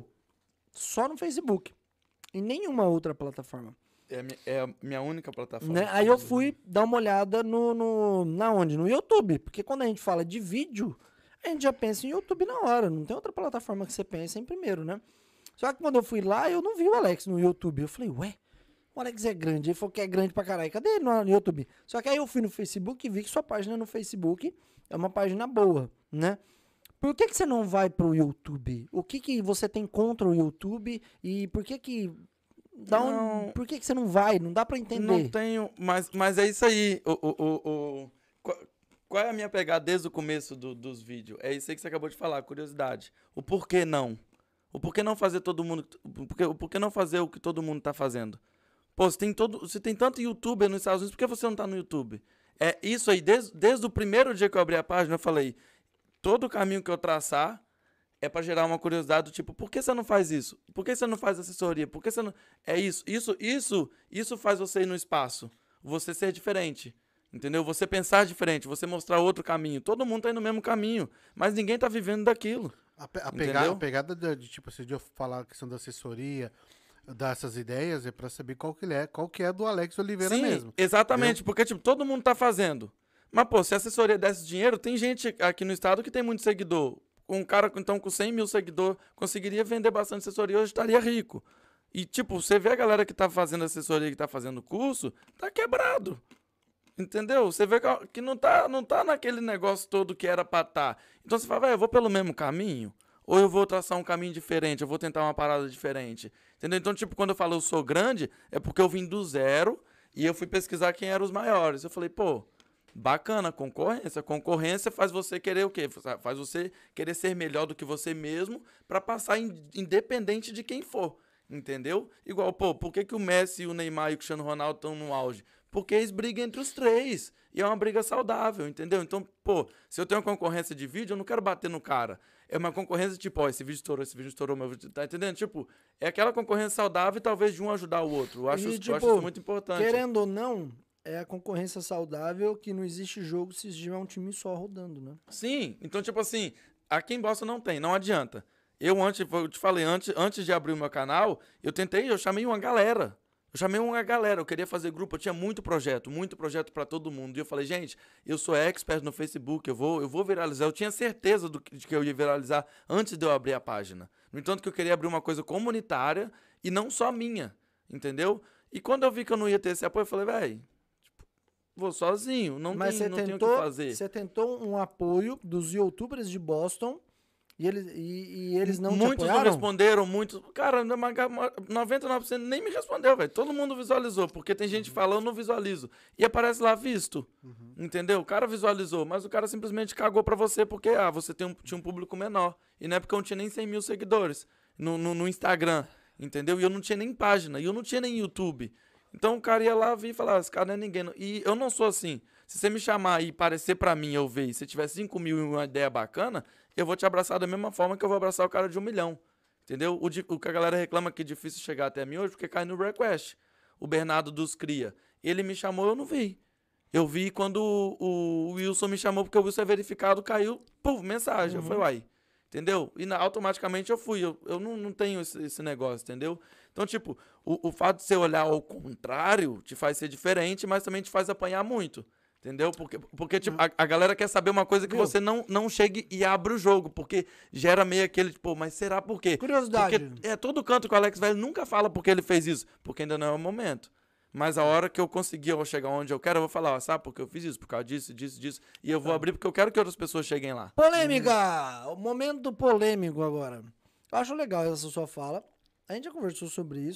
só no Facebook. Em nenhuma outra plataforma. É a minha, é a minha única plataforma. Né? Aí eu fui dar uma olhada no, no, na onde? No YouTube. Porque quando a gente fala de vídeo, a gente já pensa em YouTube na hora. Não tem outra plataforma que você pensa em primeiro, né? Só que quando eu fui lá, eu não vi o Alex no YouTube. Eu falei, ué, o Alex é grande. Ele falou que é grande pra caralho. Cadê ele no YouTube? Só que aí eu fui no Facebook e vi que sua página no Facebook é uma página boa, né? Por que que você não vai pro YouTube? O que que você tem contra o YouTube? E por que que... Da onde, Não. por que que você não vai? Não dá pra entender. Não tenho, mas, mas é isso aí. O, o, o, o- qual, qual é a minha pegada desde o começo do- dos vídeos? É isso aí que você acabou de falar, curiosidade. O porquê não? O porquê não fazer todo mundo... O porquê, o porquê não fazer o que todo mundo tá fazendo? Pô, você tem, todo, você tem tanto youtuber nos Estados Unidos, por que você não tá no YouTube? É isso aí, desde, desde o primeiro dia que eu abri a página, eu falei, todo o caminho que eu traçar é pra gerar uma curiosidade do tipo, por que você não faz isso? Por que você não faz assessoria? Por que você não... É isso, isso, isso, isso faz você ir no espaço. Você ser diferente, entendeu? Você pensar diferente, você mostrar outro caminho. Todo mundo tá indo no mesmo caminho, mas ninguém tá vivendo daquilo. A, pe- a Entendeu? pegada, a pegada de, de, tipo, assim, de eu falar a questão da assessoria, dar essas ideias, é pra saber qual que ele é, qual que é do Alex Oliveira Sim, mesmo. exatamente, porque tipo, todo mundo tá fazendo. Mas, pô, se a assessoria desse dinheiro, tem gente aqui no estado que tem muito seguidor. Um cara, então, com cem mil seguidores, conseguiria vender bastante assessoria, hoje estaria rico. E, tipo, você vê a galera que tá fazendo assessoria, que tá fazendo curso, tá quebrado. Entendeu? Você vê que- que não tá, não tá naquele negócio todo que era pra tá. Então você fala, velho, eu vou pelo mesmo caminho? Ou eu vou traçar um caminho diferente, eu vou tentar uma parada diferente. Entendeu? Então, tipo, quando eu falo eu sou grande, é porque eu vim do zero e eu fui pesquisar quem eram os maiores. Eu falei, pô, bacana, concorrência. Concorrência faz você querer o quê? Faz você querer ser melhor do que você mesmo pra passar in- independente de quem for. Entendeu? Igual, pô, por que, que o Messi, o Neymar e o Cristiano Ronaldo estão no auge? Porque eles brigam entre os três. E é uma briga saudável, entendeu? Então, pô, se eu tenho uma concorrência de vídeo, eu não quero bater no cara. É uma concorrência tipo, ó, esse vídeo estourou, esse vídeo estourou, meu vídeo, tá entendendo? Tipo, é aquela concorrência saudável e talvez de um ajudar o outro. Eu acho, E, eu tipo, acho isso muito importante. Querendo ou não, é a concorrência saudável que não existe jogo se tiver um time só rodando, né? Sim, então, tipo assim, aqui em Boston não tem, não adianta. Eu antes, eu te falei, antes, antes de abrir o meu canal, eu tentei, eu chamei uma galera. Eu chamei uma galera, eu queria fazer grupo, eu tinha muito projeto, muito projeto pra todo mundo. E eu falei, gente, eu sou expert no Facebook, eu vou, eu vou viralizar. Eu tinha certeza do, que- de que eu ia viralizar antes de eu abrir a página. No entanto, que eu queria abrir uma coisa comunitária e não só minha, entendeu? E quando eu vi que eu não ia ter esse apoio, eu falei, velho, tipo, vou sozinho, não, Mas tem, você não tenho o tentou, que fazer. você tentou um apoio dos youtubers de Boston e eles, e, e eles não te Muitos não apoiaram? responderam, muitos. Cara, noventa e nove por cento nem me respondeu, velho. Todo mundo visualizou, porque tem gente falando, eu não visualizo. E aparece lá visto. Uhum. Entendeu? O cara visualizou, mas o cara simplesmente cagou pra você porque ah, você tem um, tinha um público menor. E não é porque eu não tinha nem cem mil seguidores no, no, no Instagram. Entendeu? E eu não tinha nem página, e eu não tinha nem YouTube. Então o cara ia lá vir e falar, ah, esse cara não é ninguém. E eu não sou assim. Se você me chamar e parecer pra mim, eu ver, e se tiver cinco mil e uma ideia bacana, eu vou te abraçar da mesma forma que eu vou abraçar o cara de um milhão. Entendeu? O, di- o que a galera reclama que é difícil chegar até mim hoje, porque cai no request. O Bernardo dos Cria. Ele me chamou, eu não vi. Eu vi quando o, o Wilson me chamou, porque o Wilson é verificado, caiu, puf, mensagem. Eu falei, uai. Entendeu? E na- automaticamente eu fui. Eu, eu não, não tenho esse, esse negócio, entendeu? Então, tipo, o, o fato de você olhar ao contrário te faz ser diferente, mas também te faz apanhar muito. Entendeu? Porque, porque tipo, a, a galera quer saber uma coisa que Viu? você não, não chegue e abre o jogo. Porque gera meio aquele, tipo, mas será por quê? Curiosidade. Porque é todo canto que o Alex Velho nunca fala porque ele fez isso. Porque ainda não é o momento. Mas a hora que eu conseguir eu chegar onde eu quero, eu vou falar, ó, sabe porque eu fiz isso? Por causa disso, disso, disso. E eu vou abrir porque eu quero que outras pessoas cheguem lá. Polêmica! O momento polêmico agora. Eu acho legal essa sua fala. A gente já conversou sobre isso. A gente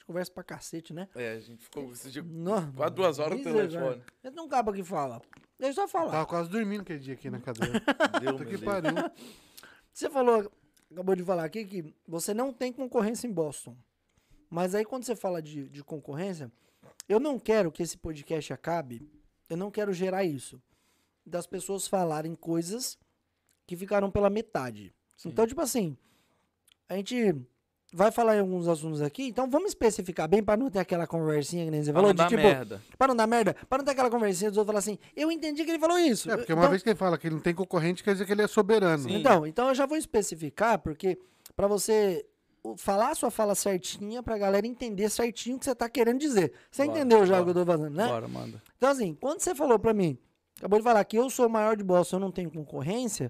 conversa pra cacete, né? É, a gente ficou esse dia, Não, quase duas horas no telefone. A gente não acaba que fala. Deixa eu só falar. Tava quase dormindo aquele dia aqui na cadeira. Deu, Puta meu que Deus. pariu. Você falou, acabou de falar aqui que você não tem concorrência em Boston. Mas aí quando você fala de, de concorrência, eu não quero que esse podcast acabe, eu não quero gerar isso. Das pessoas falarem coisas que ficaram pela metade. Sim. Então, tipo assim, a gente vai falar em alguns assuntos aqui, então vamos especificar bem para não ter aquela conversinha que nem você Pra falou. não dar de, tipo, merda. Para não dar merda, para não ter aquela conversinha dos outros falar assim, eu entendi que ele falou isso. É, porque uma Então- vez que ele fala que ele não tem concorrente, quer dizer que ele é soberano. Sim. Então, então eu já vou especificar, porque para você o- falar a sua fala certinha, pra galera entender certinho o que você tá querendo dizer. Você Bora, entendeu já bora. o que eu tô fazendo, né? Bora, manda. Então, assim, quando você falou pra mim, acabou de falar que eu sou o maior de Boston, eu não tenho concorrência,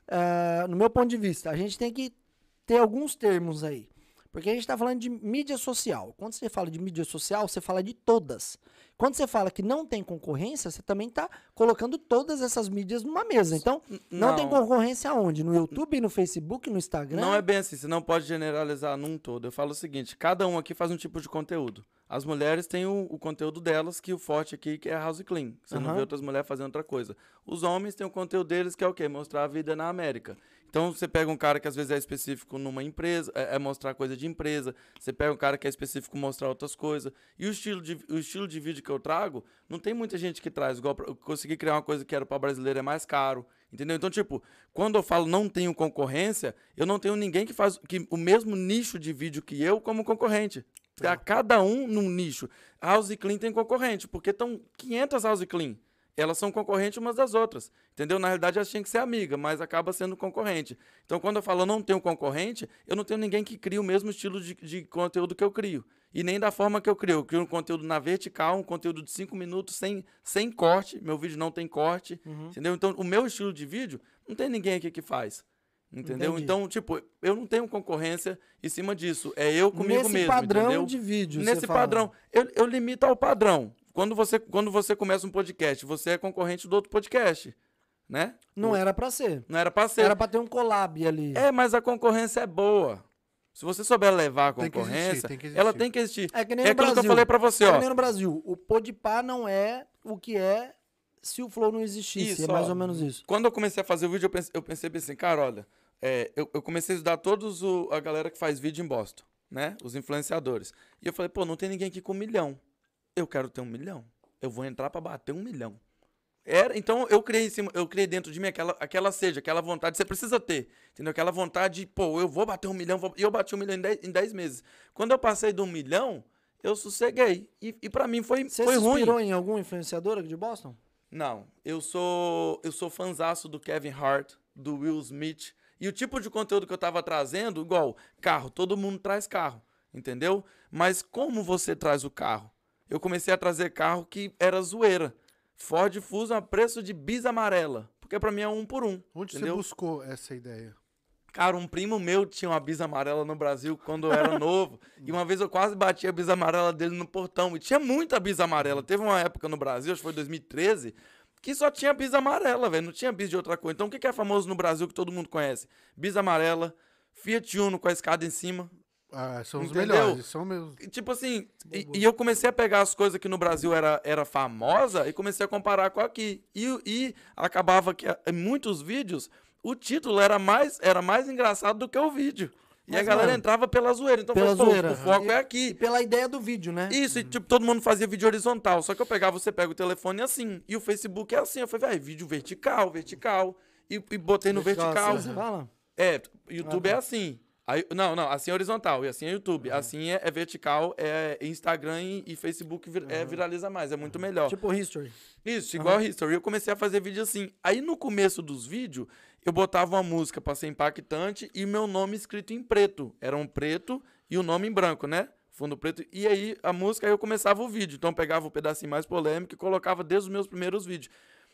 ah, no meu ponto de vista, a gente tem que ter alguns termos aí. Porque a gente tá falando de mídia social. Quando você fala de mídia social, você fala de todas. Quando você fala que não tem concorrência, você também tá colocando todas essas mídias numa mesa. Então, não, Não. tem concorrência aonde? No YouTube, no Facebook, no Instagram? Não é bem assim, você não pode generalizar num todo. Eu falo o seguinte, cada um aqui faz um tipo de conteúdo. As mulheres têm o, o conteúdo delas, que o forte aqui que é house clean. Você não Aham. vê outras mulheres fazendo outra coisa. Os homens têm o conteúdo deles, que é o quê? Mostrar a vida na América. Então, você pega um cara que às vezes é específico numa empresa, é, é mostrar coisa de empresa. Você pega um cara que é específico mostrar outras coisas. E o estilo de, o estilo de vídeo que eu trago, não tem muita gente que traz. Igual pra- eu consegui criar uma coisa que era para brasileiro é mais caro. Entendeu? Então, tipo, quando eu falo não tenho concorrência, eu não tenho ninguém que faz que, o mesmo nicho de vídeo que eu como concorrente. A cada um num nicho. House Clean tem concorrente, porque estão quinhentas House Clean. Elas são concorrentes umas das outras. Entendeu? Na realidade, elas tinham que ser amiga, mas acaba sendo concorrente. Então, quando eu falo eu não tenho concorrente, eu não tenho ninguém que crie o mesmo estilo de, de conteúdo que eu crio. E nem da forma que eu crio. Eu crio um conteúdo na vertical, um conteúdo de cinco minutos sem, sem corte. Meu vídeo não tem corte. Entendeu? Então, o meu estilo de vídeo, não tem ninguém aqui que faz. Entendeu? Entendi. Então, tipo, eu não tenho concorrência em cima disso. É eu comigo Nesse mesmo, padrão entendeu? de vídeo. Nesse você fala. padrão. Eu, eu limito ao padrão. Quando você, quando você começa um podcast, você é concorrente do outro podcast, né? Não O- era pra ser. Não era pra ser. Era pra ter um collab ali. É, mas a concorrência é boa. Se você souber levar a Tem que existir, concorrência, tem que existir. ela tem que existir. É que nem é no aquilo Brasil. que eu falei pra você, É ó. que nem no Brasil. O Podpah não é o que é se o Flow não existisse. Isso, é mais ó. ou menos isso. Quando eu comecei a fazer o vídeo, eu pensei, eu pensei assim, cara, olha, é, eu, eu comecei a estudar todos o- a galera que faz vídeo em Boston, né? Os influenciadores. E eu falei, pô, não tem ninguém aqui com um milhão. Eu quero ter um milhão. Eu vou entrar pra bater um milhão. Era, então eu criei em cima, eu criei dentro de mim aquela, aquela sede, aquela vontade, você precisa ter, entendeu? Aquela vontade de, pô, eu vou bater um milhão, vou- e eu bati um milhão em dez, em dez meses. Quando eu passei de um milhão, eu sosseguei. E, e para mim foi, Você foi se ruim. inspirou em algum influenciador aqui de Boston? Não, eu sou eu sou fanzaço do Kevin Hart, do Will Smith. E o tipo de conteúdo que eu tava trazendo, igual carro, todo mundo traz carro, entendeu? Mas como você traz o carro? Eu comecei a trazer carro que era zoeira. Ford Fusion a preço de bis amarela, porque pra mim é um por um, Onde entendeu? você buscou essa ideia? Cara, um primo meu tinha uma bis amarela no Brasil quando eu era novo. E uma vez eu quase bati a bis amarela dele no portão. E tinha muita bis amarela. Teve uma época no Brasil, acho que foi dois mil e treze, que só tinha bis amarela, velho. Não tinha bis de outra coisa. Então o que que é famoso no Brasil que todo mundo conhece? Bis amarela, Fiat Uno com a escada em cima. Ah, são os Entendeu? melhores, são meus. E, tipo assim, e, e eu comecei a pegar as coisas que no Brasil era, era famosa e comecei a comparar com aqui. E, e acabava que em muitos vídeos o título era mais, era mais engraçado do que o vídeo. E Mas, a galera mano, entrava pela zoeira. Então, pela eu falei, pô, zoeira. o foco E- é E aqui. pela ideia do vídeo, né? Isso, e tipo, todo mundo fazia vídeo horizontal. Só que eu pegava, você pega o telefone assim. E o Facebook é assim. Eu falei, velho, vídeo vertical, vertical. E, e botei no vertical. Assim, você fala? É, YouTube Ah, tá. é assim. Aí, não, não, assim é horizontal, e assim é YouTube. Assim é, é vertical, é Instagram e, e Facebook vir- é, viraliza mais, é muito melhor. Tipo History. Isso, igual History. Eu comecei a fazer vídeo assim. Aí no começo dos vídeos, eu botava uma música pra ser impactante e meu nome escrito em preto. Era um preto e o nome em branco, né? Fundo preto. E aí a música, aí eu começava o vídeo. Então eu pegava o pedacinho mais polêmico e colocava desde os meus primeiros vídeos.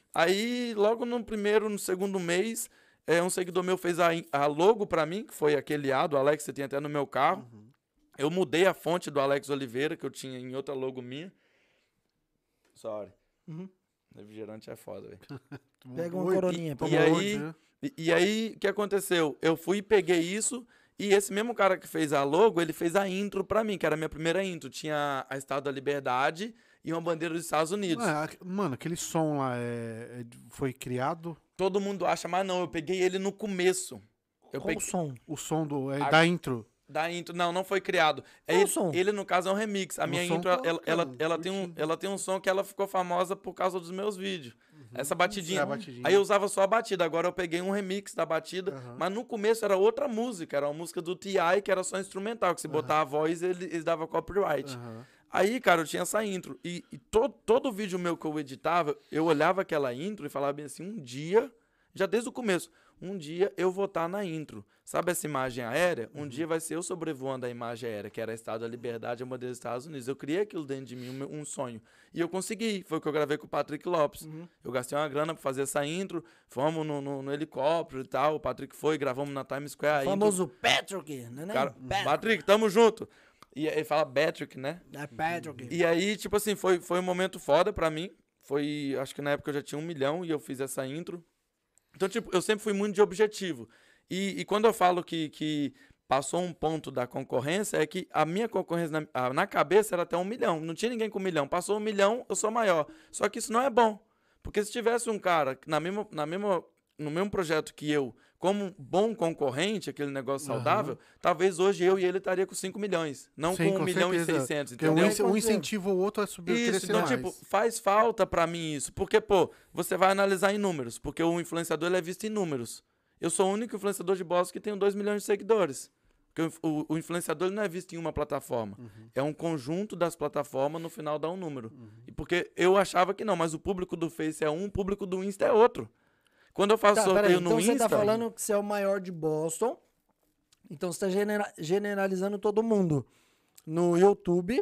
Aí logo no primeiro, no segundo mês, é, um seguidor meu fez a, in- a logo pra mim, que foi aquele A do Alex, que você tem até no meu carro. Eu mudei a fonte do Alex Oliveira, que eu tinha em outra logo minha. Sorry. Uhum. Refrigerante é foda, velho. Pega uma Oi, coroninha. e pra e botar. aí- E, e aí, o que aconteceu? Eu fui e peguei isso E esse mesmo cara que fez a logo, ele fez a intro pra mim, que era a minha primeira intro. Tinha a Estátua da Liberdade e uma bandeira dos Estados Unidos. Ah, mano, aquele som lá é, é- foi criado. Todo mundo acha, mas não, eu peguei ele no começo. Eu Qual o peguei som? O som do, é, A- da intro. da intro. Não, não foi criado. Qual Ele, o som? ele, no caso, é um remix. A O minha som, intro, ela, qual, ela, cara? ela tem um, Curti. ela tem um som que ela ficou famosa por causa dos meus vídeos. Essa batidinha. É, a batidinha. Aí eu usava só a batida. Agora eu peguei um remix da batida. Aham. Mas no começo era outra música. Era uma música do T I que era só instrumental. Que se botar a voz, ele, eles davam copyright. Aham. Aí, cara, eu tinha essa intro. E, e to, todo vídeo meu que eu editava, eu olhava aquela intro e falava bem assim, um dia, já desde o começo, um dia eu vou estar na intro. Sabe essa imagem aérea? Um dia vai ser eu sobrevoando a imagem aérea, que era a Estátua da Liberdade, a bandeira dos Estados Unidos. Eu criei aquilo dentro de mim, um, meu- um sonho. E eu consegui. Foi o que eu gravei com o Patrick Lopes. Eu gastei uma grana pra fazer essa intro, fomos no, no- no helicóptero e tal. O Patrick foi, gravamos na Times Square. a O intro- famoso Patrick, né? né? Cara, Patrick. Patrick, tamo junto. E aí ele fala Patrick, né? É Patrick. E aí, tipo assim, foi, foi um momento foda pra mim. Foi, acho que na época eu já tinha um milhão e eu fiz essa intro. Então, tipo, eu sempre fui muito de objetivo. E, e quando eu falo que, que passou um ponto da concorrência, é que a minha concorrência na, a- na cabeça era até um milhão. Não tinha ninguém com um milhão. Passou um milhão, eu sou maior. Só que isso não é bom. Porque se tivesse um cara na mesma, na mesma, no mesmo projeto que eu, como um bom concorrente, aquele negócio Aham. saudável, talvez hoje eu e ele estaria com cinco milhões. Não Sim, com um com milhão e certeza. seiscentos, Porque um, entendeu? ince- um incentiva o outro a subir, Isso, crescer então, mais. tipo, faz falta pra mim isso. Porque, pô, você vai analisar em números. Porque o influenciador, ele é visto em números. Eu sou o único influenciador de Boston que tem dois milhões de seguidores. Porque o, o- o influenciador, ele não é visto em uma plataforma. É um conjunto das plataformas, no final dá um número. E porque eu achava que não, mas o público do Face é um, o público do Insta é outro. Quando eu faço Tá, peraí, sorteio então no você Insta... tá falando que você é o maior de Boston. Então você tá genera- generalizando todo mundo. No YouTube,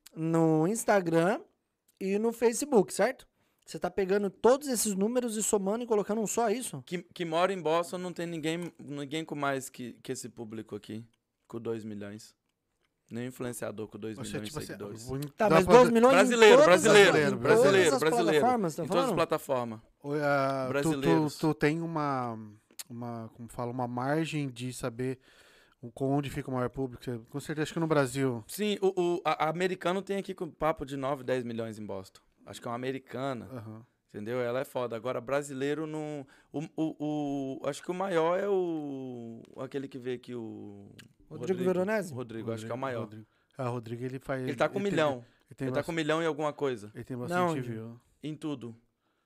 no Instagram e no Facebook, certo? Você tá pegando todos esses números e somando e colocando um só isso? Que, que mora em Boston, não tem ninguém, ninguém com mais que, que esse público aqui. Com dois milhões. Nem influenciador com dois Você, milhões tipo de assim, seguidores. vou- Tá, dá mas pra- dois milhões Brasileiro, em todas brasileiro, as, em brasileiro, todas as brasileiro. plataformas, tá Em todas as falando? plataformas. Oi, ah, tu- Brasileiros. Tu, tu tem uma, uma, como fala, uma margem de saber o- com onde fica o maior público. Você- Com certeza, acho que no Brasil. Sim, o, o a, a americano tem aqui com papo de nove, dez milhões em Boston. Acho que é uma americana, Aham. entendeu? Ela é foda. Agora, brasileiro não... O, o, o- acho que o maior é o... Aquele que veio aqui, o... Rodrigo Veronese? Rodrigo, acho que é o maior. Rodrigo. Ah, Rodrigo, ele faz. Ele tá com um tem- milhão. Ele tem, Ele tá com um bastante- milhão e alguma coisa. ele tem Não, bastante onde? view. Em tudo.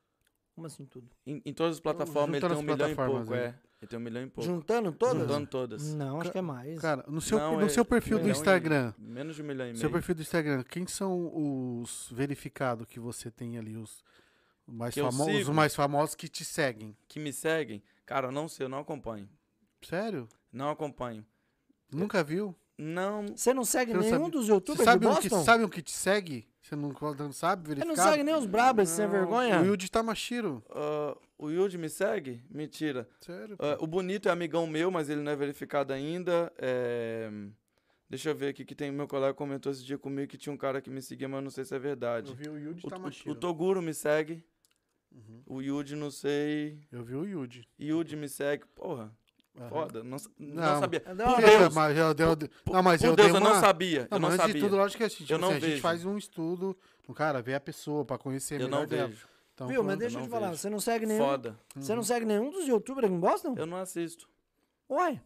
Como assim tudo? Em, em todas as plataformas ele juntando tem um as milhão e plataformas pouco, aí. é. Ele tem um milhão e pouco. Juntando todas? Juntando todas. Não, acho que é mais. Cara, no seu, Não, no é seu perfil do milhão e- Instagram, Menos de um milhão e meio. seu perfil do Instagram, quem são os verificados que você tem ali, os mais, Que eu famo- os sigo? mais famosos que te seguem? Que me seguem, cara, eu não sei, eu não acompanho. Sério? Não acompanho. Nunca viu? Não, Você não segue Você não nenhum sabe- dos Você youtubers sabe de um, que, Boston? sabe um que te segue? Você não, não sabe Você verificado? não segue nem os brabos, esse sem Não, vergonha? O Yuji Tamashiro. ah, o Yudi me segue? Mentira. Sério? Ah, o Bonito é amigão meu, mas ele não é verificado ainda. É, Deixa eu ver aqui que tem meu colega comentou esse dia comigo que tinha um cara que me seguia, mas eu não sei se é verdade. Eu vi o Yuji O, o, Tamashiro. o Toguro me segue. Uhum. O Yudi, não sei. Eu vi o Yuji. Yudi me segue. Porra, Aham. foda. Não, sa- não Não. sabia. É da Por hora. Deus. Mas eu, eu, Por- não, mas Por eu Deus, dei eu uma... não sabia. Não, eu não mas antes sabia. de tudo, lógico que assim, tipo Eu não assim, a gente vejo. faz um estudo, no cara, ver a pessoa pra conhecer Eu melhor não dela. vejo. Então, Viu, mas falando- deixa eu não te falar, vejo. você não segue nenhum. Foda. Você não segue nenhum dos youtubers em Boston? Eu não assisto. Uai,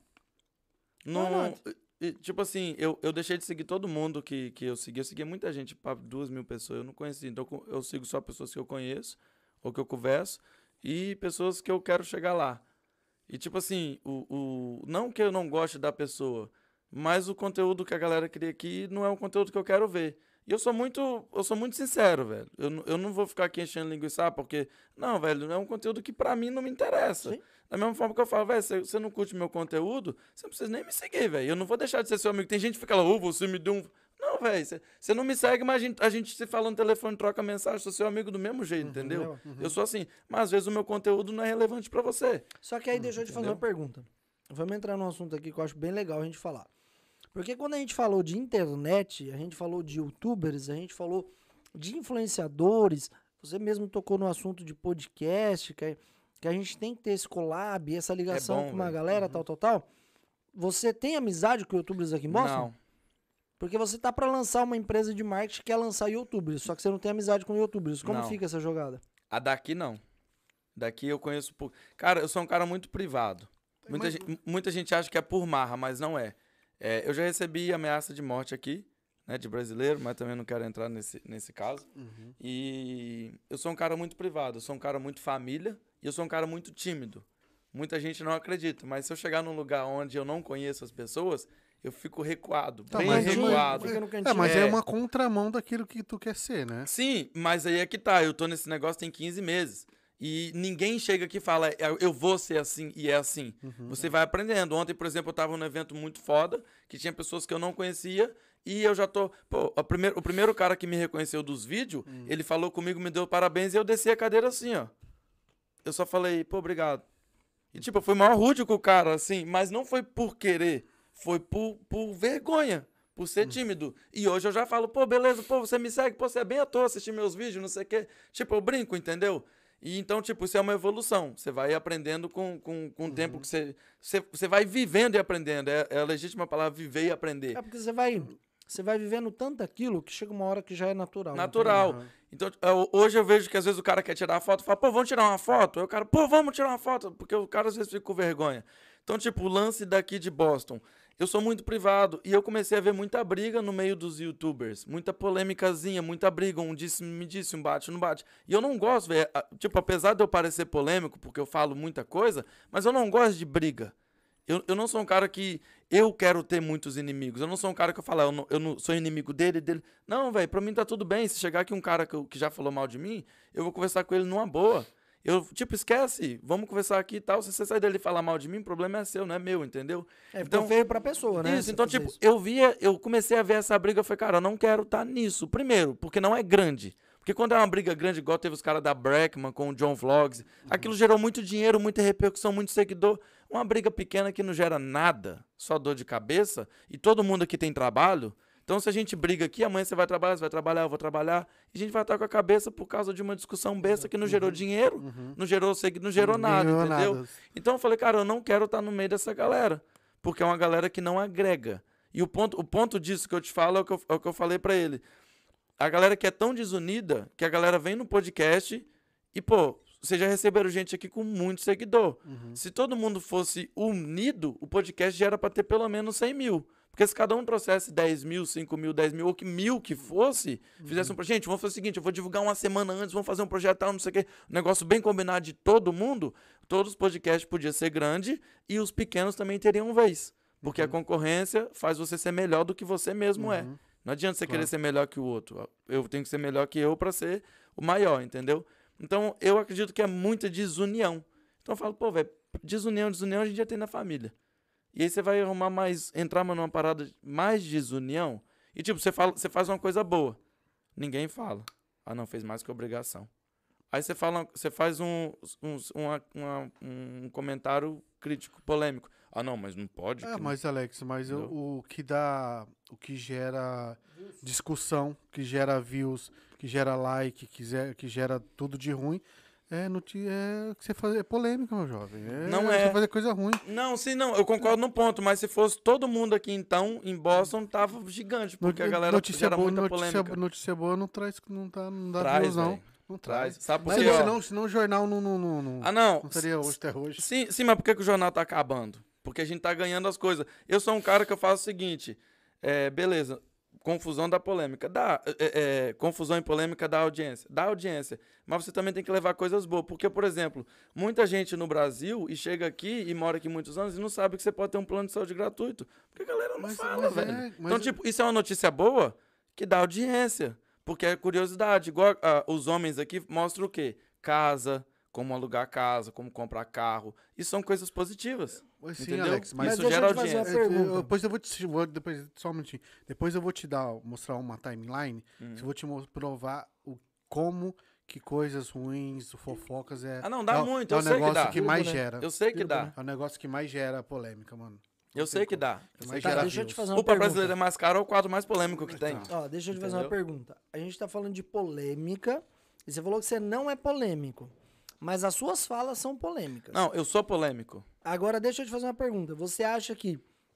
Não, not? e, tipo assim, eu, eu deixei de seguir todo mundo que, que eu segui. Eu segui muita gente, pra duas mil pessoas. Eu não conheci. Então eu, eu sigo só pessoas que eu conheço, ou que eu converso, e pessoas que eu quero chegar lá. E tipo assim, o, o, não que eu não goste da pessoa, mas o conteúdo que a galera cria aqui não é um conteúdo que eu quero ver. E eu sou muito, eu sou muito sincero, velho. Eu, não- eu não vou ficar aqui enchendo linguiça, ah, porque... Não, velho, é um conteúdo que pra mim não me interessa. Sim. Da mesma forma que eu falo, velho, você você não curte meu conteúdo, você não precisa nem me seguir, velho. Eu não vou deixar de ser seu amigo. Tem gente que fica lá, ô, você me deu um... Não, velho, você- você não me segue, mas a gente, a gente se fala no telefone, troca mensagem, sou seu amigo do mesmo jeito, entendeu? Eu sou assim. Mas às vezes o meu conteúdo não é relevante pra você. só que aí deixa eu te fazer entendeu? uma pergunta. Vamos entrar num assunto aqui que eu acho bem legal a gente falar. Porque quando a gente falou de internet, a gente falou de youtubers, a gente falou de influenciadores, você mesmo tocou no assunto de podcast, que, é- que a gente tem que ter esse collab, essa ligação bom, com uma velho. galera, tal, tal, tal. você tem amizade com youtubers aqui em Boston? Não. Porque você tá pra lançar uma empresa de marketing que quer lançar youtubers, só que você não tem amizade com youtubers. Como Não. fica essa jogada? A daqui não. Daqui eu conheço por... Cara, eu sou um cara muito privado. Muita, Mas- gente, muita gente acha que é por marra, mas não é. É, eu já recebi ameaça de morte aqui, né, de brasileiro, mas também não quero entrar nesse, nesse caso. Uhum. E eu sou um cara muito privado, eu sou um cara muito família e eu sou um cara muito tímido. Muita gente não acredita, mas se eu chegar num lugar onde eu não conheço as pessoas, eu fico recuado, Tá, bem mas é uma- recuado. Fica no É, cantinho. mas é. É. uma contramão daquilo que tu quer ser, né? Sim, mas aí é que tá, eu tô nesse negócio tem quinze meses. E ninguém chega aqui e fala, "Eu- eu vou ser assim", e é assim. Você vai aprendendo. Ontem, por exemplo, eu tava num evento muito foda, que tinha pessoas que eu não conhecia, e eu já tô... Pô, a primeiro, o primeiro cara que me reconheceu dos vídeos, ele falou comigo, me deu parabéns, e eu desci a cadeira assim, ó. Eu só falei, pô, obrigado. E tipo, eu fui maior rude com o cara, assim, mas não foi por querer, foi por, por vergonha, por ser tímido. E hoje eu já falo, pô, beleza, pô, você me segue, pô, você é bem à toa assistir meus vídeos, não sei o quê. Tipo, eu brinco, entendeu? E então, tipo, isso é uma evolução. Você vai aprendendo com, com, com o tempo que você, você... Você vai vivendo e aprendendo. É, é a legítima palavra viver e aprender. É porque você vai, você vai vivendo tanto aquilo que chega uma hora que já é natural. Natural. Uhum. Então, eu- hoje eu vejo que às vezes o cara quer tirar uma foto e fala, pô, vamos tirar uma foto? Aí o cara, pô, vamos tirar uma foto, porque o cara às vezes fica com vergonha. Então, tipo, o lance daqui de Boston, eu sou muito privado e eu comecei a ver muita briga no meio dos youtubers, muita polêmicazinha, muita briga, um disse, me disse, um bate, não bate. E eu não gosto, velho, tipo, apesar de eu parecer polêmico, porque eu falo muita coisa, mas eu não gosto de briga. Eu, eu não sou um cara que eu quero ter muitos inimigos. Eu não sou um cara que eu falo, "Ah, eu não, eu não sou inimigo dele, dele. Não, velho, pra mim tá tudo bem. Se chegar aqui um cara que, eu- que já falou mal de mim, eu vou conversar com ele numa boa. Eu, tipo, esquece, vamos conversar aqui e tal. Se você sair dele e falar mal de mim, o problema é seu, não é meu, entendeu? É, Então- então, feio pra pessoa, né? Isso, você então, fazer tipo, isso. eu via, eu comecei a ver essa briga, eu falei, cara, eu não quero estar nisso. Primeiro, porque não é grande. Porque quando é uma briga grande, igual teve os caras da Breckman com o John Vlogs, aquilo gerou muito dinheiro, muita repercussão, muito seguidor. Uma briga pequena que não gera nada, só dor de cabeça, e todo mundo aqui tem trabalho. Então, se a gente briga aqui, amanhã você vai trabalhar, você vai trabalhar, eu vou trabalhar, e a gente vai estar com a cabeça por causa de uma discussão besta que não gerou dinheiro, não gerou, segui- não gerou nada, Ganhou entendeu? nada. Então eu falei, cara, eu não quero estar no meio dessa galera, porque é uma galera que não agrega. E o ponto, o ponto disso que eu te falo é o que eu, é o que eu falei pra ele. A galera que é tão desunida que a galera vem no podcast e, pô, vocês já receberam gente aqui com muito seguidor. Se todo mundo fosse unido, o podcast já era pra ter pelo menos cem mil. Porque se cada um trouxesse dez mil, cinco mil, dez mil, ou que mil que fosse, fizesse um projeto. Gente, vamos fazer o seguinte, eu vou divulgar uma semana antes, vamos fazer um projeto tal, não sei o quê. Um negócio bem combinado de todo mundo. Todos os podcasts podiam ser grandes e os pequenos também teriam vez. Porque a concorrência faz você ser melhor do que você mesmo é. Não adianta você Claro. querer ser melhor que o outro. Eu tenho que ser melhor que eu pra ser o maior, entendeu? Então, eu acredito que é muita desunião. Então, eu falo, pô, velho, desunião, desunião a gente já tem na família. E aí você vai arrumar mais, entrar numa parada de mais desunião. E tipo, você, fala, você faz uma coisa boa. Ninguém fala. Ah, não, fez mais que obrigação. Aí você fala, você faz um, um, uma- uma- um comentário crítico, polêmico. Ah, não, mas não pode. É, que mas Alex, mas o, Entendeu? o que dá, o que gera discussão, que gera views, que gera like, que gera, que gera tudo de ruim, é, noti- é que você faz, é polêmica, meu jovem. É, Não você é. fazer coisa ruim. Não, sim, não, eu concordo no ponto, mas se fosse todo mundo aqui então, em Boston, tava gigante, porque a galera notícia gera boa, muita notícia, polêmica. notícia boa não traz, não tá, não dá Traz, views, não. velho. Não Traz. traz. Sabe por Mas quê, ó? senão, senão o jornal não, não, não, não, Ah, não. não estaria hoje até hoje. Sim, sim, mas por que, que o jornal tá acabando? Porque a gente tá ganhando as coisas. Eu sou um cara que eu faço o seguinte, é, beleza, confusão da polêmica. Dá, é, é, confusão e polêmica dá audiência. Dá audiência. Mas você também tem que levar coisas boas. Porque, por exemplo, muita gente no Brasil e chega aqui e mora aqui muitos anos e não sabe que você pode ter um plano de saúde gratuito. Porque a galera não Mas- fala, mas velho. é, mas então, é- tipo, isso é uma notícia boa que dá audiência. Porque é curiosidade. Igual ah, os homens aqui mostram o quê? Casa, como alugar casa, como comprar carro. Isso são coisas positivas. Mas sim, entendeu? Alex, mas, Mas isso deixa gera eu te fazer uma audiência. É, pergunta. eu- depois eu vou te vou, depois, só um minutinho. Depois eu vou te dar, mostrar uma timeline. Hum. Eu vou te mo- provar o, como que coisas ruins, fofocas é. Ah, não, dá é, o- muito, É eu o sei que negócio dá. que mais Tudo, né? gera. Eu sei que Tudo, dá. né? É o negócio que mais gera polêmica, mano. Eu sei que dá. Eu Mas sei que Tá, gera dá. deixa eu te views. fazer uma O Pra pergunta. Brasileiro é mais caro é o quadro mais polêmico que tem. Então. Ó, deixa eu te fazer uma Entendeu? pergunta. A gente tá falando de polêmica e você falou que você não é polêmico. Mas as suas falas são polêmicas. Não, eu sou polêmico. Agora deixa eu te fazer uma pergunta. Você acha que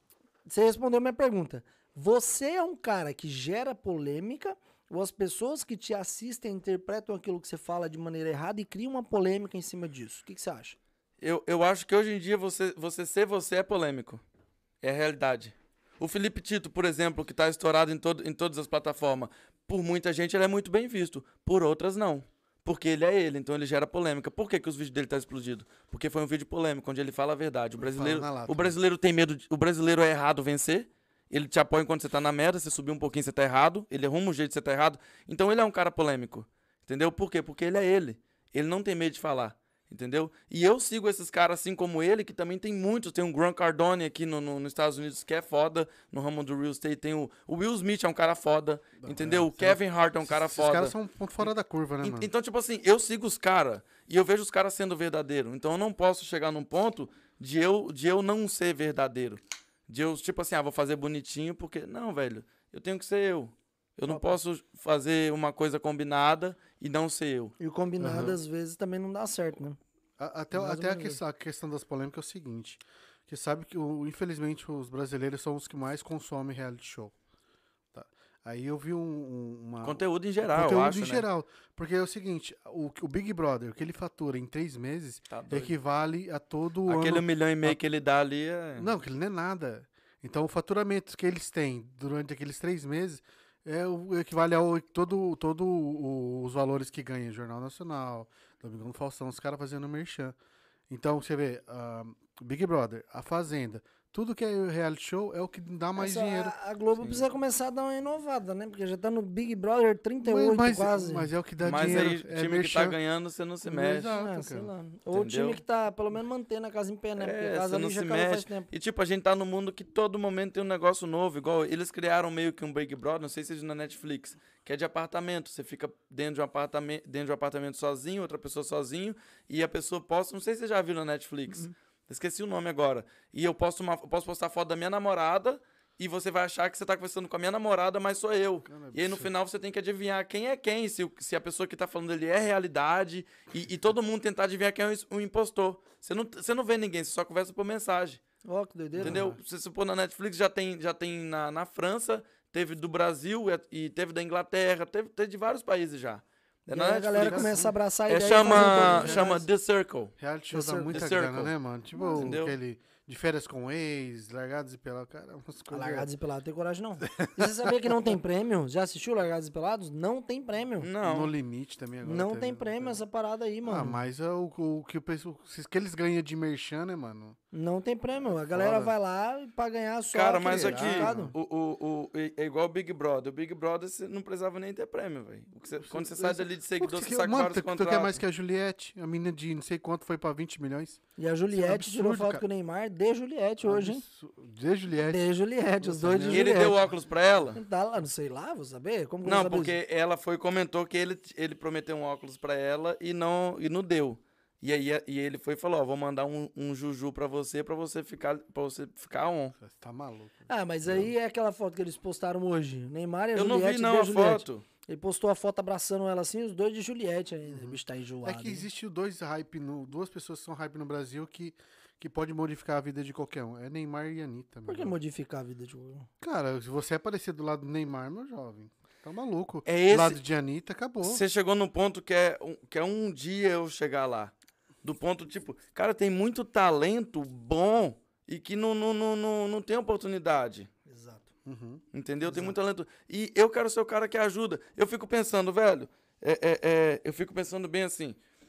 você respondeu a minha pergunta. Você é um cara que gera polêmica ou as pessoas que te assistem interpretam aquilo que você fala de maneira errada e criam uma polêmica em cima disso? O que, que você acha? Eu, eu acho que hoje em dia você, você ser você é polêmico. É a realidade. O Felipe Tito, por exemplo, que tá estourado em, todo, em todas as plataformas, por muita gente ele é muito bem visto, por outras não. Porque ele é ele, então ele gera polêmica. Por que, que os vídeos dele tá explodindo? Porque foi um vídeo polêmico, onde ele fala a verdade. O brasileiro, lata, o brasileiro tem medo, de, o brasileiro é errado vencer, ele te apoia enquanto você tá na merda, você subir um pouquinho você tá errado, ele arruma um jeito de você tá errado. Então ele é um cara polêmico, entendeu? Por quê? Porque ele é ele, ele não tem medo de falar. Entendeu? E eu sigo esses caras assim como ele, que também tem muitos. Tem o Grant Cardone aqui no, no, nos Estados Unidos, que é foda, no ramo do real estate. Tem o, o Will Smith, é um cara foda, não, entendeu? É, o Kevin Hart é um cara esses foda. Os caras são um ponto fora da curva, né, mano? Então, tipo assim, eu sigo os caras e eu vejo os caras sendo verdadeiro. Então eu não posso chegar num ponto de eu, de eu não ser verdadeiro. De eu, tipo assim, ah, vou fazer bonitinho porque... Não, velho, eu tenho que ser eu. Eu não posso fazer uma coisa combinada e não ser eu. E o combinado, uhum. às vezes, também não dá certo, né? Até, até a, questão, a questão das polêmicas é o seguinte, que sabe que, o, infelizmente, os brasileiros são os que mais consomem reality show. Tá. Aí eu vi um... um uma, conteúdo em geral, conteúdo eu acho, em né? geral. Porque é o seguinte, o, o Big Brother, o que ele fatura em três meses, tá equivale a todo o Aquele ano... milhão e meio a, que ele dá ali é... Não, que ele não é nada. Então, o faturamento que eles têm durante aqueles três meses... É o equivale ao todo, todo o, os valores que ganha Jornal Nacional, Domingão do Faustão, os caras fazendo merchan. Então, você vê, uh, Big Brother, A Fazenda, tudo que é reality show é o que dá mais Essa, dinheiro. A Globo Sim. precisa começar a dar uma inovada, né? Porque já tá no Big Brother trinta e oito mas, quase. Mas é o que dá mas dinheiro. Mas aí, o é time merchan. que tá ganhando, você não se mexe. Exato, é, sei lá. Ou Entendeu? o time que tá, pelo menos, mantendo a casa em pé, né? Porque É, a casa ali já acabou faz tempo. E, tipo, a gente tá num mundo que todo momento tem um negócio novo. Igual eles criaram meio que um Big Brother, não sei se é na Netflix, que é de apartamento. Você fica dentro de um apartamento, dentro de um apartamento sozinho, outra pessoa sozinho, e a pessoa posta, não sei se você já viu na Netflix. Uhum. Esqueci o nome agora. E eu posto uma, eu posso postar foto da minha namorada e você vai achar que você tá conversando com a minha namorada, mas sou eu. Cara, e aí no final você tem que adivinhar quem é quem, se, se a pessoa que tá falando ali é realidade, e, e todo mundo tentar adivinhar quem é o, o impostor. Você não, você não vê ninguém, você só conversa por mensagem. Ó, oh, que doideira. Entendeu? Uhum. Se você pôr na Netflix, já tem, já tem na, na França, teve do Brasil e teve da Inglaterra, teve, teve de vários países já. É e a galera começa a abraçar a é, ideia. Chama, um chama The Circle. Reality show The dá muita grana, né, mano? Tipo, Entendeu? aquele de férias com ex, largados e pelados, cara, umas coisas... Largados e pelados, não tem coragem não. E você sabia que não tem prêmio? Já assistiu Largados e Pelados? Não tem prêmio. Não. No Limite também agora. Não tem prêmio essa parada aí, mano. Ah, mas é o, o, que, o, o que eles ganham de merchan, né, mano? Não tem prêmio. A galera Foda. vai lá pra ganhar só... Cara, mas aqui, o, o, o, é igual o Big Brother. O Big Brother você não precisava nem ter prêmio, velho. Quando você sai dali de seguidor, você sai com vários contratos. Tu quer mais que a Juliette? A menina de não sei quanto foi pra vinte milhões. E a Juliette tirou foto cara. com o Neymar de Juliette hoje, hein? De Juliette. De Juliette, os dois de e Juliette. E ele deu óculos pra ela? Tá lá, não sei lá, vou saber. Como que não, eu vou saber porque isso? ela foi comentou que ele, ele prometeu um óculos pra ela e não, e não deu. E aí e ele foi e falou, ó, vou mandar um, um juju pra você, pra você ficar, pra você ficar on. Você tá maluco. Ah, mas aí é aquela foto que eles postaram hoje. Neymar e a eu Juliette. Eu não vi não a Juliette. foto. Ele postou a foto abraçando ela assim, os dois de Juliette ainda. Uhum. O bicho tá enjoado. É que existe dois hype, no, duas pessoas que são hype no Brasil que, que pode modificar a vida de qualquer um. É Neymar e Anitta. Por que meu modificar a vida de qualquer um? Cara, se você aparecer do lado do Neymar, meu jovem, tá maluco. É esse... Do lado de Anitta, acabou. Você chegou no ponto que é, um, que é um dia eu chegar lá. Do ponto, tipo, cara, tem muito talento bom e que não, não, não, não, não tem oportunidade. Exato. Uhum. Entendeu? Exato. Tem muito talento. E eu quero ser o cara que ajuda. Eu fico pensando, velho, é, é, é, eu fico pensando bem assim,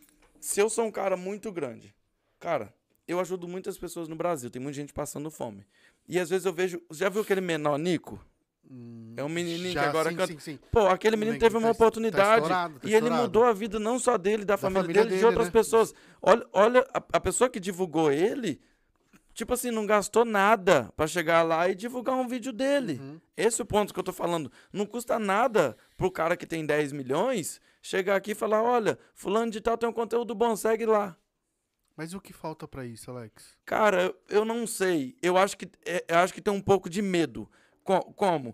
se eu sou um cara muito grande, cara, eu ajudo muitas pessoas no Brasil, tem muita gente passando fome. E às vezes eu vejo, já viu aquele menor Nico? Hum, é um menininho já, que agora sim, canta. Sim, sim. Pô, aquele menino teve uma oportunidade. Tá estourado, tá e ele estourado. mudou a vida não só dele, da, da família, família dele, dele, de outras né? pessoas. Olha, olha a, a pessoa que divulgou ele, tipo assim, não gastou nada pra chegar lá e divulgar um vídeo dele. Uhum. Esse é o ponto que eu tô falando. Não custa nada pro cara que tem dez milhões chegar aqui e falar, olha, fulano de tal tem um conteúdo bom, segue lá. Mas o que falta pra isso, Alex? Cara, eu, eu não sei. Eu acho que, é, eu acho que tem um pouco de medo. Co- como?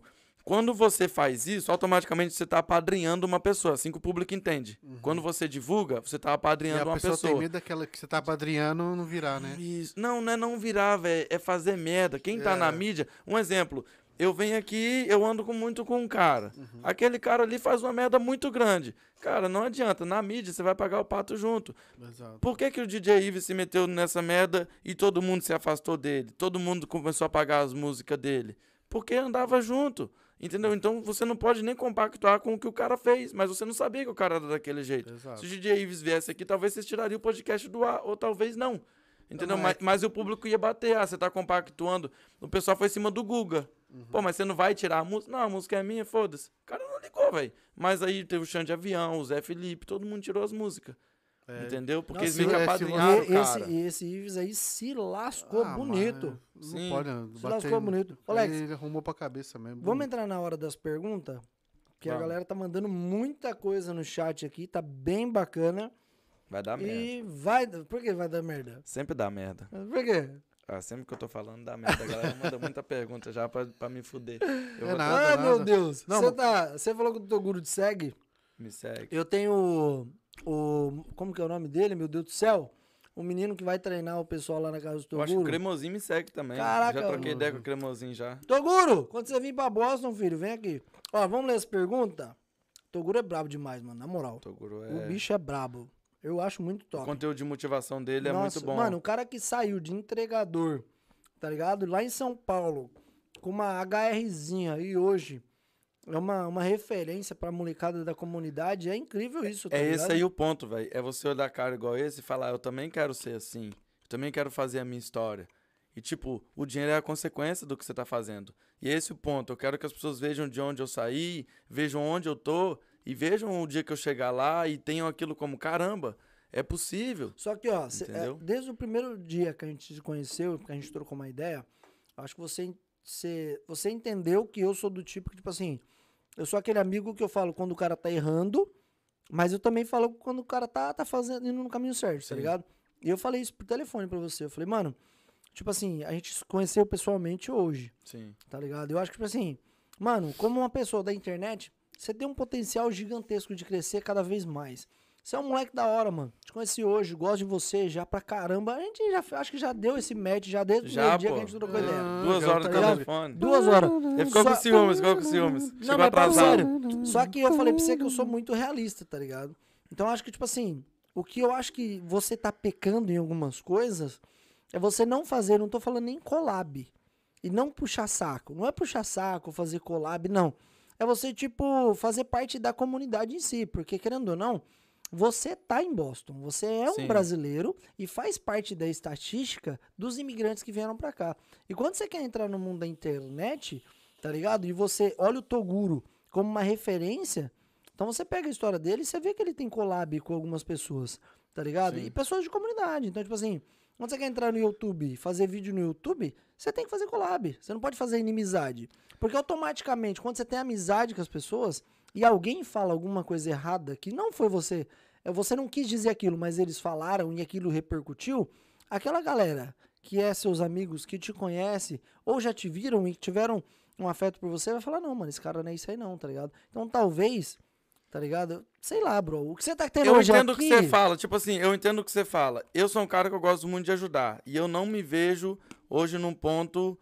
Quando você faz isso, automaticamente você tá apadrinhando uma pessoa, assim que o público entende. Uhum. Quando você divulga, você tá E apadrinhando a uma pessoa pessoa. tem medo daquela que você tá apadrinhando não virar, né? Isso. Não, não é não virar, velho. É fazer merda. Quem tá É. na mídia... Um exemplo. Eu venho aqui, eu ando com, muito com um cara. Uhum. Aquele cara ali faz uma merda muito grande. Cara, não adianta. Na mídia, você vai pagar o pato junto. Exato. Por que que o D J Ives se meteu nessa merda e todo mundo se afastou dele? Todo mundo começou a pagar as músicas dele? Porque andava junto. Entendeu? Então você não pode nem compactuar com o que o cara fez, mas você não sabia que o cara era daquele jeito. Exato. Se o D J Ives viesse aqui, talvez vocês tirariam o podcast do ar, ou talvez não. Entendeu? Não, mas, é- mas o público ia bater. Ah, você tá compactuando. O pessoal foi em cima do Guga. Uhum. Pô, mas você não vai tirar a música? Não, a música é minha, foda-se. O cara não ligou, velho. Mas aí teve o Xande de Avião, o Zé Felipe, todo mundo tirou as músicas. É. Entendeu? Porque Nossa, eles meio que é, se apadrinharam o E esse, cara. e esse Ives aí se lascou Ah, bonito. mas Não Sim. pode, né? Se bater- lascou bonito. Ô, Alex, Ele arrumou pra cabeça mesmo. vamos entrar na hora das perguntas? Que a Vamos. galera tá mandando muita coisa no chat aqui, tá bem bacana. Vai dar merda. E vai. Por que vai dar merda? Sempre dá merda. Por quê? Ah, sempre que eu tô falando dá merda. A galera manda muita pergunta já pra, pra me fuder. Eu É vou nada. ah, meu nada. Deus. Não, Você mas- tá, você falou que o Toguro te segue? Me segue. Eu tenho o, o. Como que é o nome dele, meu Deus do céu? O menino que vai treinar o pessoal lá na casa do Eu acho que o Toguro. Cremosinho me segue também. Caraca, já troquei mano. ideia com o Cremosinho já. Toguro, quando você vir pra Boston, filho, vem aqui. Ó, vamos ler as perguntas? Toguro é brabo demais, mano, na moral. O Toguro é... O bicho é brabo. Eu acho muito O top. conteúdo de motivação dele é Nossa, muito bom. Mano, o cara que saiu de entregador, tá ligado? Lá em São Paulo, com uma HRzinha e hoje é uma, uma referência pra molecada da comunidade, é incrível isso, tá é ligado? esse aí o ponto, velho. É você olhar cara igual esse e falar, eu também quero ser assim. Eu também quero fazer a minha história. E, tipo, o dinheiro é a consequência do que você tá fazendo. E esse é o ponto. Eu quero que as pessoas vejam de onde eu saí, vejam onde eu tô, e vejam o dia que eu chegar lá e tenham aquilo como, caramba, é possível. Só que, ó, cê- é, Entendeu? desde o primeiro dia que a gente se conheceu, que a gente trocou uma ideia, acho que você, você, você entendeu que eu sou do tipo que, tipo assim, eu sou aquele amigo que eu falo quando o cara tá errando, mas eu também falo quando o cara tá, tá fazendo, indo no caminho certo, tá Sim. ligado? E eu falei isso por telefone pra você. Eu falei, mano, tipo assim, a gente se conheceu pessoalmente hoje, Sim. tá ligado? Eu acho que, tipo assim, mano, como uma pessoa da internet, você tem um potencial gigantesco de crescer cada vez mais. Você é um moleque da hora, mano. Te conheci hoje, gosto de você já pra caramba. A gente já, acho que já deu esse match, já desde o Já, primeiro dia pô. que a gente trocou É. ideia. Duas já horas tá no ligado? telefone. Duas horas. Ele ficou Só- com ciúmes, ficou com ciúmes. Não, Chegou mas papo atrasado. sério. Só que eu falei pra você que eu sou muito realista, tá ligado? Então eu acho que, tipo assim, o que eu acho que você tá pecando em algumas coisas é você não fazer, não tô falando nem collab. E não puxar saco. Não é puxar saco, fazer collab, não. É você, tipo, fazer parte da comunidade em si. Porque, querendo ou não, você tá em Boston. Você é um Sim. brasileiro e faz parte da estatística dos imigrantes que vieram pra cá. E quando você quer entrar no mundo da internet, tá ligado? E você olha o Toguro como uma referência, então você pega a história dele e você vê que ele tem collab com algumas pessoas, tá ligado? Sim. E pessoas de comunidade. Então, tipo assim, quando você quer entrar no YouTube, fazer vídeo no YouTube, você tem que fazer collab. Você não pode fazer inimizade. Porque automaticamente, quando você tem amizade com as pessoas e alguém fala alguma coisa errada que não foi você, é, você não quis dizer aquilo, mas eles falaram e aquilo repercutiu, aquela galera que é seus amigos, que te conhece, ou já te viram e tiveram um afeto por você, vai falar, não, mano, esse cara não é isso aí não, tá ligado? Então talvez, tá ligado? Sei lá, bro, o que você tá tendo Eu hoje entendo o aqui... que você fala. Tipo assim, eu entendo o que você fala. Eu sou um cara que eu gosto muito de ajudar. E eu não me vejo hoje num ponto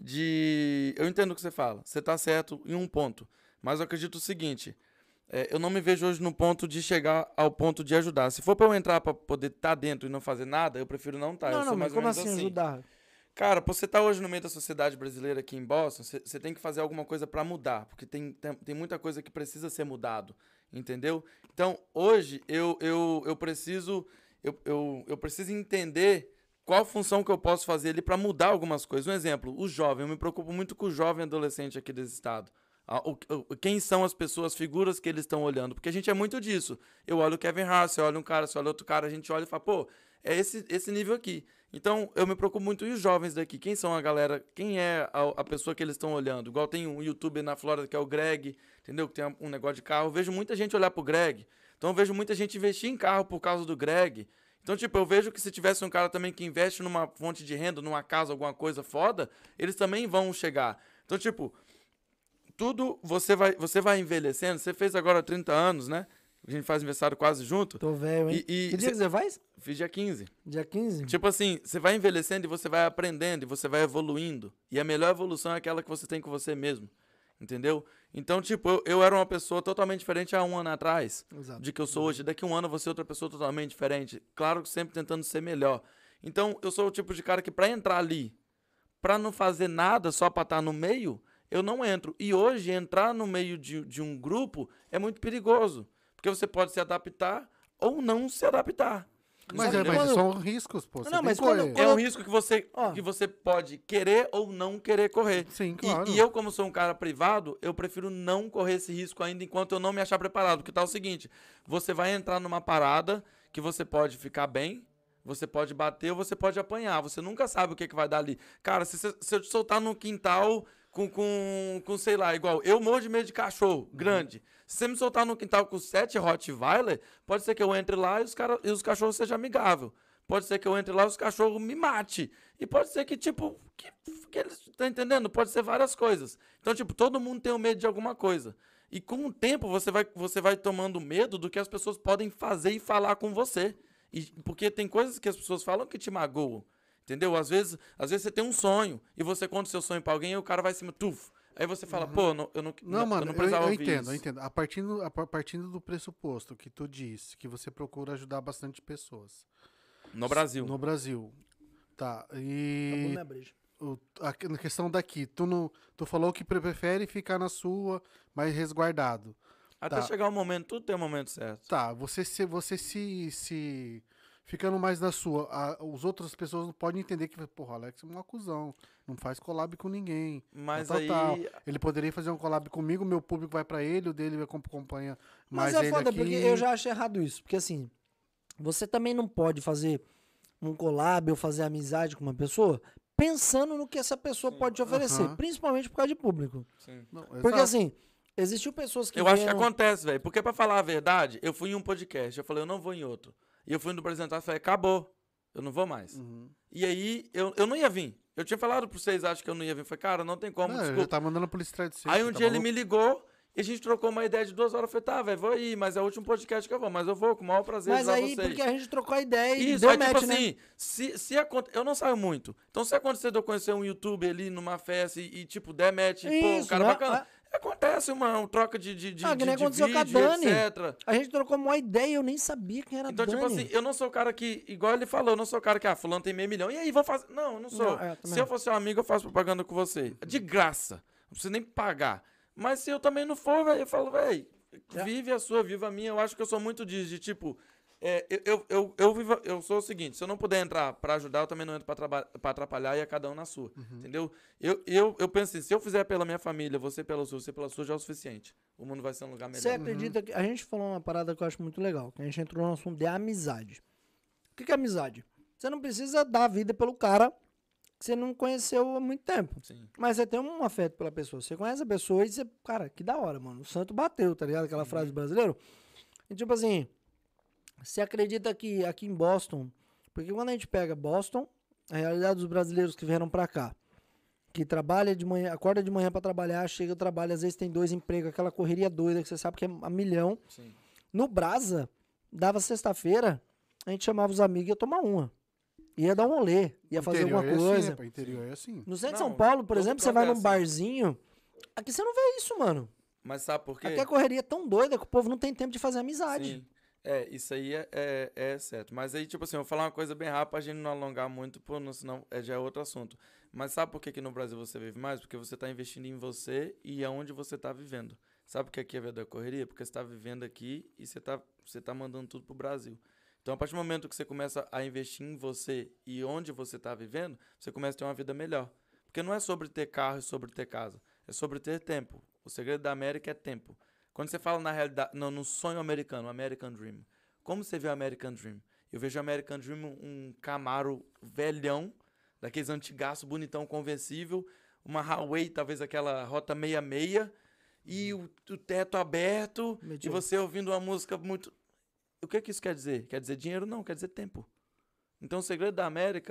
de... Eu entendo o que você fala. Você tá certo em um ponto. Mas eu acredito o seguinte. é, eu não me vejo hoje no ponto de chegar ao ponto de ajudar. Se for pra eu entrar pra poder estar dentro e não fazer nada, eu prefiro não estar. eu Não, sou não, mais mas ou como menos assim, assim. ajudar? Cara, pra você estar hoje no meio da sociedade brasileira aqui em Boston, você você tem que fazer alguma coisa pra mudar, porque tem, tem, tem muita coisa que precisa ser mudado, entendeu? Então, hoje, eu, eu, eu preciso eu, eu, eu preciso entender qual função que eu posso fazer ali pra mudar algumas coisas. Um exemplo, o jovem, eu me preocupo muito com o jovem adolescente aqui desse estado. Ah, o- o- Quem são as pessoas, figuras que eles estão olhando? Porque a gente é muito disso. Eu olho o Kevin Hart, você olha um cara, você olha outro cara, a gente olha e fala, pô, é esse, esse nível aqui. Então, eu me preocupo muito. E os jovens daqui? Quem são a galera? Quem é a, a pessoa que eles estão olhando? Igual tem um youtuber na Flórida que é o Greg, entendeu? Que tem um negócio de carro. Eu vejo muita gente olhar pro Greg. Então, eu vejo muita gente investir em carro por causa do Greg. Então, tipo, eu vejo que se tivesse um cara também que investe numa fonte de renda, numa casa, alguma coisa foda, eles também vão chegar. Então, tipo, tudo, você vai, você vai envelhecendo. Você fez agora trinta anos, né? A gente faz aniversário quase junto. Tô velho, hein? E, e que dia cê, que você faz? Fiz dia quinze. Dia quinze? Tipo assim, você vai envelhecendo e você vai aprendendo e você vai evoluindo. E a melhor evolução é aquela que você tem com você mesmo. Entendeu? Então, tipo, eu, eu era uma pessoa totalmente diferente há um ano atrás. Exato. De que eu sou hoje. Daqui a um ano eu vou ser outra pessoa totalmente diferente. Claro que sempre tentando ser melhor. Então, eu sou o tipo de cara que pra entrar ali, pra não fazer nada, só pra estar no meio, eu não entro. E hoje, entrar no meio de, de um grupo é muito perigoso. Porque você pode se adaptar ou não se adaptar. Mas, Sabe é, mas quando- são riscos, pô. Não, Você não, tem mas que quando- correr. quando- É um risco que você, Ó. que você pode querer ou não querer correr. Sim, E- claro. E, eu, como sou um cara privado, eu prefiro não correr esse risco ainda enquanto eu não me achar preparado. Porque tá o seguinte, você vai entrar numa parada que você pode ficar bem, você pode bater ou você pode apanhar. Você nunca sabe o que, que vai dar ali. Cara, se, se- se eu te soltar no quintal com, com, com, sei lá, igual, eu morro de medo de cachorro grande. Se você me soltar no quintal com sete Rottweiler, pode ser que eu entre lá e os, cara, e os cachorros sejam amigáveis. Pode ser que eu entre lá e os cachorros me mate. E pode ser que, tipo, que, que eles, tá entendendo? Pode ser várias coisas. Então, tipo, todo mundo tem o medo de alguma coisa. E com o tempo, você vai, você vai tomando medo do que as pessoas podem fazer e falar com você. E, porque tem coisas que as pessoas falam que te magoam. Entendeu? Às vezes, às vezes você tem um sonho e você conta o seu sonho pra alguém e o cara vai em cima, tuf. Aí você fala, pô, não, eu não, Não, eu mano, não eu, precisava eu ouvir entendo, isso. eu entendo. A partindo, a par- partindo do pressuposto que tu disse, que você procura ajudar bastante pessoas. No Brasil. No Brasil. Tá, Acabou e minha breja. o- a, na questão daqui, tu, não, tu falou que pre- prefere ficar na sua, mais resguardado. Até tá. chegar o momento, tudo tem o momento certo. Tá, você se, você se, se ficando mais na sua, a, os outras pessoas não podem entender que, porra, Alex é um acusão, não faz collab com ninguém. Mas tal, aí... tal. Ele poderia fazer um collab comigo, meu público vai pra ele, o dele acompanha Mas mais é ele foda, aqui. porque eu já acho errado isso. Porque assim, você também não pode fazer um collab ou fazer amizade com uma pessoa pensando no que essa pessoa pode te oferecer. Aham. Principalmente por causa de público. Sim. Não, Porque exato. assim, existiu pessoas que Eu acho que vieram- acontece, velho. Porque pra falar a verdade, eu fui em um podcast, eu falei, eu não vou em outro. E eu fui no apresentar e falei, acabou, eu não vou mais. Uhum. E aí, eu, eu não ia vir. Eu tinha falado pra vocês, acho que eu não ia vir. Eu falei, cara, não tem como, Não, eu já desculpa. tá mandando a polícia atrás de você. Aí você um tá dia ele maluco? me ligou e a gente trocou uma ideia de duas horas. Eu falei, tá, velho, vou ir, mas é o último podcast que eu vou. Mas eu vou com o maior prazer Mas ajudar aí, vocês. porque a gente trocou a ideia e Isso, deu aí, match, tipo né? assim, se, se aconte... eu não saio muito. Então, se acontecer de eu conhecer um youtuber ali numa festa e, e, tipo, der match, pô, um Isso, cara né? bacana. Acontece uma, uma troca de, de, de, Ah, que de, nem de aconteceu com a vídeo, Dani. etcétera. A gente trocou uma ideia e eu nem sabia quem era Então, Dani. tipo assim, eu não sou o cara que, igual ele falou, eu não sou o cara que, ah, fulano tem meio milhão. E aí, vou fazer. Não, eu não sou. Não, é, também se não. eu fosse seu amigo, eu faço propaganda com você. De graça. Não precisa nem pagar. Mas se eu também não for, velho, eu falo, velho, É. vive a sua, viva a minha. Eu acho que eu sou muito de, de tipo. É, eu, eu, eu, eu, vivo, eu sou o seguinte, se eu não puder entrar pra ajudar, eu também não entro pra, traba- pra atrapalhar e é cada um na sua. Entendeu? Eu, eu, eu penso assim, se eu fizer pela minha família, você pela sua, você pela sua, já é o suficiente. O mundo vai ser um lugar melhor. Você acredita que. A gente falou uma parada que eu acho muito legal. Que a gente entrou no assunto de amizade. O que que é amizade? Você não precisa dar a vida pelo cara que você não conheceu há muito tempo. Sim. Mas você tem um afeto pela pessoa. Você conhece a pessoa e você. Cara, que da hora, mano. O santo bateu, tá ligado? Aquela frase do brasileiro. E tipo assim. Você acredita que aqui em Boston. Porque quando a gente pega Boston, a realidade dos brasileiros que vieram pra cá. Que trabalha de manhã, acorda de manhã pra trabalhar, chega, trabalha, às vezes tem dois empregos, aquela correria doida que você sabe que é a milhão. Sim. No Brasa, dava sexta-feira, a gente chamava os amigos e ia tomar uma. Ia dar um rolê, ia fazer Interior alguma é assim, coisa. né, pô, interior é assim. No centro de Não, São Paulo, por todo exemplo, você vai canto é num assim. barzinho. Aqui você não vê isso, mano. Mas sabe por quê? Aqui a correria é tão doida que o povo não tem tempo de fazer amizade. Sim. É, isso aí é, é, é certo. Mas aí, tipo assim, eu vou falar uma coisa bem rápida pra gente não alongar muito, pô, não, senão é, já é outro assunto. Mas sabe por que, que no Brasil você vive mais? Porque você tá investindo em você e aonde você tá vivendo. Sabe por que aqui é verdadeira correria? Porque você tá vivendo aqui e você tá, você tá mandando tudo pro Brasil. Então, a partir do momento que você começa a investir em você e onde você tá vivendo, você começa a ter uma vida melhor. Porque não é sobre ter carro e sobre ter casa. É sobre ter tempo. O segredo da América é tempo. Quando você fala na realidade, no, no sonho americano, American Dream, como você vê o American Dream? Eu vejo o American Dream um, um Camaro velhão, daqueles antigaço, bonitão, conversível, uma Huawei, talvez aquela Rota sessenta e seis, e o, o teto aberto, Meti- e você ouvindo uma música muito... O que que isso quer dizer? Quer dizer dinheiro? Não, quer dizer tempo. Então o segredo da América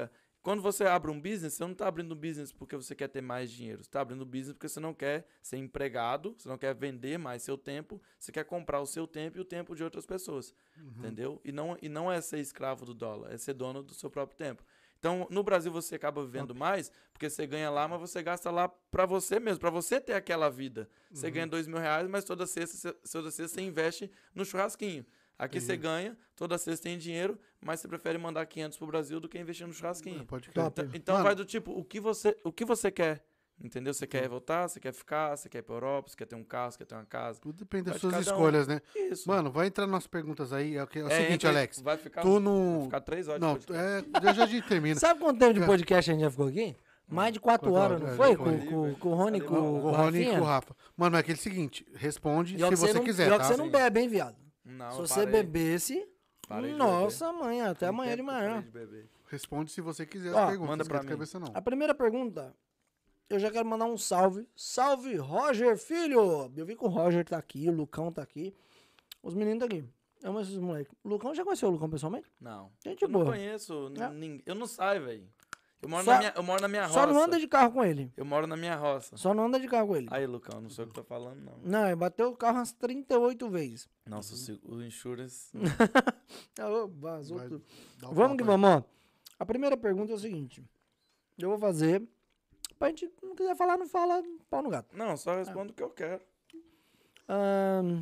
Quando você abre um business, você não tá abrindo um business porque você quer ter mais dinheiro. Você tá abrindo um business porque você não quer ser empregado, você não quer vender mais seu tempo, você quer comprar o seu tempo e o tempo de outras pessoas. Uhum. Entendeu? E não, e não é ser escravo do dólar, é ser dono do seu próprio tempo. Então, no Brasil, você acaba vivendo mais porque você ganha lá, mas você gasta lá pra você mesmo, pra você ter aquela vida. Você uhum. ganha dois mil reais, mas toda sexta, toda sexta você investe no churrasquinho. Aqui você ganha, toda sexta tem dinheiro, mas você prefere mandar quinhentos pro Brasil do que investir no churrasquinho. Pode então, então vai do tipo, o que você, o que você quer? Entendeu? Você quer voltar, você quer ficar, você quer ir pra Europa, você quer ter um carro, você quer ter uma casa. Tudo depende das suas escolhas, um. né? Isso. Mano, vai entrar nas perguntas aí. É o, que, é o é, seguinte, entra, Alex. Vai ficar, tu não... vai ficar três horas. Não, é, já, já a gente termina. Sabe quanto tempo de podcast a gente já ficou aqui? Mais de quatro horas, não é, foi? foi. Com, com, com o Rony e com, com o Rony e com o Rafa. Mano, é aquele seguinte, responde se você, você não, quiser, tá? tá? que você não bebe, hein, viado? Não, se você parei. bebesse, parei nossa, mãe, até amanhã de manhã. De responde se você quiser Ó, as perguntas. Manda pra mim. Cabeça, não. A primeira pergunta, eu já quero mandar um salve. Salve, Roger, filho! Eu vi que o Roger tá aqui, o Lucão tá aqui. Os meninos tá aqui. Eu amo esses moleques. O Lucão, já conheceu o Lucão pessoalmente? Não. Gente eu boa. não conheço. É. Ninguém, eu não saio, velho. Eu moro, Só- na minha, eu moro na minha roça. Só não anda de carro com ele. Eu moro na minha roça. Só não anda de carro com ele. Aí, Lucão, não sei o que eu tô falando, não. Não, ele bateu o carro umas trinta e oito vezes. Nossa, o se- o insurance... Ah, ô, vazou Vai, tudo. dá um Vamos papo que aí. vamos, ó. A primeira pergunta é o seguinte. Eu vou fazer. Pra gente, não quiser falar, não fala, pau no gato. Não, só respondo o que eu quero. Ahn,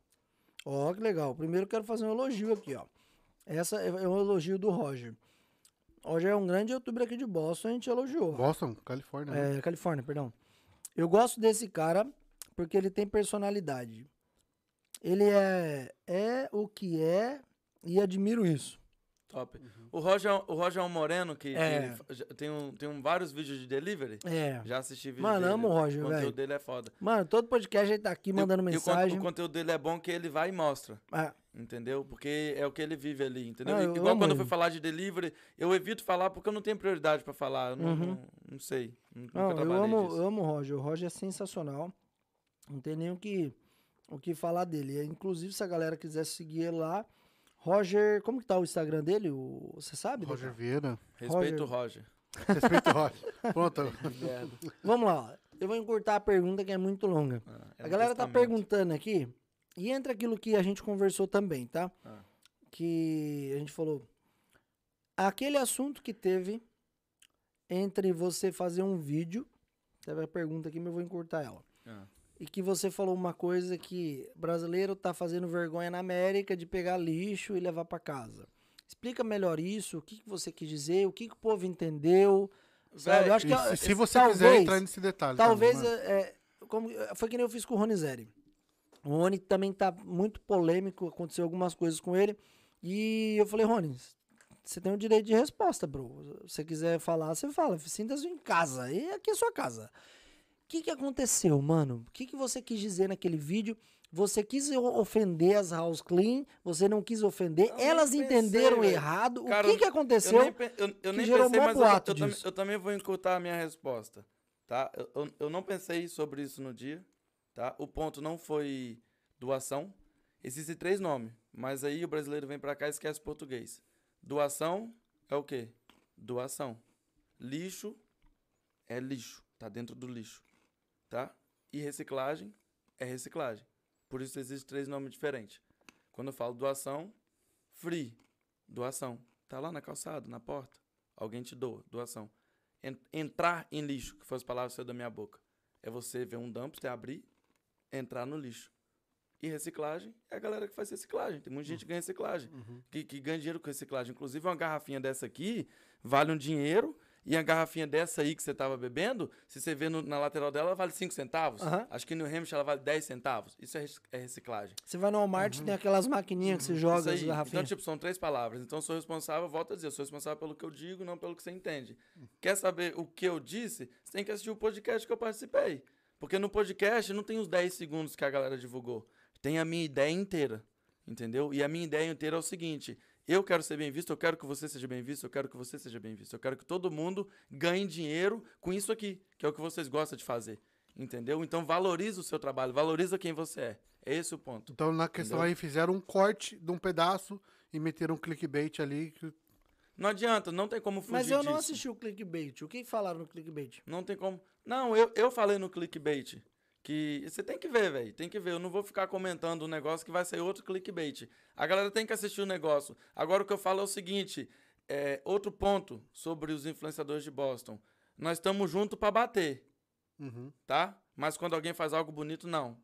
Ó, que legal. Primeiro eu quero fazer um elogio aqui, ó. Essa é é um elogio do Roger. Roger é um grande youtuber aqui de Boston, a gente elogiou. Boston, Califórnia. né? É, Califórnia, perdão. Eu gosto desse cara porque ele tem personalidade. Ele é, é o que é e admiro isso. Top. O, Roger, o Roger é um moreno que, É. que já- tem, um, tem um, vários vídeos de delivery. É. Já assisti vídeo Mano, dele. amo o Roger, O conteúdo velho. dele é foda. Mano, todo podcast ele tá aqui mandando E o- e o con- mensagem. o conteúdo dele é bom que ele vai e mostra. É. Entendeu? Porque é o que ele vive ali, entendeu? Ah, I- eu Igual amo quando eu ele. fui falar de delivery, eu evito falar porque eu não tenho prioridade pra falar. Eu não, Uhum. não, não sei. Nunca Não, eu trabalhei amo, disso. eu amo o Roger. O Roger é sensacional. Não tem nem o que, o que falar dele. Inclusive, se a galera quiser seguir ele lá, Roger, como que tá o Instagram dele? O, você sabe? Roger Decão? Vieira. Respeito o Roger. Respeito o Roger. Pronto. Vamos lá. Eu vou encurtar a pergunta que é muito longa. Ah, é A um galera tá testamento. perguntando aqui, e entra aquilo que a gente conversou também, tá? Ah. Que a gente falou. Aquele assunto que teve entre você fazer um vídeo, teve a pergunta aqui, mas eu vou encurtar ela. Ah. E que você falou uma coisa que brasileiro tá fazendo vergonha na América de pegar lixo e levar pra casa. Explica melhor isso, o que, que você quis dizer, o que, que o povo entendeu. Sabe? Véi, Eu acho que, E se, se você talvez, quiser entrar nesse detalhe. Talvez, também, mano. é, é, como, foi que nem eu fiz com o Ronizeri. O Rony também tá muito polêmico, aconteceu algumas coisas com ele. E eu falei, Rony, você tem o direito de resposta, bro. Se você quiser falar, você fala. Sinta-se em casa. E aqui é sua casa. O que, que aconteceu, mano? O que, que você quis dizer naquele vídeo? Você quis o- ofender as House Clean? Você não quis ofender? Eu nem Elas pensei, entenderam velho. errado? Cara, o que, que Eu aconteceu? nem, pe- eu, eu que nem gerou pensei, mó mas eu, eu, boato também- disso. eu também vou encurtar a minha resposta, tá? Eu, eu, eu não pensei sobre isso no dia, tá? O ponto não foi doação. Existem três nomes, mas aí o brasileiro vem pra cá e esquece o português. Doação é o quê? Doação. Lixo é lixo, tá dentro do lixo, tá? E reciclagem é reciclagem. Por isso existem três nomes diferentes. Quando eu falo doação, free, doação. Tá lá na calçada, na porta. Alguém te doa, doação. En- entrar em lixo, que foi as palavras que saíram da minha boca. É você ver um dumpster, abrir, entrar no lixo. E reciclagem é a galera que faz reciclagem. Tem muita gente que ganha reciclagem, que, que ganha dinheiro com reciclagem. Inclusive, uma garrafinha dessa aqui vale um dinheiro. E a garrafinha dessa aí que você tava bebendo, se você vê no- na lateral dela, ela vale cinco centavos. Aham. Acho que no Hampshire ela vale dez centavos. Isso é, rec- é reciclagem. Você vai no Walmart, tem aquelas maquininhas que você joga Isso as aí. Então, garrafinhas. tipo, são três palavras. Então, eu sou responsável, eu volto a dizer, eu sou responsável pelo que eu digo, não pelo que você entende. Quer saber o que eu disse? Você tem que assistir o podcast que eu participei. Porque no podcast não tem os dez segundos que a galera divulgou. Tem a minha ideia inteira, entendeu? E a minha ideia inteira é o seguinte: eu quero ser bem visto, eu quero que você seja bem visto, eu quero que você seja bem visto. Eu quero que todo mundo ganhe dinheiro com isso aqui, que é o que vocês gostam de fazer, entendeu? Então valoriza o seu trabalho, valoriza quem você é. É esse o ponto. Então, na questão Entendeu? aí, fizeram um corte de um pedaço e meteram um clickbait ali. Que... Não adianta, não tem como fugir Mas eu disso. não assisti o clickbait. O que falaram no clickbait? Não tem como... Não, eu, eu falei no clickbait que... Você tem que ver, velho. Tem que ver. Eu não vou ficar comentando um negócio que vai ser outro clickbait. A galera tem que assistir o negócio. Agora o que eu falo é o seguinte... É, outro ponto sobre os influenciadores de Boston. Nós estamos juntos pra bater. Uhum. Tá? Mas quando alguém faz algo bonito, não.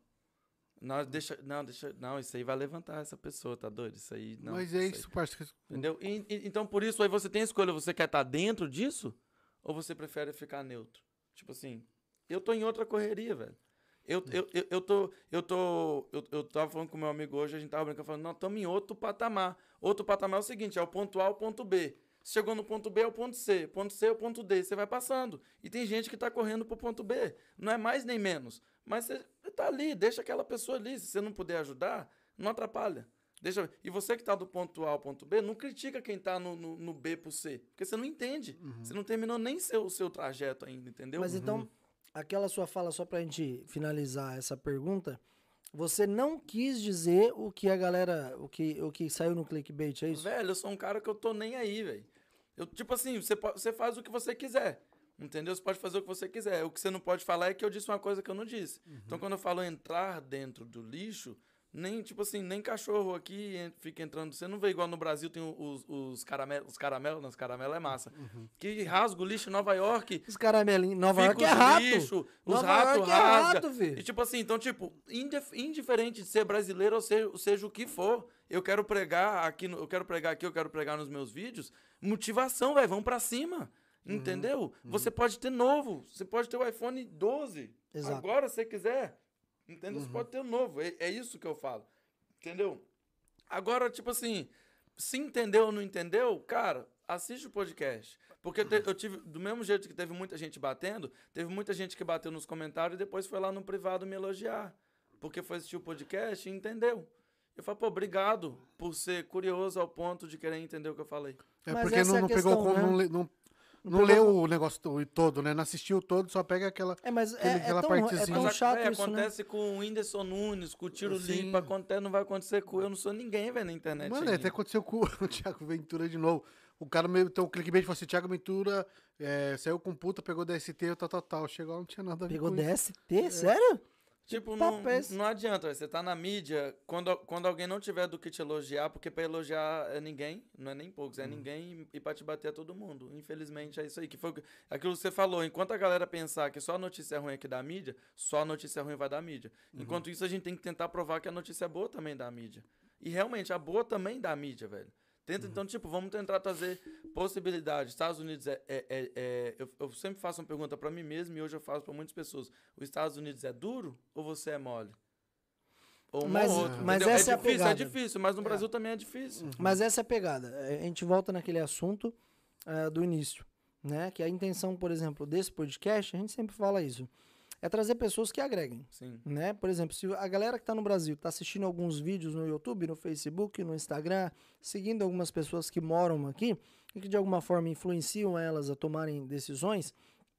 Nós deixa, não, deixa, não, isso aí vai levantar essa pessoa, tá doido? Isso aí não. Mas é isso, isso, aí, parceiro. entendeu? E, e, então, por isso, aí você tem a escolha. Você quer estar dentro disso? Ou você prefere ficar neutro? Tipo assim, eu tô em outra correria, velho. Eu, eu, eu, eu tô, eu tô, eu, eu tava falando com meu amigo hoje, a gente tava brincando, falando, não, estamos em outro patamar. Outro patamar é o seguinte, é o ponto A ao ponto B. Chegou no ponto B é o ponto C, ponto C é o ponto D, você vai passando. E tem gente que tá correndo pro ponto B, não é mais nem menos. Mas você tá ali, deixa aquela pessoa ali, se você não puder ajudar, não atrapalha. Deixa, e você que tá do ponto A ao ponto B, não critica quem tá no, no, no B pro C, porque você não entende. Uhum. Você não terminou nem seu, o seu trajeto ainda, entendeu? Mas uhum. então, aquela sua fala, só pra gente finalizar essa pergunta, você não quis dizer o que a galera, o que, o que saiu no clickbait, é isso? Velho, eu sou um cara que eu tô nem aí, velho. Eu, tipo assim, você, pode, você faz o que você quiser, entendeu? Você pode fazer o que você quiser. O que você não pode falar é que eu disse uma coisa que eu não disse. Uhum. Então, quando eu falo entrar dentro do lixo, nem, tipo assim, nem cachorro aqui fica entrando. Você não vê igual no Brasil, tem os, os caramelos, os caramelos, não, os caramelos é massa. Uhum. Que rasga o lixo em Nova York. Os caramelinhos, Nova York é rato. Lixo, os Nova ratos York é rasgam. rato, E tipo assim, então, tipo, indif indiferente de ser brasileiro ou seja, seja o que for, eu quero pregar aqui, no, eu quero pregar aqui, eu quero pregar nos meus vídeos, motivação, velho, vamos pra cima. Entendeu? Uhum. Você pode ter novo, você pode ter o iPhone doze. Exato. Agora, se você quiser. Entendeu? Uhum. Você pode ter um novo. É, é isso que eu falo. Entendeu? Agora, tipo assim, se entendeu ou não entendeu, cara, assiste o podcast. Porque eu, te, eu tive, do mesmo jeito que teve muita gente batendo, teve muita gente que bateu nos comentários e depois foi lá no privado me elogiar. Porque foi assistir o podcast e entendeu. Eu falo, pô, obrigado por ser curioso ao ponto de querer entender o que eu falei. É Mas porque não, é não questão, pegou como, né? não, não, não, não leu o negócio todo, né? Não assistiu todo, só pega aquela, é, mas aquele, é, aquela é tão, partezinha. É tão chato é, isso, acontece né? com o Whindersson Nunes, com o Tiro Limpa, acontece, não vai acontecer com eu, não sou ninguém, velho, na internet. Mano, até aconteceu com o Thiago Ventura de novo. O cara meio, então o clickbait falou assim, Thiago Ventura é, saiu com puta, pegou D S T, tal, tal, tal. Chegou, não tinha nada a ver Pegou com D S T? É. Sério? Tipo, não, não adianta, você tá na mídia, quando, quando alguém não tiver do que te elogiar, porque pra elogiar é ninguém, não é nem poucos, é hum. ninguém, e pra te bater é todo mundo. Infelizmente é isso aí, que foi aquilo que você falou, enquanto a galera pensar que só a notícia ruim é que dá mídia, só a notícia ruim vai dar mídia. Uhum. Enquanto isso, a gente tem que tentar provar que a notícia boa também dá mídia. E realmente, a boa também dá mídia, velho. Tenta, uhum. Então, tipo, vamos tentar trazer possibilidades. Estados Unidos é... é, é, é eu, eu sempre faço uma pergunta pra mim mesmo e hoje eu faço pra muitas pessoas. Os Estados Unidos é duro ou você é mole? Ou um mas, ou outro. Mas entendeu? essa é é difícil, a é difícil, mas no Brasil é. também é difícil. Uhum. Mas essa é a pegada. A gente volta naquele assunto uh, do início, né? Que a intenção, por exemplo, desse podcast, a gente sempre fala isso. É trazer pessoas que agreguem. Sim. Né? Por exemplo, se a galera que está no Brasil está assistindo alguns vídeos no YouTube, no Facebook, no Instagram, seguindo algumas pessoas que moram aqui e que de alguma forma influenciam elas a tomarem decisões,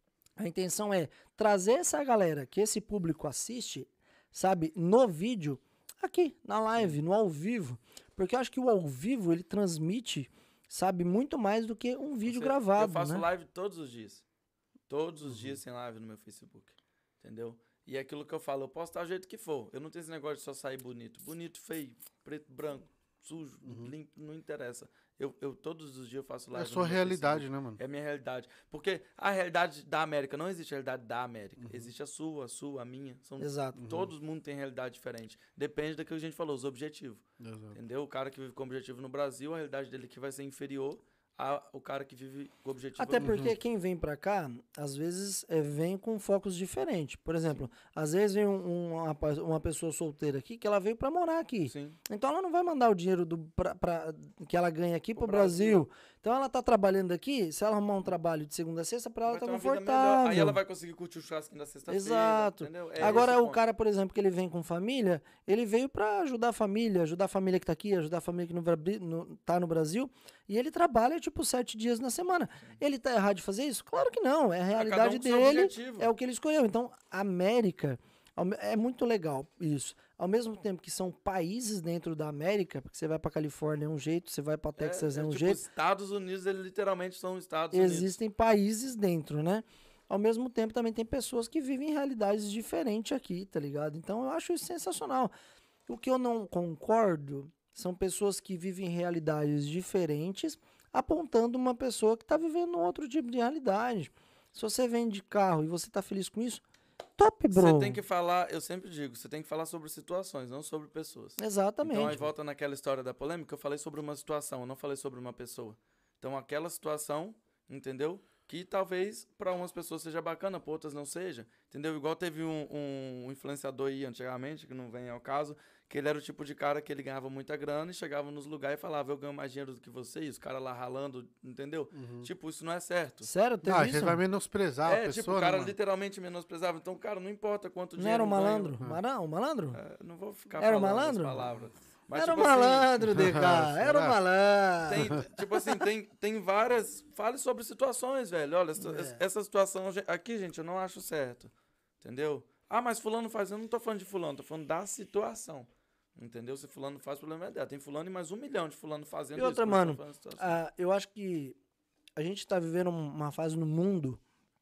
a intenção é trazer essa galera que esse público assiste, sabe, no vídeo, aqui, na live, no ao vivo. Porque eu acho que o ao vivo, ele transmite, sabe, muito mais do que um vídeo Você, gravado. Eu faço né? live todos os dias. Todos os dias sem live no meu Facebook. Entendeu? E é aquilo que eu falo, eu posso estar do jeito que for. Eu não tenho esse negócio de só sair bonito. Bonito, feio, preto, branco, sujo, uhum. limpo, não interessa. Eu, eu todos os dias eu faço live. É a sua realidade, né, mano? É a minha realidade. Porque a realidade da América, não existe a realidade da América. Uhum. Existe a sua, a sua, a minha. São, Exato. Todo mundo tem realidade diferente. Depende daquilo que a gente falou, os objetivos. Exato. Entendeu? O cara que vive com objetivo no Brasil, a realidade dele aqui vai ser inferior o cara que vive com o objetivo. Até no... porque quem vem pra cá, às vezes, é, vem com focos diferentes. Por exemplo, Sim. às vezes vem um, um, uma, uma pessoa solteira aqui que ela veio pra morar aqui. Sim. Então ela não vai mandar o dinheiro do, pra, pra, que ela ganha aqui o pro Brasil. Brasil. Então ela tá trabalhando aqui, se ela arrumar um trabalho de segunda a sexta, pra ela vai tá confortável. Aí ela vai conseguir curtir o churrasquinho da sexta-feira. Exato. É Agora o ponto. Cara, por exemplo, que ele vem com família, ele veio pra ajudar a família, ajudar a família que tá aqui, ajudar a família que não, no, tá no Brasil. E ele trabalha, tipo, sete dias na semana. Sim. Ele tá errado de fazer isso? Claro que não. É a realidade um dele, é o que ele escolheu. Então, a América, É muito legal isso. Ao mesmo tempo que são países dentro da América, porque você vai pra Califórnia é um jeito, você vai pra Texas é, é um tipo, jeito. Os Estados Unidos, eles literalmente são Estados Unidos. Existem países dentro, né? Ao mesmo tempo também tem pessoas que vivem realidades diferentes aqui, tá ligado? Então eu acho isso sensacional. O que eu não concordo são pessoas que vivem realidades diferentes, apontando uma pessoa que tá vivendo outro tipo de realidade. Se você vende carro e você tá feliz com isso, top, bro. Você tem que falar, eu sempre digo, você tem que falar sobre situações, não sobre pessoas. Exatamente. Então aí volta naquela história da polêmica, eu falei sobre uma situação, eu não falei sobre uma pessoa. Então aquela situação, entendeu? Que talvez para umas pessoas seja bacana, para outras não seja, entendeu? Igual teve um, um influenciador aí antigamente, que não vem ao caso, que ele era o tipo de cara que ele ganhava muita grana e chegava nos lugares e falava, eu ganho mais dinheiro do que você, e os caras lá ralando, entendeu? Uhum. Tipo, isso não é certo. Sério? Teve Não, isso? você vai menosprezar É, a pessoa, tipo, o cara né, literalmente menosprezava. Então, cara, não importa quanto Não dinheiro era um ganha, malandro? Uhum. Marão, um malandro? é, não vou ficar Era um falando malandro? as palavras. Mas, Era um tipo assim, malandro, D K. Era um Será? malandro. Tem, tipo assim, tem, tem várias... Fale sobre situações, velho. Olha, essa, É. essa situação ge- aqui, gente, eu não acho certo. Entendeu? Ah, mas fulano faz... Eu não tô falando de fulano, tô falando da situação. Entendeu? Se fulano faz, o problema é dela. Tem fulano e mais um milhão de fulano fazendo E outra, isso. mas mano, tô falando da situação. Ah, eu acho que a gente tá vivendo uma fase no mundo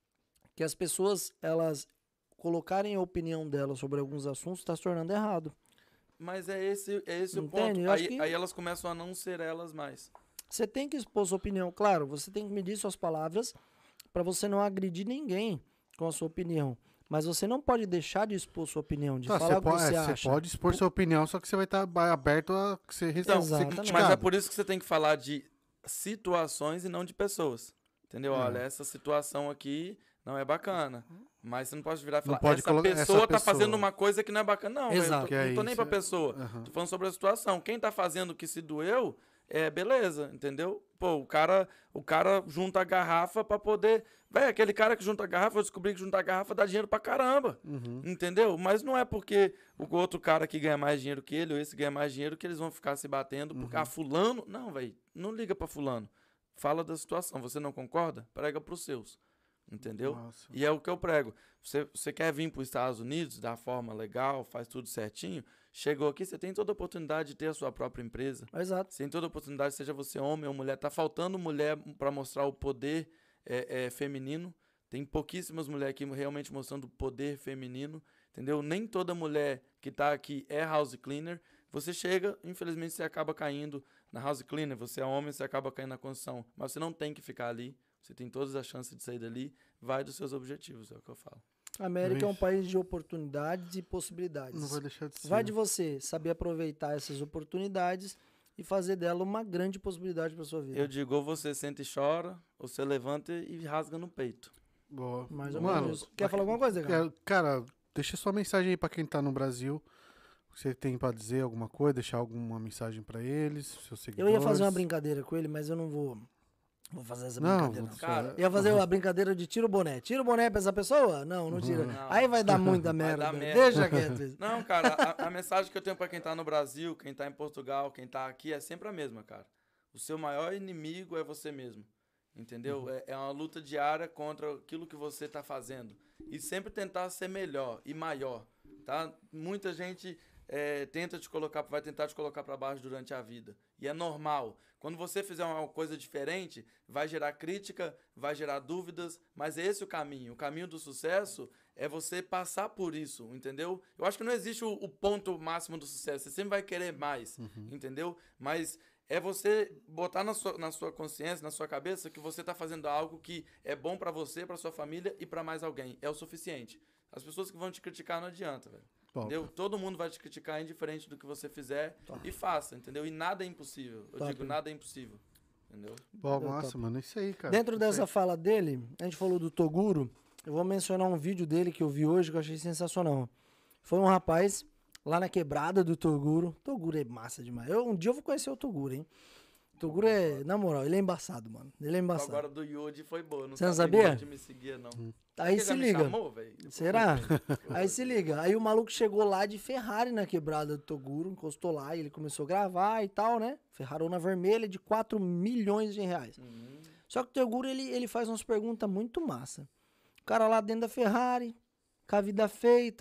que as pessoas, elas colocarem a opinião delas sobre alguns assuntos tá se tornando errado. Mas é esse, é esse o Entende? ponto. Eu acho Aí, que- aí elas começam a não ser elas mais. Você tem que expor sua opinião. Claro, você tem que medir suas palavras pra você não agredir ninguém com a sua opinião. Mas você não pode deixar de expor sua opinião, de Tá, falar você o que pode, você é, acha. você pode expor sua opinião, só que você vai estar aberto a ser, Então, ser Exatamente. criticado. Mas é por isso que você tem que falar de situações e não de pessoas. Entendeu? É. Olha, essa situação aqui não é bacana. Mas você não pode virar e Não falar, pode essa, colocar- essa pessoa tá pessoa. fazendo uma coisa que não é bacana. Não, velho, eu Exato. tô- Que é não tô nem isso, pra é. pessoa. Aham. Tô falando sobre a situação. Quem tá fazendo o que se doeu, é beleza, entendeu? Pô, o cara, o cara junta a garrafa pra poder... Velho, aquele cara que junta a garrafa, eu descobri que juntar a garrafa dá dinheiro pra caramba. Uhum. Entendeu? Mas não é porque o outro cara que ganha mais dinheiro que ele, ou esse ganha mais dinheiro, que eles vão ficar se batendo. Porque, Uhum. ah, fulano... Não, velho, não liga pra fulano. Fala da situação. Você não concorda? Prega pros seus. Entendeu? Nossa. E é o que eu prego. Você, você quer vir para os Estados Unidos da forma legal, faz tudo certinho, chegou aqui, você tem toda a oportunidade de ter a sua própria empresa. Exato. Você tem toda a oportunidade, seja você homem ou mulher. Tá faltando mulher para mostrar o poder é, é, feminino. Tem pouquíssimas mulheres aqui realmente mostrando o poder feminino. Entendeu? Nem toda mulher que tá aqui é house cleaner. Você chega, infelizmente você acaba caindo na house cleaner. Você é homem, você acaba caindo na construção. Mas você não tem que ficar ali. Você tem todas as chances de sair dali. Vai dos seus objetivos, é o que eu falo. A América é um Vixe. país de oportunidades e possibilidades. Não vai deixar de ser. Vai de você saber aproveitar essas oportunidades e fazer dela uma grande possibilidade para sua vida. Eu digo, ou você senta e chora, ou você levanta e rasga no peito. Boa. Mais ou Mano, menos isso. Quer falar alguma coisa, cara? quero- cara, deixa sua mensagem aí pra quem tá no Brasil. O que você tem pra dizer, alguma coisa, deixar alguma mensagem pra eles, seus Eu seguidores. ia fazer uma brincadeira com ele, mas eu não vou, vou fazer essa Não, brincadeira. Não. vou- Cara, Eu ia fazer a brincadeira de tira o boné. Tira o boné pra essa pessoa? Não, não tira. Não. Aí vai dar muita Vai merda. dar merda. Deixa quieto. isso. Não, cara, a, a mensagem que eu tenho pra quem tá no Brasil, quem tá em Portugal, quem tá aqui, é sempre a mesma, cara. O seu maior inimigo é você mesmo. Entendeu? É, é uma luta diária contra aquilo que você tá fazendo. E sempre tentar ser melhor e maior, tá? Muita gente é, tenta te colocar, vai tentar te colocar pra baixo durante a vida. E é normal. Quando você fizer uma coisa diferente, vai gerar crítica, vai gerar dúvidas, mas é esse o caminho. O caminho do sucesso é você passar por isso, entendeu? Eu acho que não existe o, o ponto máximo do sucesso. Você sempre vai querer mais, entendeu? Mas é você botar na sua, na sua consciência, na sua cabeça, que você está fazendo algo que é bom para você, para sua família e para mais alguém. É o suficiente. As pessoas que vão te criticar não adianta, velho. Top. Entendeu? Todo mundo vai te criticar indiferente do que você fizer e faça, entendeu? E nada é impossível. Eu Top. digo, nada é impossível. Entendeu? Bom, Deu nossa, top. mano, é isso aí, cara. Dentro Isso dessa aí. fala dele, a gente falou do Toguro. Eu vou mencionar um vídeo dele que eu vi hoje que eu achei sensacional. Foi um rapaz lá na quebrada do Toguro. Toguro é massa demais. Eu, um dia eu vou conhecer o Toguro, hein? Toguro é, na moral, ele é embaçado, mano. Ele é embaçado. Agora do Yodi foi boa. Não Você não sabia que sabia? o Yodi me seguia, não. Aí Ele se já me liga. chamou, velho? Será? Aí se liga. Aí o maluco chegou lá de Ferrari na quebrada do Toguro, encostou lá e ele começou a gravar e tal, né? Ferrarona vermelha de quatro milhões de reais. Uhum. Só que o Toguro, ele, ele faz umas perguntas muito massa. O cara lá dentro da Ferrari, com a vida feita,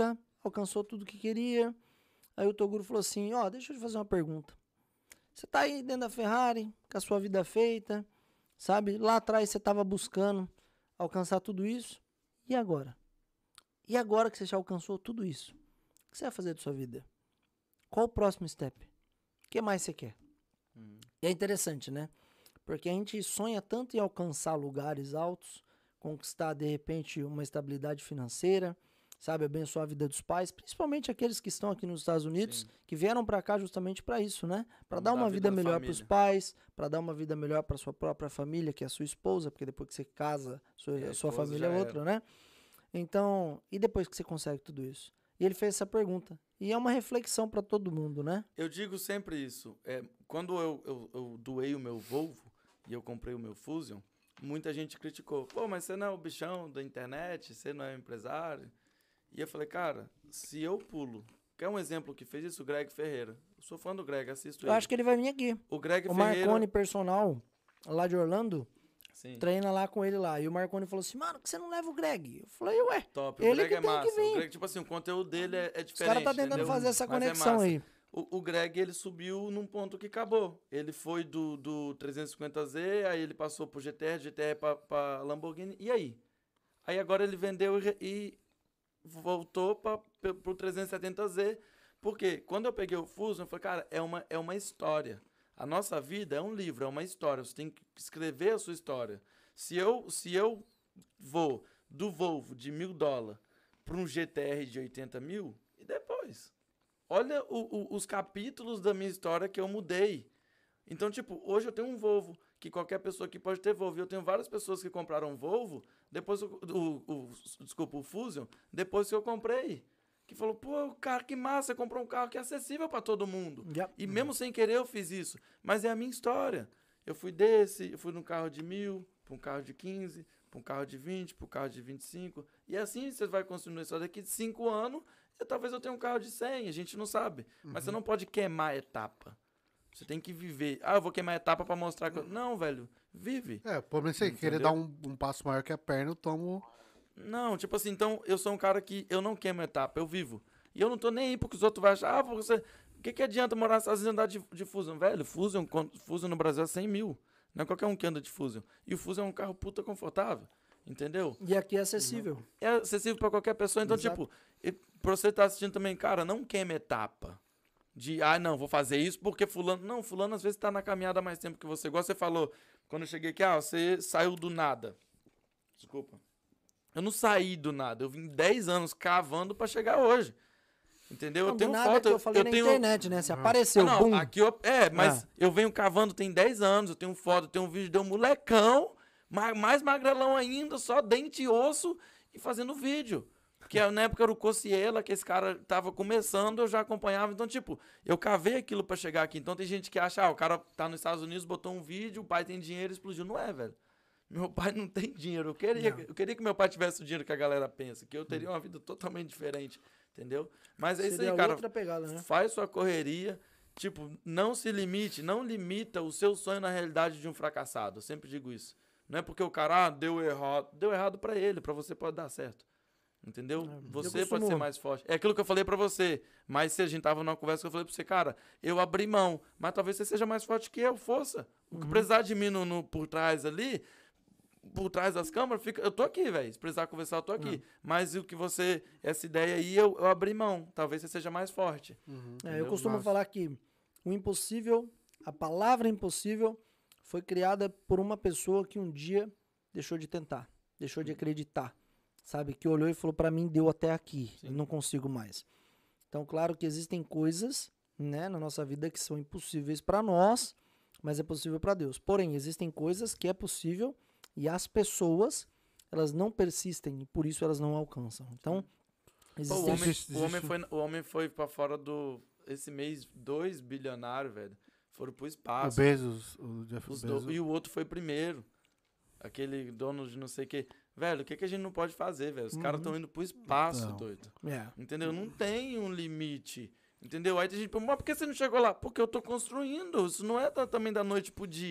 alcançou tudo que queria. Aí o Toguro falou assim, ó, deixa eu te fazer uma pergunta. Você tá aí dentro da Ferrari, com a sua vida feita, sabe? Lá atrás você tava buscando alcançar tudo isso. E agora? E agora que você já alcançou tudo isso? O que você vai fazer da sua vida? Qual o próximo step? O que mais você quer? Hum. E é interessante, né? Porque a gente sonha tanto em alcançar lugares altos, conquistar, de repente, uma estabilidade financeira, sabe? Abençoar a vida dos pais, principalmente aqueles que estão aqui nos Estados Unidos, Sim. que vieram para cá justamente para isso, né? Para dar uma vida, vida melhor para os pais, para dar uma vida melhor para sua própria família, que é a sua esposa, porque depois que você casa, sua, é, a sua família é outra, era. né? Então, e depois que você consegue tudo isso? E ele fez essa pergunta. E é uma reflexão para todo mundo, né? Eu digo sempre isso. É, quando eu, eu, eu doei o meu Volvo e eu comprei o meu Fusion, muita gente criticou. Pô, mas você não é o bichão da internet? Você não é um empresário? E eu falei, cara, se eu pulo... Quer um exemplo que fez isso? O Greg Ferreira. Eu sou fã do Greg, assisto eu ele. Eu acho que ele vai vir aqui. O Greg o Ferreira... O Marconi personal, lá de Orlando... Sim. Treina lá com ele lá. E o Marconi falou assim, mano, por que você não leva o Greg? Eu falei, ué, Top. ele o Greg que é tem massa. que vir. O Greg, tipo assim, o conteúdo dele é, é diferente. Os caras tá tentando entendeu? fazer essa Mas conexão é aí. O, o Greg, ele subiu num ponto que acabou. Ele foi do, do trezentos e cinquenta Z, aí ele passou pro G T R, G T R pra, pra Lamborghini. E aí? Aí agora ele vendeu e, e voltou pra, pro trezentos e setenta Z. Por quê? Quando eu peguei o Fusion, eu falei, cara, é uma, é uma história. A nossa vida é um livro, é uma história. Você tem que escrever a sua história. Se eu, se eu vou do Volvo de mil dólares para um G T R de oitenta mil, e depois? Olha o, o, os capítulos da minha história que eu mudei. Então, tipo, hoje eu tenho um Volvo, que qualquer pessoa aqui pode ter Volvo. Eu tenho várias pessoas que compraram Volvo, depois o, o, o, desculpa, o Fusion, depois que eu comprei. Que falou, pô, cara, que massa, comprou um carro que é acessível para todo mundo. Yep. E mesmo sem querer eu fiz isso. Mas é a minha história. Eu fui desse, eu fui num carro de mil, para um carro de quinze, para um carro de vinte, para um carro de vinte e cinco. E assim você vai construindo isso. Daqui de cinco anos, eu, talvez eu tenha um carro de cem, a gente não sabe. Uhum. Mas você não pode queimar a etapa. Você tem que viver. Ah, eu vou queimar a etapa para mostrar que eu... Não, velho, vive. É, por menos você querer dar um, um passo maior que a perna, eu tomo... Não, tipo assim, então eu sou um cara que eu não queimo a etapa, eu vivo. E eu não tô nem aí porque os outros vão achar, ah, você... O que, que adianta morar nos Estados Unidos e andar de, de Fusion? Velho, Fusion, Fusion no Brasil é cem mil. Não é qualquer um que anda de Fusion. E o Fusion é um carro puta confortável. Entendeu? E aqui é acessível. Uhum. É acessível pra qualquer pessoa. Então, Exato. tipo, e pra você estar tá assistindo também, cara, não queima etapa. De, ah, não, vou fazer isso porque fulano... Não, fulano às vezes tá na caminhada há mais tempo que você. Igual você falou, quando eu cheguei aqui, ah, você saiu do nada. Desculpa. Eu não saí do nada. Eu vim dez anos cavando pra chegar hoje. Entendeu? Não, eu tenho nada foto. que eu falei eu na tenho... internet, né? Você ah. apareceu, ah, não, bum. Aqui eu... É, mas ah. eu venho cavando tem dez anos. Eu tenho foto, eu tenho um vídeo de um molecão, mais magrelão ainda, só dente e osso, e fazendo vídeo. Porque na época era o Cociela, que esse cara tava começando, eu já acompanhava. Então, tipo, eu cavei aquilo pra chegar aqui. Então tem gente que acha, ah, o cara tá nos Estados Unidos, botou um vídeo, o pai tem dinheiro e explodiu. Não é, velho. Meu pai não tem dinheiro. Eu queria, eu queria que meu pai tivesse o dinheiro que a galera pensa, que eu teria uma vida totalmente diferente, entendeu? Mas é isso Seria aí, cara. Outra pegada, né? Faz sua correria. Tipo, não se limite, não limita o seu sonho na realidade de um fracassado. Eu sempre digo isso. Não é porque o cara ah, deu errado. Deu errado pra ele, pra você pode dar certo. Entendeu? É, você costumo... pode ser mais forte. É aquilo que eu falei pra você. Mas se a gente tava numa conversa que eu falei pra você, cara, eu abri mão. Mas talvez você seja mais forte que eu, força. O que uhum. precisar de mim no, no, por trás ali... por trás das câmeras, fica, eu tô aqui, velho. Se precisar conversar, eu tô aqui. Uhum. Mas o que você, essa ideia aí, eu, eu abri mão. Talvez você seja mais forte. Uhum. É, eu costumo Mas... falar que o impossível, a palavra impossível, foi criada por uma pessoa que um dia deixou de tentar, deixou de acreditar, sabe? Que olhou e falou, pra mim deu até aqui, eu não consigo mais. Então, claro que existem coisas, né, na nossa vida que são impossíveis pra nós, mas é possível pra Deus. Porém, existem coisas que é possível e as pessoas, elas não persistem e por isso elas não alcançam. Então, Pô, o, homem, o, homem foi, o homem foi pra fora do... Esse mês, dois bilionários, velho, foram pro espaço. O Bezos, o Jeff Os Bezos. Do, e o outro foi primeiro. Aquele dono de não sei o que. Velho, o que, que a gente não pode fazer, velho? Os uhum. caras estão indo pro espaço, não. doido. Yeah. Entendeu? Não tem um limite. Entendeu? Aí tem gente, mas por que você não chegou lá? Porque eu tô construindo. Isso não é da, também da noite pro dia.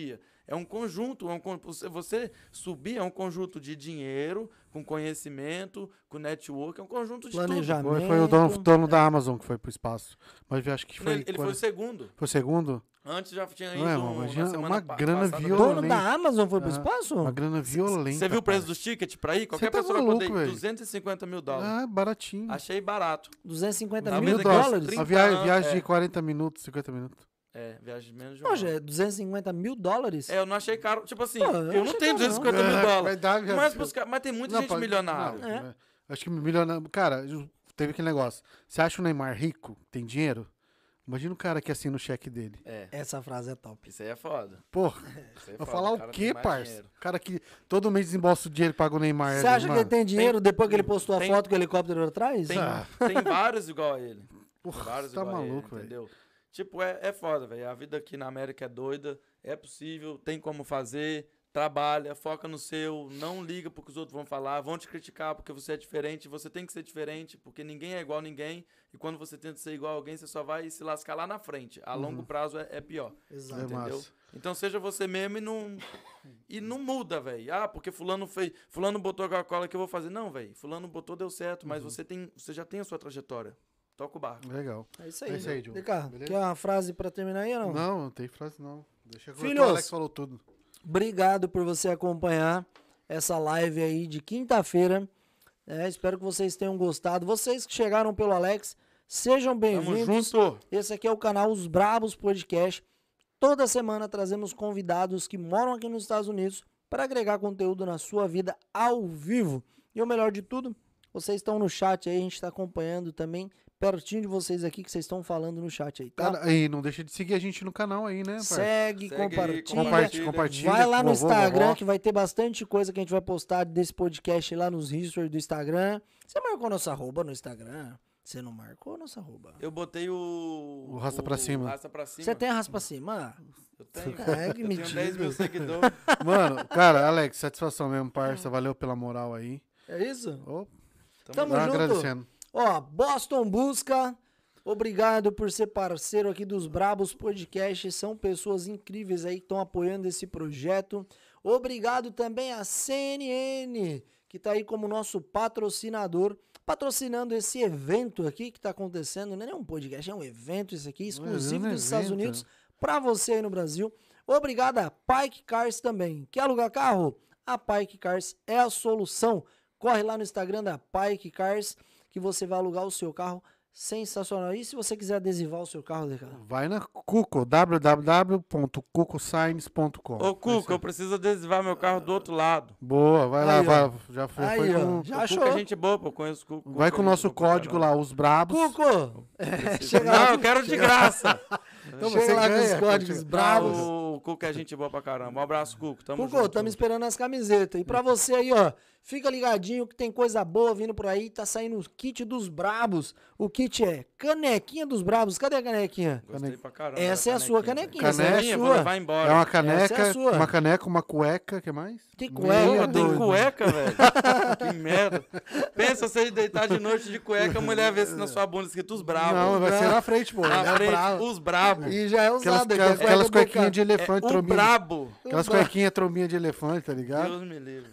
É um conjunto, é um, con- você- você subir é um conjunto de dinheiro, com conhecimento, com network, é um conjunto de tudo. Planejamento. Foi, foi o dono, dono da Amazon que foi pro espaço. Mas eu acho que Não, foi... ele ele foi quando- o segundo. Foi o segundo? Antes já tinha ido Não é, mano, um, imagina na semana uma pa- grana passada. violenta. Dono da Amazon foi pro Ah, espaço? Uma grana violenta. Você viu o preço parça. dos tickets pra ir? Qualquer tá pessoa vai maluco, poder ir. velho. duzentos e cinquenta mil dólares. Ah, baratinho. Achei barato. duzentos e cinquenta Na mil mesa que dólares? trinta Uma viagem, anos, viagem é. de quarenta minutos, cinquenta minutos. É, viagem de menos de um Poxa, ano. é duzentos e cinquenta mil dólares? É, eu não achei caro. Tipo assim, Pô, eu eu, achei não caro, tenho duzentos e cinquenta não. mil É, dólares. vai dar, viado. Mas, pros ca- mas tem muita Não, gente pode- milionária. não, É. é. Acho que milionário... Cara, teve aquele negócio. Você acha o Neymar rico, tem dinheiro? Imagina o cara que assina o cheque dele. É, Essa frase é top. isso aí é foda. Porra, Isso aí é vai foda. falar O o cara quê, tem mais parça? dinheiro. O cara que todo mês desembolsa o dinheiro e paga o Neymar. Você acha que ele tem dinheiro depois que ele postou a tem- foto com o helicóptero atrás? Tem, Ah. tem vários igual a ele. Porra, vários você tá igual a ele, maluco, velho. entendeu? Tipo, é, é foda, velho. A vida aqui na América é doida, é possível, tem como fazer, trabalha, foca no seu, não liga pro que os outros vão falar, vão te criticar porque você é diferente, você tem que ser diferente, porque ninguém é igual a ninguém, e quando você tenta ser igual a alguém, você só vai se lascar lá na frente. A longo prazo é, é pior. Exato. É Entendeu? massa. Então seja você mesmo e não e não muda, velho. Ah, porque fulano fez, fulano botou a Coca-Cola que eu vou fazer. Não, velho. Fulano botou, deu certo, mas você tem, você já tem a sua trajetória. Toca o barco. Legal. É isso aí. É isso aí, Diogo. Ricardo, Beleza? quer uma frase pra terminar aí ou não? Não, não tem frase não. Deixa que Filhos. o Alex falou tudo. Obrigado por você acompanhar essa live aí de quinta-feira. É, espero que vocês tenham gostado. Vocês que chegaram pelo Alex, sejam Tamo bem-vindos. junto. Esse aqui é o canal Os Brabos Podcast. Toda semana trazemos convidados que moram aqui nos Estados Unidos para agregar conteúdo na sua vida ao vivo. E o melhor de tudo, vocês estão no chat aí, a gente está acompanhando também, pertinho de vocês aqui, que vocês estão falando no chat aí, tá? Cara, e não deixa de seguir a gente no canal aí, né, parça? Segue, Segue aí, compartilha. Compartilha, compartilha. Vai lá no vovô, Instagram vovó. que vai ter bastante coisa que a gente vai postar desse podcast lá nos history do Instagram. Você marcou nossa arroba no Instagram? Você não marcou nossa arroba? Eu botei o... O rasta pra cima. Rasta pra cima. Você tem a raspa pra cima? Eu tenho. É, que eu tenho dez mentira. mil seguidores. Mano, cara, Alex, satisfação mesmo, parça. Valeu pela moral aí. É isso? Ô, Tamo tá junto. agradecendo. Ó, Boston Busca, obrigado por ser parceiro aqui dos Brabos Podcast. São pessoas incríveis aí que estão apoiando esse projeto. Obrigado também a C N N, que tá aí como nosso patrocinador, patrocinando esse evento aqui que tá acontecendo. Não é nem um podcast, é um evento isso aqui, exclusivo É um dos Estados evento. Unidos, para você aí no Brasil. Obrigado a Pike Cars também. Quer alugar carro? A Pike Cars é a solução. Corre lá no Instagram da Pike Cars que você vai alugar o seu carro. Sensacional. E se você quiser adesivar o seu carro, Ricardo? Vai na Cuco, w w w ponto cuco signs ponto com. Ô, Cuca, eu preciso adesivar meu carro do outro lado. Boa, vai lá, Aí, ó. vai, já foi, Aí, foi ó, com- já O achou? Cuca é gente boa, pô. Eu conheço o Cuca. Vai com o nosso código lá, os brabos. Cuco! É, chega Não, lá, eu quero de graça. Então chega você lá com os ganha, códigos Cuca. bravos. O Cuca é gente boa pra caramba. Um abraço, Cuca. Tamo Cuco, junto. estamos esperando as camisetas. E pra você aí, ó, fica ligadinho que tem coisa boa vindo por aí. Tá saindo o kit dos Brabos. O kit é canequinha dos Brabos. Cadê a canequinha? Gostei pra caramba. Essa é a sua canequinha, essa é a Canequinha, sua. vou levar embora. É uma Essa é caneca, a sua. uma caneca, uma cueca, que mais? Que Meu cueca, Pô, tem doido. cueca, velho. Que merda. Pensa você deitar de noite de cueca, a mulher vê se na sua bunda escrito os bravos. Não, vai ser na frente, pô. Na É frente, bravo. os bravos. E já é Aquelas, usada. aquelas, que é aquelas cueca do cuequinhas de cara. elefante, O trombinha. brabo. Aquelas O bra- cuequinhas trombinha de elefante, tá ligado? Deus me livre.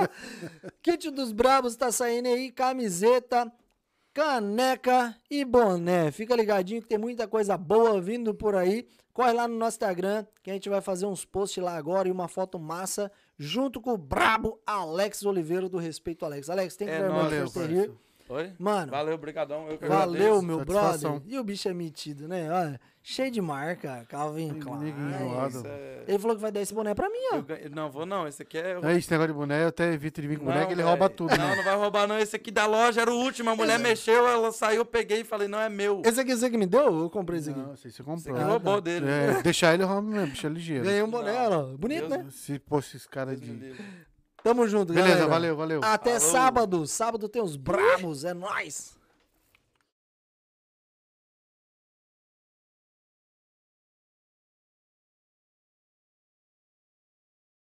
Kit dos Brabos tá saindo aí, camiseta, caneca e boné. Fica ligadinho que tem muita coisa boa vindo por aí. Corre lá no nosso Instagram, que a gente vai fazer uns posts lá agora e uma foto massa, junto com o brabo Alex Oliveira do Respeito Alex. Alex, tem que É ver nóis, mais parceiro. rir. Oi? Mano, Valeu, brigadão. Eu que valeu, agradeço. meu Satisfação. brother. E o bicho é metido, né? Olha, cheio de marca, Calvin Klein. Neguinho enjoado. Isso é- Ele falou que vai dar esse boné pra mim, ó. eu ganhei- Não, vou não. Esse aqui é... É esse negócio de boneco, eu até evito de vir com boneco, ele velho. rouba tudo, Não, né? não vai roubar não. Esse aqui da loja era o último. A mulher mexeu, ela saiu, eu peguei e falei, não, é meu. Esse aqui você que me deu? Eu comprei esse aqui. Não, sei se você Esse comprou. aqui roubou dele. É, deixar ele rouba mesmo, bicho é ligeiro. Ganhei um boné, Não. ó. Bonito, Deus né? Se fosse esse cara Deus me de... livre. Tamo junto, Beleza, galera. valeu, valeu. Até Falou. sábado. Sábado tem os Bravos. É nóis.